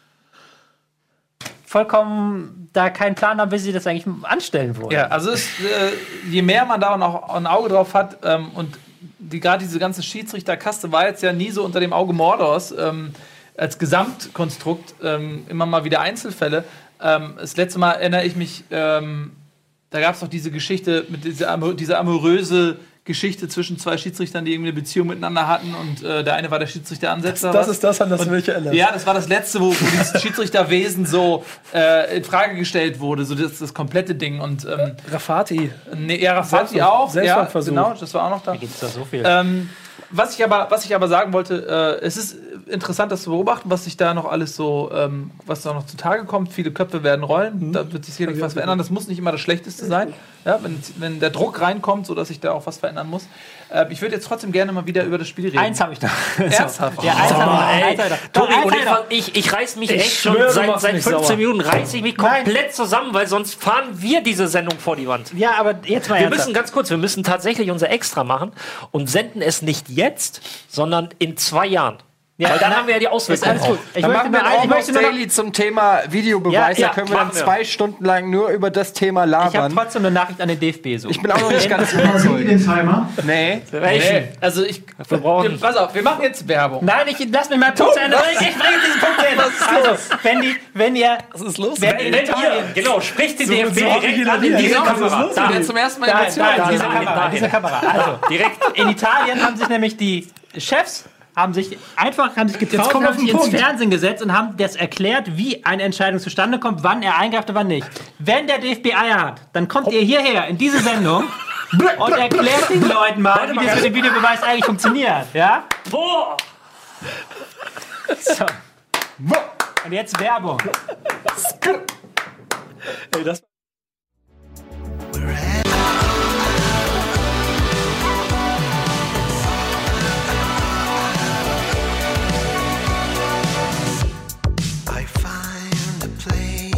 vollkommen da keinen Plan haben, wie sie das eigentlich anstellen wollen. Ja, also es, äh, je mehr man da noch ein Auge drauf hat ähm, und die, gerade diese ganze Schiedsrichterkaste war jetzt ja nie so unter dem Auge Mordors ähm, als Gesamtkonstrukt, ähm, immer mal wieder Einzelfälle. Ähm, das letzte Mal erinnere ich mich, ähm, da gab es doch diese Geschichte mit dieser, amor- dieser amoröse Geschichte zwischen zwei Schiedsrichtern, die irgendwie eine Beziehung miteinander hatten und äh, der eine war der Schiedsrichteransetzer. Das ist das, an das will ich erinnern. Ja, das war das letzte, wo, wo dieses Schiedsrichterwesen so äh, in Frage gestellt wurde, so das, das komplette Ding. Und ähm, Rafati. nee, ja, Rafati Selbstmord- auch. Ja, Selbstmordversuch. genau, das war auch noch da. Da gibt es da so viel. Ähm, was ich aber, was ich aber sagen wollte, äh, es ist interessant, das zu beobachten, was sich da noch alles so, ähm, was da noch zutage kommt. Viele Köpfe werden rollen, da wird sich sicherlich was verändern. Das muss nicht immer das Schlechteste sein, ja, wenn, wenn der Druck reinkommt, sodass sich da auch was verändern muss. Äh, ich würde jetzt trotzdem gerne mal wieder über das Spiel reden. Eins habe ich noch. Ernsthaft? Ja, eins habe ich noch. ey. Eins hab ich noch. Doch, Tobi, eins und hab ich, ich noch. ich, ich reiß mich Ich echt schon schwöre, du seit, machst seit mich fünfzehn sauer. Minuten reiß ich mich komplett zusammen, weil sonst fahren wir diese Sendung vor die Wand. Ja, aber jetzt mal Wir ernsthaft. müssen ganz kurz, wir müssen tatsächlich unser Extra machen und senden es nicht jetzt, sondern in zwei Jahren. Ja, weil dann na, haben wir ja die ist Auswirkungen. alles gut. Ich Dann möchte machen wir nur ein ein, ich möchte nur noch, Daily zum Thema Videobeweis. Ja, ja, da können wir dann machen wir. zwei Stunden lang nur über das Thema ich habe labern. trotzdem eine Nachricht an den D F B. So. Ich bin auch noch nicht ganz Sie überzeugt. den Timer? Nee. Nee, also ich, Wir brauchen- wir, pass auf, wir machen jetzt Werbung. Nein, ich lass mich mal Punkt zu Ende bringen. Ich bringe diesen Punkt zu Ende. Also, wenn, die, wenn ihr. Was ist los? Wenn, in Wenn Italien. ihr, genau, spricht die D F B so direkt an in diese Genau, Kamera. das ist zum ersten Mal Da, Emotionen. da, da, diese da, Kamera, da, diese da. Kamera. Also, Direkt. in Italien haben sich nämlich die Chefs haben sich einfach haben sich getraut, kommen wir haben auf sich den ins Punkt. Fernsehen gesetzt und haben das erklärt, wie eine Entscheidung zustande kommt, wann er eingreift und wann nicht. Wenn der D F B Eier hat, dann kommt ihr hierher in diese Sendung und erklärt den Leuten mal, wie das mit dem Videobeweis eigentlich funktioniert. Ja? Boah! So. Und jetzt Werbung. Ey, das I find a place